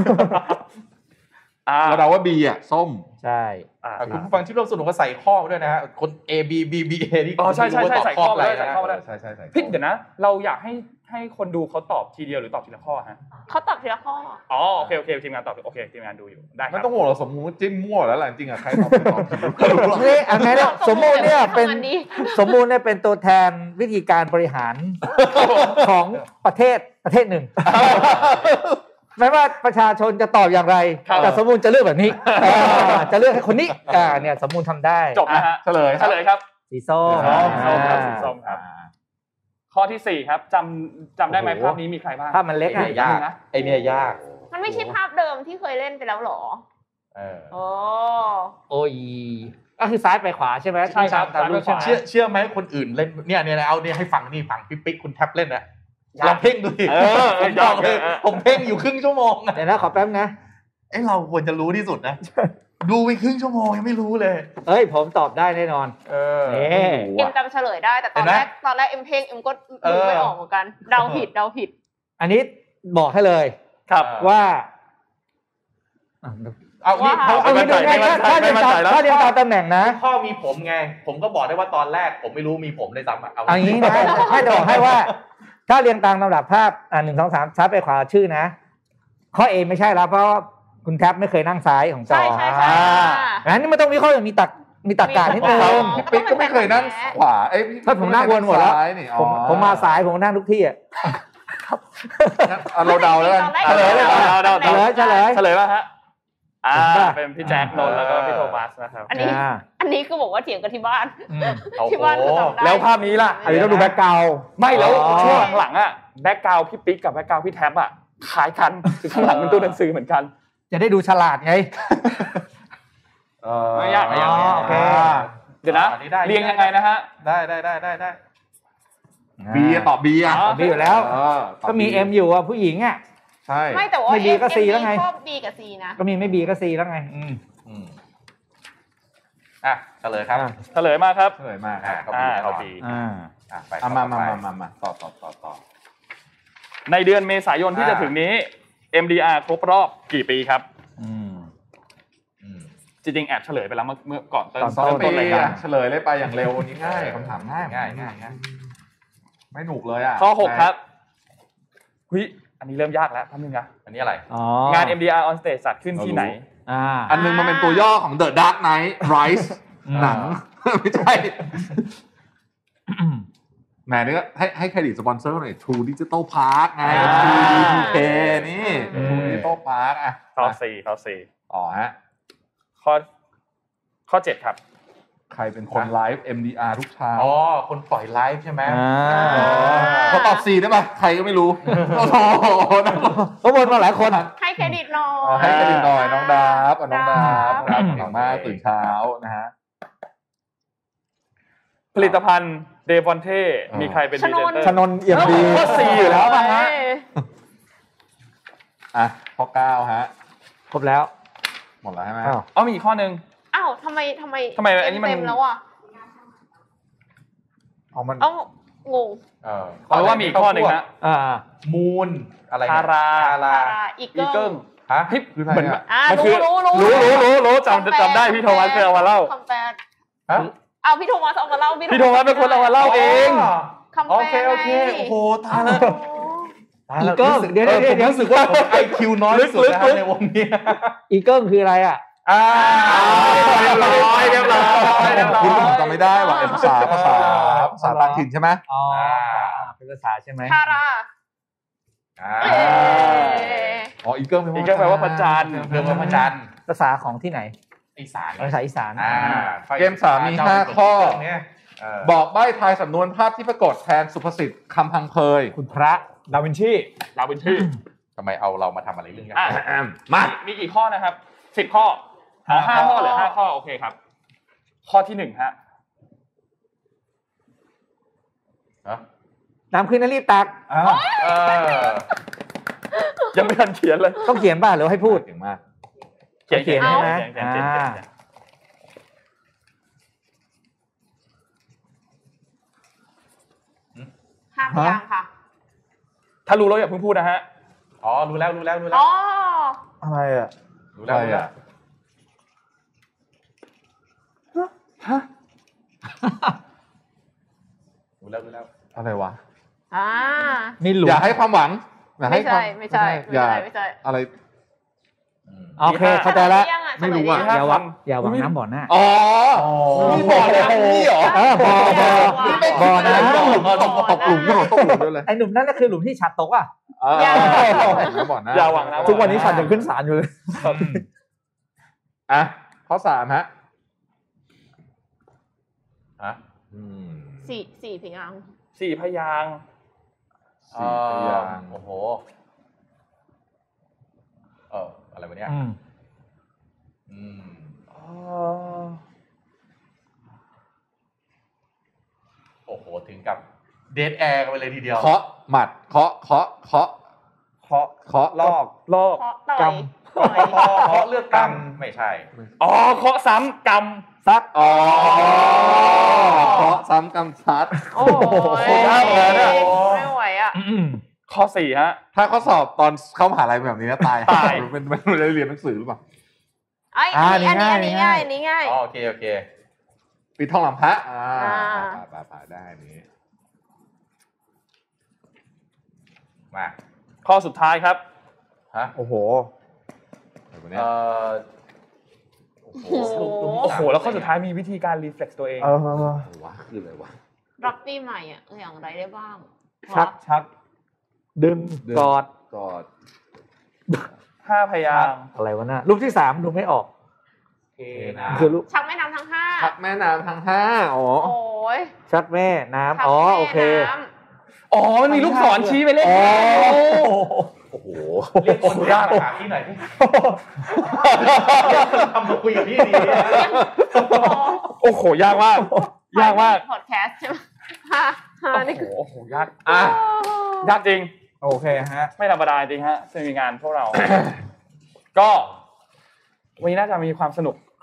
เราเดาว่า B อ่ะส้มใช่คุณผู้ฟังที่ร่วมสนุกก็ใส่ข้อมาด้วยนะฮะคน A B B B A นี่อ๋อใช่ใช่ใช่ใส่ข้อมาด้วยใส่ข้อมาด้วยใช่ใช่ใช่พี่เดี๋ยวนะเราอยากให้ให้คนดูเขาตอบทีเดียวหรือตอบทีละข้อฮะเขาตอบทีละข้ออ๋อโอเคโอเคทีมงานตอบโอเคทีมงานดูอยู่ได้ครับไม่ต้องห่วงเราสมมุติจิ้มมั่วแล้วแหละจริงอ่ะใครตอบตอบนี่อันไหนเนี่ยสมมูลเนี่ยเป็นสมมูลเนี่ยเป็นตัวแทนวิธีการบริหารของประเทศประเทศหนึ่งแม้ว่าประชาชนจะตอบอย่างไรแต่สมมูลจะเลือกแบบนี้จะเลือกให้คนนี้อ่าเนี่ยสมมูลทำได้จบนะฮะเฉลยเฉลยครับสีส้มส้มครับสีส้มครับข้อที่สี่ครับจำจำได้ไหมภาพนี้มีใครบ้างภาพมันเล็กยากนะไอเนี่ยยากมันไม่ใช่ภาพเดิมที่เคยเล่นไปแล้วหรอเออโอ้โอ้ยก็คือซ้ายไปขวาใช่ไหมใช่ครับเชื่อเชื่อไหมคนอื่นเล่นเนี่ยเนี่ยเอาเนี่ยให้ฟังนี่ฟังปิ๊กปิ๊กคุณแท็บเล่นนะเราเพ่งดูดิผมบอกเลยผมเพ่งอยู่ครึ่งชั่วโมงเดี๋ยวนะขอแป๊บนะเอ้เราควรจะรู้ที่สุดนะดูไปครึ่งชั่วโมงยังไม่รู้เลยเอ้ยผมตอบได้แน่นอนเออเอ็มจำเฉลยได้แต่ตอนแรกตอนแรกเอ็มเพ่งเอ็มก็ดูไม่ออกเหมือนกันเดาผิดเดาผิดอันนี้บอกให้เลยครับว่าเอานี่เอางี้ดูง่ายถ้าเรียนตามถ้าเรียนตามตำแหน่งนะข้อมีผมไงผมก็บอกได้ว่าตอนแรกผมไม่รู้มีผมเลยซ้ำอ่ะเอาอย่างนี้นะให้บอกให้ว่าถ้าเรียงตามลำดับภาพอ่าหนึ่งสองสามซ้ายไปขวาชื่อนะข้อ A ไม่ใช่แล้วเพราะคุณแท็บไม่เคยนั่งซ้ายของจอใช่ใช่ใช่งั้นนี่มันต้องวิเคราะห์อย่างมีตักมีตักกะนิดนึงพี่ปิ๊กก็ไม่เคยนั่งขวาเอ้ยถ้าผมนั่งวนหมดแล้วผมผมมาซ้ายผมนั่งทุกที่อ่ะเราเดาแล้วกันเฉลยเลยเดาเฉลยเฉลยเฉลยป่ะฮะอ่าเป็นพี่แจ็คนนท์แล้วก็พี่โทมัสนะครับอันนี้อันนี้คือบอกว่าเถียงกันที่บ้านที่บ้านเขาจำได้แล้วภาพนี้ล่ะอันนี้ต้องดูแบ็คกราวด์ไม่แล้วช่วงหลังๆอ่ะแบ็คกราวด์พี่ปิ๊กกับแบ็คกราวด์พี่แท็บอ่ะคล้ายกันคือข้างหลังเป็นตู้หนังสือเหมือนกันจะได้ดูฉลาดไงเออไม่ยากไม่ยากโอเคเดี๋ยวนะเรียงยังไงนะฮะได้ได้ได้ได้ได้ B ตอบ B อ่ะ B อยู่แล้วก็มี M อยู่อ่ะผู้หญิงอ่ะใช่ไม่แต่ว่าไม่ B ก็ C แล้วไงชอบ B กับ C นะก็มีไม่ B ก็ C แล้วไงอืมอ่ะเฉลยครับเฉลยมาครับเฉลยมาครับก็มีก็มีอ่าอ่ะไปมามามามามาต่อต่อต่อต่อในเดือนเมษายนที่จะถึงนี้ เอ็ม ดี อาร์ ครบรอบกี่ปีครับอืมจริงๆแอบเฉลยไปแล้วเมื่อเมื่อก่อนต้นต้นรายการเฉลยเลยไปอย่างเร็ววันนี้ง่ายคำถามง่ายง่ายง่ายง่ายไม่หนุกเลยอ่ะข้อหกครับหุ้ยอันนี้เริ่มยากแล้วแป๊บนึงนะอันนี้อะไรงาน เอ็ม ดี อาร์ on stage จัดขึ้นที่ไหนอ่าอันนึงมันเป็นตัวย่อของ The Dark Knight Rise หนังไม่ใช่แหมนี่ก็ให้ให้เครดิตสปอนเซอร์หน่อย True Digital Park ไง True ดี ที เค นี่ True Digital Park อ่ะข้อสี่ข้อสี่อ๋อฮะข้อข้อเจ็ดครับใครเป็นคนไลฟ์ เอ็ม ดี อาร์ ทุกเช้าอ๋อคนปล่อยไลฟ์ใช่ไหมเขาตอบสี่ได้ป่ะใครก็ไม่รู้โอ้โหเขาบ่นมาหลายคนให้เครดิตหน่อยให้เครดิตหน่อยน้องดาบน้องดาบครับเก่งมากตื่นเช้านะฮะผลิตภัณฑ์เดวอนเท่มีใครเป็นพรีเซนเตอร์ชนนเอี่ยมดีข้อสี่อยู่แล้วป่ะฮะอ่ะข้อเก้าฮะครบแล้วหมดแล้วใช่ไหมอ๋อมีอีกข้อนึงอ้าวทำไมทำไมทำไมอันนี้มันเต็มแล้วอ่ะอ๋อมันเอ้างงเออเพราะว่ามีอีกข้อนึงนะอ่ามูนอะไรทาราทาราอีเกิ้งฮะคืออะไรอ่ะมันคือรู้รู้รู้รู้รู้จำจำได้พี่โทมัสเคยเอามาเล่าคำแปลฮะเอาพี่โทมัสเอามาเล่าพี่โทมัสเป็นคนเอามาเล่าเองคำแปลโอเคโอเคโอ้โหตายแล้วอีเกิ้งเดี๋ยวเดี๋ยวเดี๋ยวรู้สึกว่า ไอ คิว น้อยที่สุดนะครับในวงนี้อีเกิ้งคืออะไรอ่ะอ่าเรียบร้อยเรียบร้อยเรียบร้อยคุณผมจำไม่ได้ว่าภาษาภาษาภาษาต่างถิ่นใช่ไหมอ๋อเป็นภาษาใช่ไหมทาราอ๋ออีเกิ้งอีเกิ้งแปลว่าพระจันทร์แปลว่าพระจันทร์ภาษาของที่ไหนอีสานภาษาอีสานเกมสามมีห้าข้อบอกใบ้ทายสำนวนภาพที่ปรากฏแทนสุภาษิตคำพังเพยคุณพระดาวินชีดาวินชีทำไมเอาเรามาทำอะไรเรื่องนี้มามีกี่ข้อนะครับสิบข้ออ๋อห้าข้อหรือห้าข้อโอเคครับข้อที่หนึ่งฮะน้ำขึ้นนั่นรีบตักยังไม่ทันเขียนเลยต้องเขียนป่ะหรือให้พูดเก่งมากเขียนเขียนใช่ไหมห้าพยางค์ค่ะถ้ารู้แล้วอย่าเพิ่งพูดนะฮะอ๋อรู้แล้วรู้แล้วรู้แล้วอ๋ออะไรอ่ะรู้แล้วรู้แล้วฮะรู้แล้วรู้แล้วอะไรวะอ่านี่หลุมอย่าให้ความหวังไม่ใช่ไม่ใช่อย่าไม่ใช่อะไรโอเคเข้าใจแล้วไม่รู้อ่ะอย่าหวังอย่าหวังน้ำบ่อหน้าอ๋อมีบ่อน้ำนี่เหรอบ่อบ่อบ่อน้ำตกหลุมตกหลุมตกหลุมด้วยเลยไอ้หนุ่มนั่นก็คือหลุมที่ฉัดตกอ่ะอย่าบ่อน้ำอย่าหวังน้ำทุกวันนี้ฉัดยังขึ้นศาลอยู่เลยอ่ะข้อสามฮะอ่ะสี่สี่พยางค์สี่พยางค์สี่พยางค์โอ้โหเอออะไรวะเนี่ยอืมโอ้โหถึงกับเดดแอร์กันไปเลยทีเดียวเคาะหมัดเคาะเคาะเคาะเคาะเคาะลอกลอกกำเคาะเลือกกำไม่ใช่อ๋อเคาะซ้ำกำซักอ๋อเคาะซ้ำกำซัดโอ้โหยากเลยเนี่ยไม่ไหวอ่ะข้อสี่ฮะถ้าข้อสอบตอนเข้ามหาลัยแบบนี้นะตายตายเป็นไม่ได้เรียนหนังสือหรือเปล่าไอ้อันนี้อันนี้ง่ายอันนี้ง่ายอ๋อโอเคโอเคปิดทองหลังพระอ่าป่าป่าได้นี้มาข้อสุดท้ายครับฮะโอ้โหเอ่อโอ้โหโอ้โหแล้วข้อสุดท้ายมีวิธีการรีเฟล็กซ์ตัวเองเออวะคืออะไรวะรับปีใหม่อ่ะอย่างไรได้บ้างชักชักดึงกอดกอดห้าพยางค์อะไรวะน่ะรูปที่สามดูไม่ออกโอเคนะคือรูปชักแม่น้ำทั้งห้าชักแม่น้ำทั้งห้าอ๋อโอ้ยชักแม่น้ำอ๋อโอเคอ๋อมันมีลูกศรชี้ไปเลยโอ้โหเรียกคนยากหาที่ไหนพี่ทำมาคุยกับพี่ดีโอ้โหยากมากยากมากพอดแคสต์ใช่ไหมฮ่าฮ่านี่โอ้โหยากอ่ะยากจริงโอเคฮะไม่ธรรมดาจริงฮะซึ่งมีงานพวกเราก็วันนี้น่าจะมีความสนุกค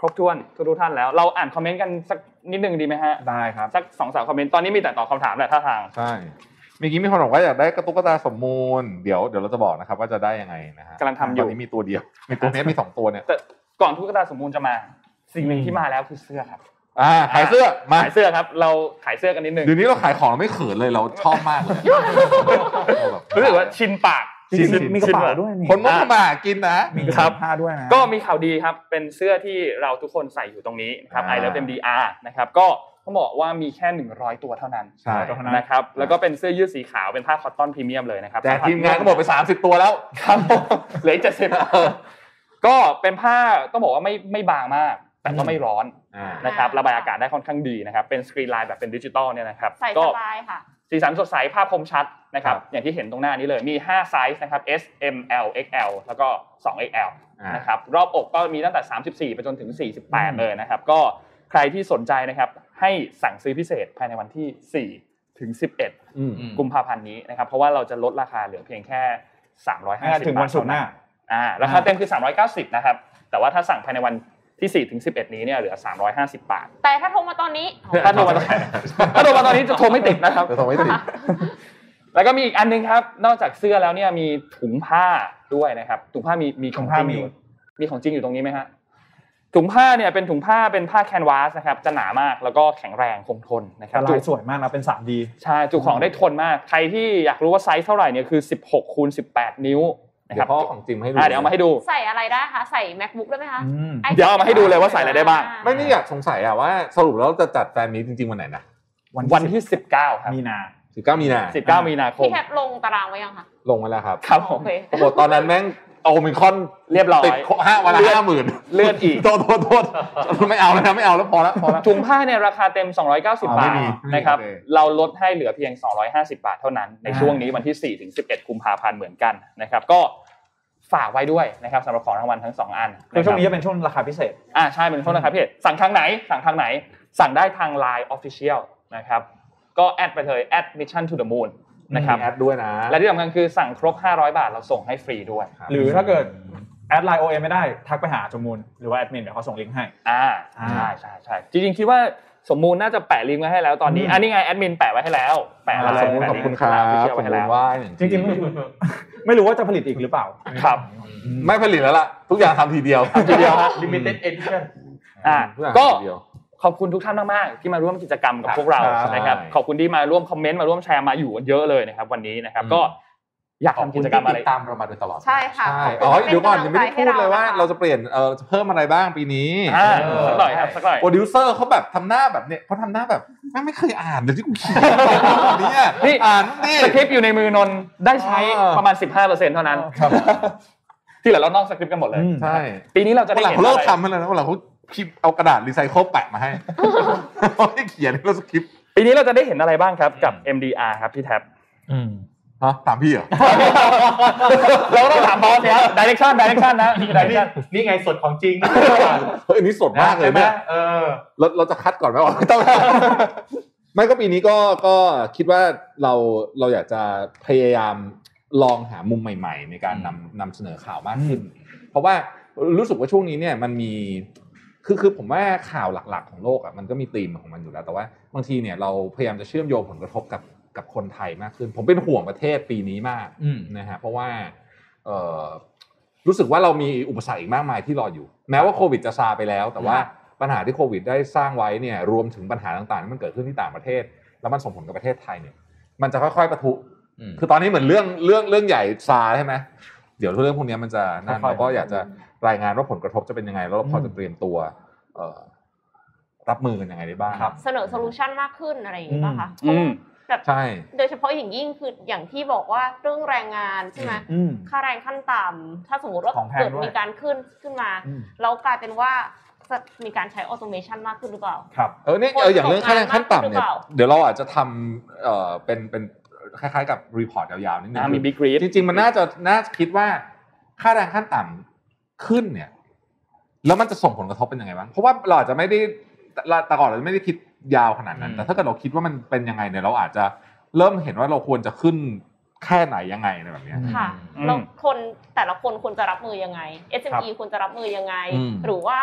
ครบถ้วนทุกท่านแล้วเราอ่านคอมเมนต์กันสักนิดนึงดีไหมฮะได้ครับสัก สองถึงสาม คอมเมนต์ตอนนี้มีแต่ตอบคำถามแหละท่าทางใช่เมื่อกี้มีคนบอกว่าอยากได้กระตุกกระตาสมมูลเดี๋ยวเดี๋ยวเราจะบอกนะครับว่าจะได้ยังไงนะฮะกำลังทำอยู่ตอนนี้มีตัวเดียวมีตัวนี้มีสองตัวเนี่ยแต่ก่อนตุ๊กตาสมมูลจะมาสิ่งหนึ่งที่มาแล้วคือเสื้อครับอ่าขายเสื้อมาขายเสื้อครับเราขายเสื้อกันนิดนึงเดี๋ยวนี้เราขายของเราไม่เขินเลยเราชอบมากเลยรู้สึกว่าชินปากมีกระเป๋าด้วยนี่คนมุกมากินนะมีกระเป๋าผ้าด้วยนะก็มีข่าวดีครับเป็นเสื้อที่เราทุกคนใส่อยู่ตรงนี้นะครับ I Love เอ็ม ดี อาร์ นะครับก็ต้องบอกว่ามีแค่หนึ่งร้อยตัวเท่านั้นนะครับแล้วก็เป็นเสื้อยืดสีขาวเป็นผ้าคอตตอนพรีเมียมเลยนะครับแต่ทีมงานก็หมดไปสามสิบตัวแล้วครับเหลืออีกเจ็ดสิบก็เป็นผ้าต้องบอกว่าไม่ไม่บางมากแต่ก็ไม่ร้อนนะครับระบายอากาศได้ค่อนข้างดีนะครับเป็นสกรีนไลน์แบบเป็นดิจิตอลเนี่ยนะครับใส่สบายค่ะสีสันสดใสภาพคมชัดนะครับอย่างที่เห็นตรงหน้านี้เลยมีห้าไซส์นะครับ S M L เอ็กซ์ แอล แล้วก็ สอง เอ็กซ์ แอล นะครับรอบอกก็มีตั้งแต่สามสิบสี่ไปจนถึงสี่สิบแปดเลยนะครับก็ใครที่สนใจนะครับให้สั่งซื้อพิเศษภายในวันที่สี่ถึงสิบเอ็ดกุมภาพันธ์นี้นะครับเพราะว่าเราจะลดราคาเหลือเพียงแค่สามร้อยห้าสิบบาทถึงวันศุกร์หน้าอ่าราคาเต็มคือสามร้อยเก้าสิบนะครับแต่ว่าถ้าสั่งภายในวันที่สี่ถึงสิบเอ็ดนี้เนี่ยเหลือสามร้อยห้าสิบบาทแต่ถ้าโทรมาตอนนี้ถ้าโทรมาถ้าโทรมาตอนนี้จะโทรไม่ติดนะครับจะโทรไม่ติดแล้วก็มีอีกอันนึงครับนอกจากเสื้อแล้วเนี่ยมีถุงผ้าด้วยนะครับถุงผ้ามีมีของจริงอยู่มีของจริงอยู่ตรงนี้มั้ยฮะถุงผ้าเนี่ยเป็นถุงผ้าเป็นผ้าแคนวาสนะครับจะหนามากแล้วก็แข็งแรงคงทนนะครับลายสวยมากนะเป็น ทรี ดีใช่จุของได้ทนมากใครที่อยากรู้ว่าไซส์เท่าไหร่เนี่ยคือสิบหกคูณสิบแปดนิ้วนะครับพ่อของจริงให้ดูเดี๋ยวเอามาให้ดูใส่อะไรได้คะใส่ MacBook ได้มั้ยคะเดี๋ยวเอามาให้ดูเลยว่าใส่อะไรได้บ้างไม่นี่อยากสงสัยอ่ะว่าสรุปแล้วจะจัดแฟนมีตจริงๆวันไหนนะวันที่สิบเก้าครับมีนาสิบเก้ามีนาสิบเก้ามีนาคมพี่แคปลงตารางไว้ยังคะลงไว้แล้วครับครับผมปรากฏตอนนั้นแม่งโอมิคอนเรียบร้อยติดห้าวันละ ห้าหมื่นเลื่อนอีกโทษโทษโทษไม่เอาแล้วนะไม่เอาแล้วพอแล้วพอแล้วถุงผ้าเนี่ยราคาเต็มสองร้อยเก้าสิบบาทนะครับเราลดให้เหลือเพียงสองร้อยห้าสิบบาทเท่านั้นในช่วงนี้วันที่สี่ถึงสิบเอ็ดกุมภาพันธ์เหมือนกันนะครับก็ฝากไว้ด้วยนะครับสำหรับของรางวัลทั้งสองอันคือช่วงนี้จะเป็นช่วงราคาพิเศษอ่าใช่เป็นช่วงราคาพิเศษสั่งทางไหนสั่งทางไหนสั่งได้ทาง ไลน์ Official นะครับก็แอดไปเลย แอด Mission to the Moon นะครับแอดด้วยนะและที่สำคัญคือสั่งครบห้าร้อยบาทเราส่งให้ฟรีด้วยหรือถ้าเกิดแอด ไลน์ โอ เอ็ม ไม่ได้ทักไปหาจมูลหรือว่าแอดมินเดี๋ยวเขาส่งลิงก์ให้อ่าใช่ๆๆจริงๆคิดว่าสมมูลน่าจะแปะลิงก์ไว้ให้แล้วตอนนี้อันนี้ไงแอดมินแปะไว้ให้แล้วแปะแล้วสมมูลขอบคุณครับไว้ให้แล้วจริงๆไม่รู้ว่าจะผลิตอีกหรือเปล่าครับไม่ผลิตแล้วล่ะทุกอย่างทำทีเดียวทีเดียวฮะ limited edition อ่าก็ขอบคุณทุกท่านมากๆที่มาร่วมกิจกรรมกับพวกเรานะครับขอบคุณที่มาร่วมคอมเมนต์มาร่วมแชร์มาอยู่กันเยอะเลยนะครับวันนี้นะครับก็อยากทำกิจกรรมอะไรติดตามเรามาโดยตลอดใช่ค่ะอ๋อเดี๋ยวก่อนยังไม่ได้พูดเลยว่าเราจะเปลี่ยนเออจะเพิ่มอะไรบ้างปีนี้สักหน่อยครับสักหน่อยโปรดิวเซอร์เขาแบบทำหน้าแบบเนี้ยเขาทำหน้าแบบไม่เคยอ่านเลยที่กูเขียนเนี่ยนี่อ่านนี่สคริปต์อยู่ในมือนนได้ใช้ประมาณ สิบห้าเปอร์เซ็นต์ เท่านั้นที่เหลือเรานอกสคริปต์กันหมดเลยใช่ปีนี้เราจะได้เห็นเขาเลิกทำให้เลยนะเราเขาคิดเอากระดาษรีไซเคิลแปะมาให้ให้เขียนแล้วสคริปต์ปีนี้เราจะได้เห็นอะไรบ้างครับกับ เอ็ม ดี อาร์ ครับพี่แท็บฮะถามพี่เหรอเราต้องถามบอสเนี่ย direction direction นะนี่ direction นี่ไงสดของจริงเฮ้ยอันนี้สดมากเลยเนี่ยเออเราเราจะคัดก่อนไหมวะไม่ต้องไม่ก็ปีนี้ก็ก็คิดว่าเราเราอยากจะพยายามลองหามุมใหม่ๆในการนำนำเสนอข่าวมากขึ้นเพราะว่ารู้สึกว่าช่วงนี้เนี่ยมันมีคือคือผมว่าข่าวหลักๆของโลกอ่ะมันก็มีธีมของมันอยู่แล้วแต่ว่าบางทีเนี่ยเราพยายามจะเชื่อมโยงผลกระทบกับกับคนไทยมากขึ้นผมเป็นห่วงประเทศปีนี้มากนะฮะเพราะว่าเอ่อรู้สึกว่าเรามีอุปสรรคอีกมากมายที่รออยู่แม้ว่าโควิดจะซาไปแล้วแต่ว่าปัญหาที่โควิดได้สร้างไว้เนี่ยรวมถึงปัญหาต่างๆที่มันเกิดขึ้นที่ต่างประเทศแล้วมันส่งผลกับประเทศไทยเนี่ยมันจะค่อยๆปะทุคือตอนนี้เหมือนเรื่องเรื่องเรื่องใหญ่ซาใช่ไหมเดี๋ยวเรื่องพวกนี้มันจะนั่นเราก็อยากจะรายงานว่าผลกระทบจะเป็นยังไงแล้วเราพอจะเตรียมตัวรับมือกันยังไงได้บ้างเสนอโซลูชันมากขึ้นอะไรอย่างนี้ป่ะคะใช่โดยเฉพาะอย่างยิ่งคืออย่างที่บอกว่าเรื่องแรงงานใช่ไหมค่าแรงขั้นต่ำถ้าสมมติว่าเกิดมีการขึ้นขึ้นมาแล้วกลายเป็นว่าจะมีการใช้ออโตเมชันมากขึ้นหรือเปล่าครับเออเนี่ยอย่างเรื่องค่าแรงขั้นต่ำเนี่ยเดี๋ยวเราอาจจะทำเอ่อเป็นเป็นคล้ายๆกับรีพอร์ตยาวๆนิดนึงมีบิ๊กรีดจริงๆมันน่าจะน่าคิดว่าค่าแรงขั้นต่ำขึ้นเนี่ยแล้วมันจะส่งผลกระทบเป็นยังไงบ้างเพราะว่าเราอาจจะไม่ได้แต่ก่อนเราไม่ได้คิดยาวขนาดนั้นแต่ถ้าเกิดเราคิดว่ามันเป็นยังไงเนี่ยเราอาจจะเริ่มเห็นว่าเราควรจะขึ้นแค่ไหนยังไงในแบบนี้ค่ะแล้วคนแต่ละคนควรจะรับมือยังไง เอส เอ็ม อี ควรจะรับมือยังไงหรือว่าค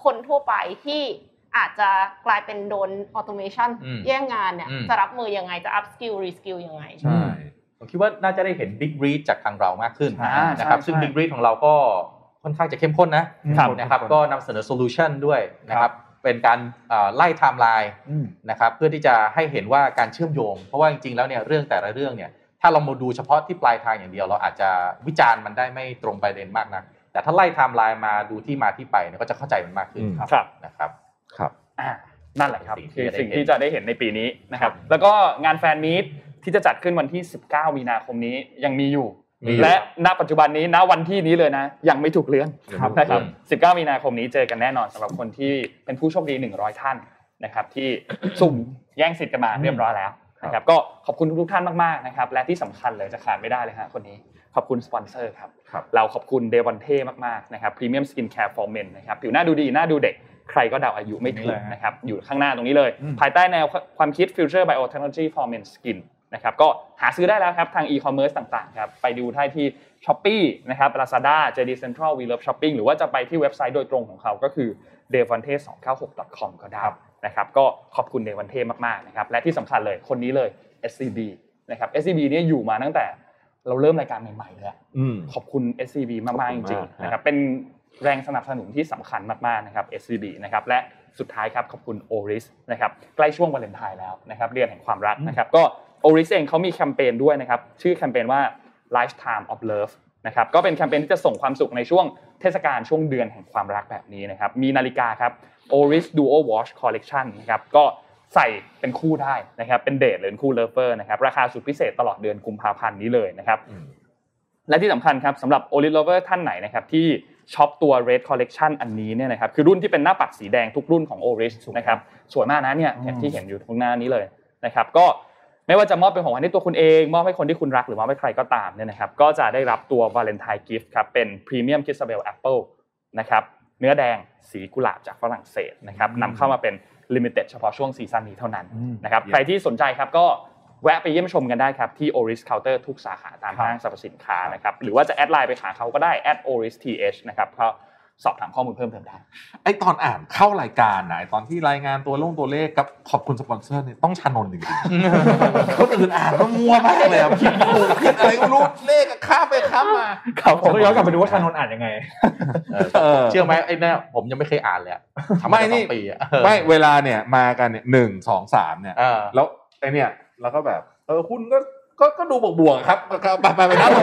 คนทั่วไปที่อาจจะกลายเป็นโดนออโตเมชันแย่งงานเนี่ยจะรับมือยังไงจะ up skill re skill ยังไงใช่ผมคิดว่าน่าจะได้เห็น big read จากทางเรามากขึ้นนะครับซึ่ง big read ของเราก็ค่อนข้างจะเข้มข้นนะนะครับก็นำเสนอ solution ด้วยนะครับเป็นการไล่ไทม์ไลน์นะครับเพื่อที่จะให้เห็นว่าการเชื่อมโยงเพราะว่าจริงๆแล้วเนี่ยเรื่องแต่ละเรื่องเนี่ยถ้าเรามาดูเฉพาะที่ปลายทางอย่างเดียวเราอาจจะวิจารณ์มันได้ไม่ตรงประเด็นมากนักแต่ถ้าไล่ไทม์ไลน์มาดูที่มาที่ไปเนี่ยก็จะเข้าใจมันมากขึ้นครับนะครับครับนั่นแหละครับคือสิ่งที่จะได้เห็นในปีนี้นะครับแล้วก็งานแฟนมีตที่จะจัดขึ้นวันที่สิบเก้ามีนาคมนี้ยังมีอยู่และณปัจจุบันนี้ณวันที่นี้เลยนะยังไม่ถูกเลื่อนนะครับสิบเก้ามีนาคมนี้เจอกันแน่นอนสำหรับคนที่เป็นผู้โชคดีหนึ่งร้อยท่านนะครับที่สุ่มแย่งสิทธิ์กันมาเรียบร้อยแล้วนะครับก็ขอบคุณทุกๆท่านมากๆนะครับและที่สำคัญเลยจะขาดไม่ได้เลยฮะคนนี้ขอบคุณสปอนเซอร์ครับเราขอบคุณเดวอนเท่มากๆนะครับพรีเมียมสกินแคร์ฟอร์เมนนะครับผิวหน้าดูดีหน้าดูเด็กใครก็เดาอายุไม่ถูกนะครับอยู่ข้างหน้าตรงนี้เลยภายใต้แนวความคิด Future Biotechnology for Men Skin นะครับก็หาซื้อได้แล้วครับทาง e-commerce ต่างๆครับไปดูได้ที่ Shopee นะครับ Lazada เจ ดี Central We Love Shopping หรือว่าจะไปที่เว็บไซต์โดยตรงของเขาก็คือ เดวอนเท่ สองเก้าหก ดอท คอม ก็ได้นะครับก็ขอบคุณเดวอนเท่มากๆนะครับและที่สำคัญเลยคนนี้เลย เอส ซี บี นะครับ เอส ซี บี เนี่ยอยู่มาตั้งแต่เราเริ่มรายการใหม่ๆเลยขอบคุณ เอส ซี บี มากๆจริงๆนะครับเป็นแรงสนับสนุนที่สำคัญมากๆนะครับ เอส ซี บี นะครับและสุดท้ายครับขอบคุณ Oris นะครับใกล้ช่วงวาเลนไทน์แล้วนะครับเดือนแห่งความรักนะครับก็ Oris เองเขามีแคมเปญด้วยนะครับชื่อแคมเปญว่า Lifetime of Love นะครับก็เป็นแคมเปญที่จะส่งความสุขในช่วงเทศกาลช่วงเดือนแห่งความรักแบบนี้นะครับมีนาฬิกาครับ Oris Duo Watch Collection นะครับก็ใส่เป็นคู่ได้นะครับเป็นเดทหรือเป็นคู่เลิฟเวอร์นะครับราคาสุดพิเศษตลอดเดือนกุมภาพันธ์นี้เลยนะครับและที่สำคัญครับสำหรับ Oris Lover ท่านไหนนะครับที่ช็อปตัว Red Collection อันนี้เนี่ยนะครับคือรุ่นที่เป็นหน้าปัดสีแดงทุกรุ่นของ Oris นะครับสวยมากนะเนี่ยที่เห็นอยู่ตรงหน้านี้เลยนะครับก็ไม่ว่าจะมอบเป็นของขวัญให้ตัวคุณเองมอบให้คนที่คุณรักหรือมอบให้ใครก็ตามเนี่ยนะครับก็จะได้รับตัว Valentine Gift ครับเป็น Premium Christabel Apple นะครับเนื้อแดงสีกุหลาบจากฝรั่งเศสนะครับนำเข้ามาเป็น Limited เฉพาะช่วงซีซั่นนี้เท่านั้นนะครับใครที่สนใจครับก็แวะไปเยี่ยมชมกันได้ครับที่ Oris Counter ทุกสาขาตามห้างสรรพสินค้านะครับหรือว่าจะแอดไลน์ไปหาเขาก็ได้ แอท โอริส ที เอช นะครับก็สอบถามข้อมูลเพิ่มเติมได้ไอ้ตอนอ่านเข้ารายการนะตอนที่รายงานตัวลงตัวเลขกับขอบคุณสปอนเซอร์เนี่ยต้องชานนท์จริงๆคนอื่นอ่านมันมัวมากเลยอ่ะผิดถูกผิดอะไรไม่รู้เลขข้ามไปข้ามมาผมต้องย้อนกลับไปดูว่าชานนท์อ่านยังไงเชื่อไหมไอ้เนี่ยผมยังไม่เคยอ่านเลยไม่นี่ไม่เวลาเนี่ยมากันเนี่ยหนึ่งสองสามเนี่ยแล้วไอ้เนี่ยแล้วก็แบบเออคุณก็ก็ก็ดูบวกๆครับไปไปไปนะ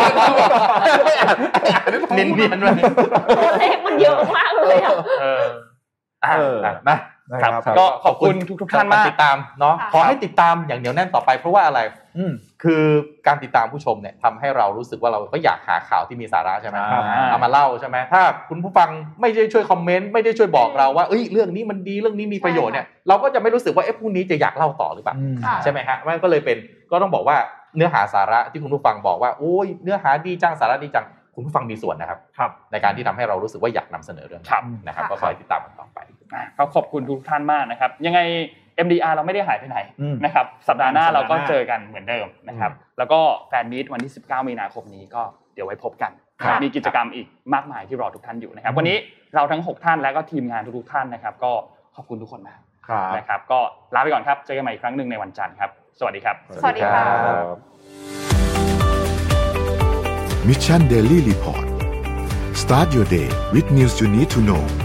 เนียนเนียนไปตัวเลขมันเยอะมากเลยอ่ะเออเออนะครับก็ขอบคุณทุกๆท่านมากติดตามเนาะขอให้ติดตามอย่างเหนียวแน่นต่อไปเพราะว่าอะไรคือการติดตามผู้ชมเนี่ยทำให้เรารู้สึกว่าเราก็อยากหาข่าวที่มีสาระใช่ไหมเอามาเล่าใช่ไหมถ้าคุณผู้ฟังไม่ได้ช่วยคอมเมนต์ไม่ได้ช่วยบอกเราว่าเอ้ยเรื่องนี้มันดีเรื่องนี้มีประโยชน์เนี่ยเราก็จะไม่รู้สึกว่าเอ๊ะพรุ่งนี้จะอยากเล่าต่อหรือเปล่าใช่ไหมฮะมันก็เลยเป็นก็ต้องบอกว่าเนื้อหาสาระที่คุณผู้ฟังบอกว่าโอ้ยเนื้อหาดีจังสาระดีจังคุณผู้ฟังมีส่วนนะครับในการที่ทำให้เรารู้สึกว่าอยากนำเสนอเรื่องนี้นะครับก็คอยติดตามกันต่อไปก็ขอบคุณทุกท่านมากนะครับยังไง เอ็ม ดี อาร์ เราไม่ได้หายไปไหนนะครับสัปดาห์หน้าเราก็เจอกันเหมือนเดิมนะครับแล้วก็แฟนมีตวันที่สิบเก้ามีนาคมนี้ก็เดี๋ยวไว้พบกันมีกิจกรรมอีกมากมายที่รอทุกท่านอยู่นะครับวันนี้เราทั้งหกท่านและก็ทีมงานทุกๆท่านนะครับก็ขอบคุณทุกคนมากนะครับก็ลาไปก่อนครับเจอกันใหม่อีกครั้งนึงในวันจันทร์ครับสวัสดีครับสวัสดีครับ Mission Daily Report Start your day with news you need to know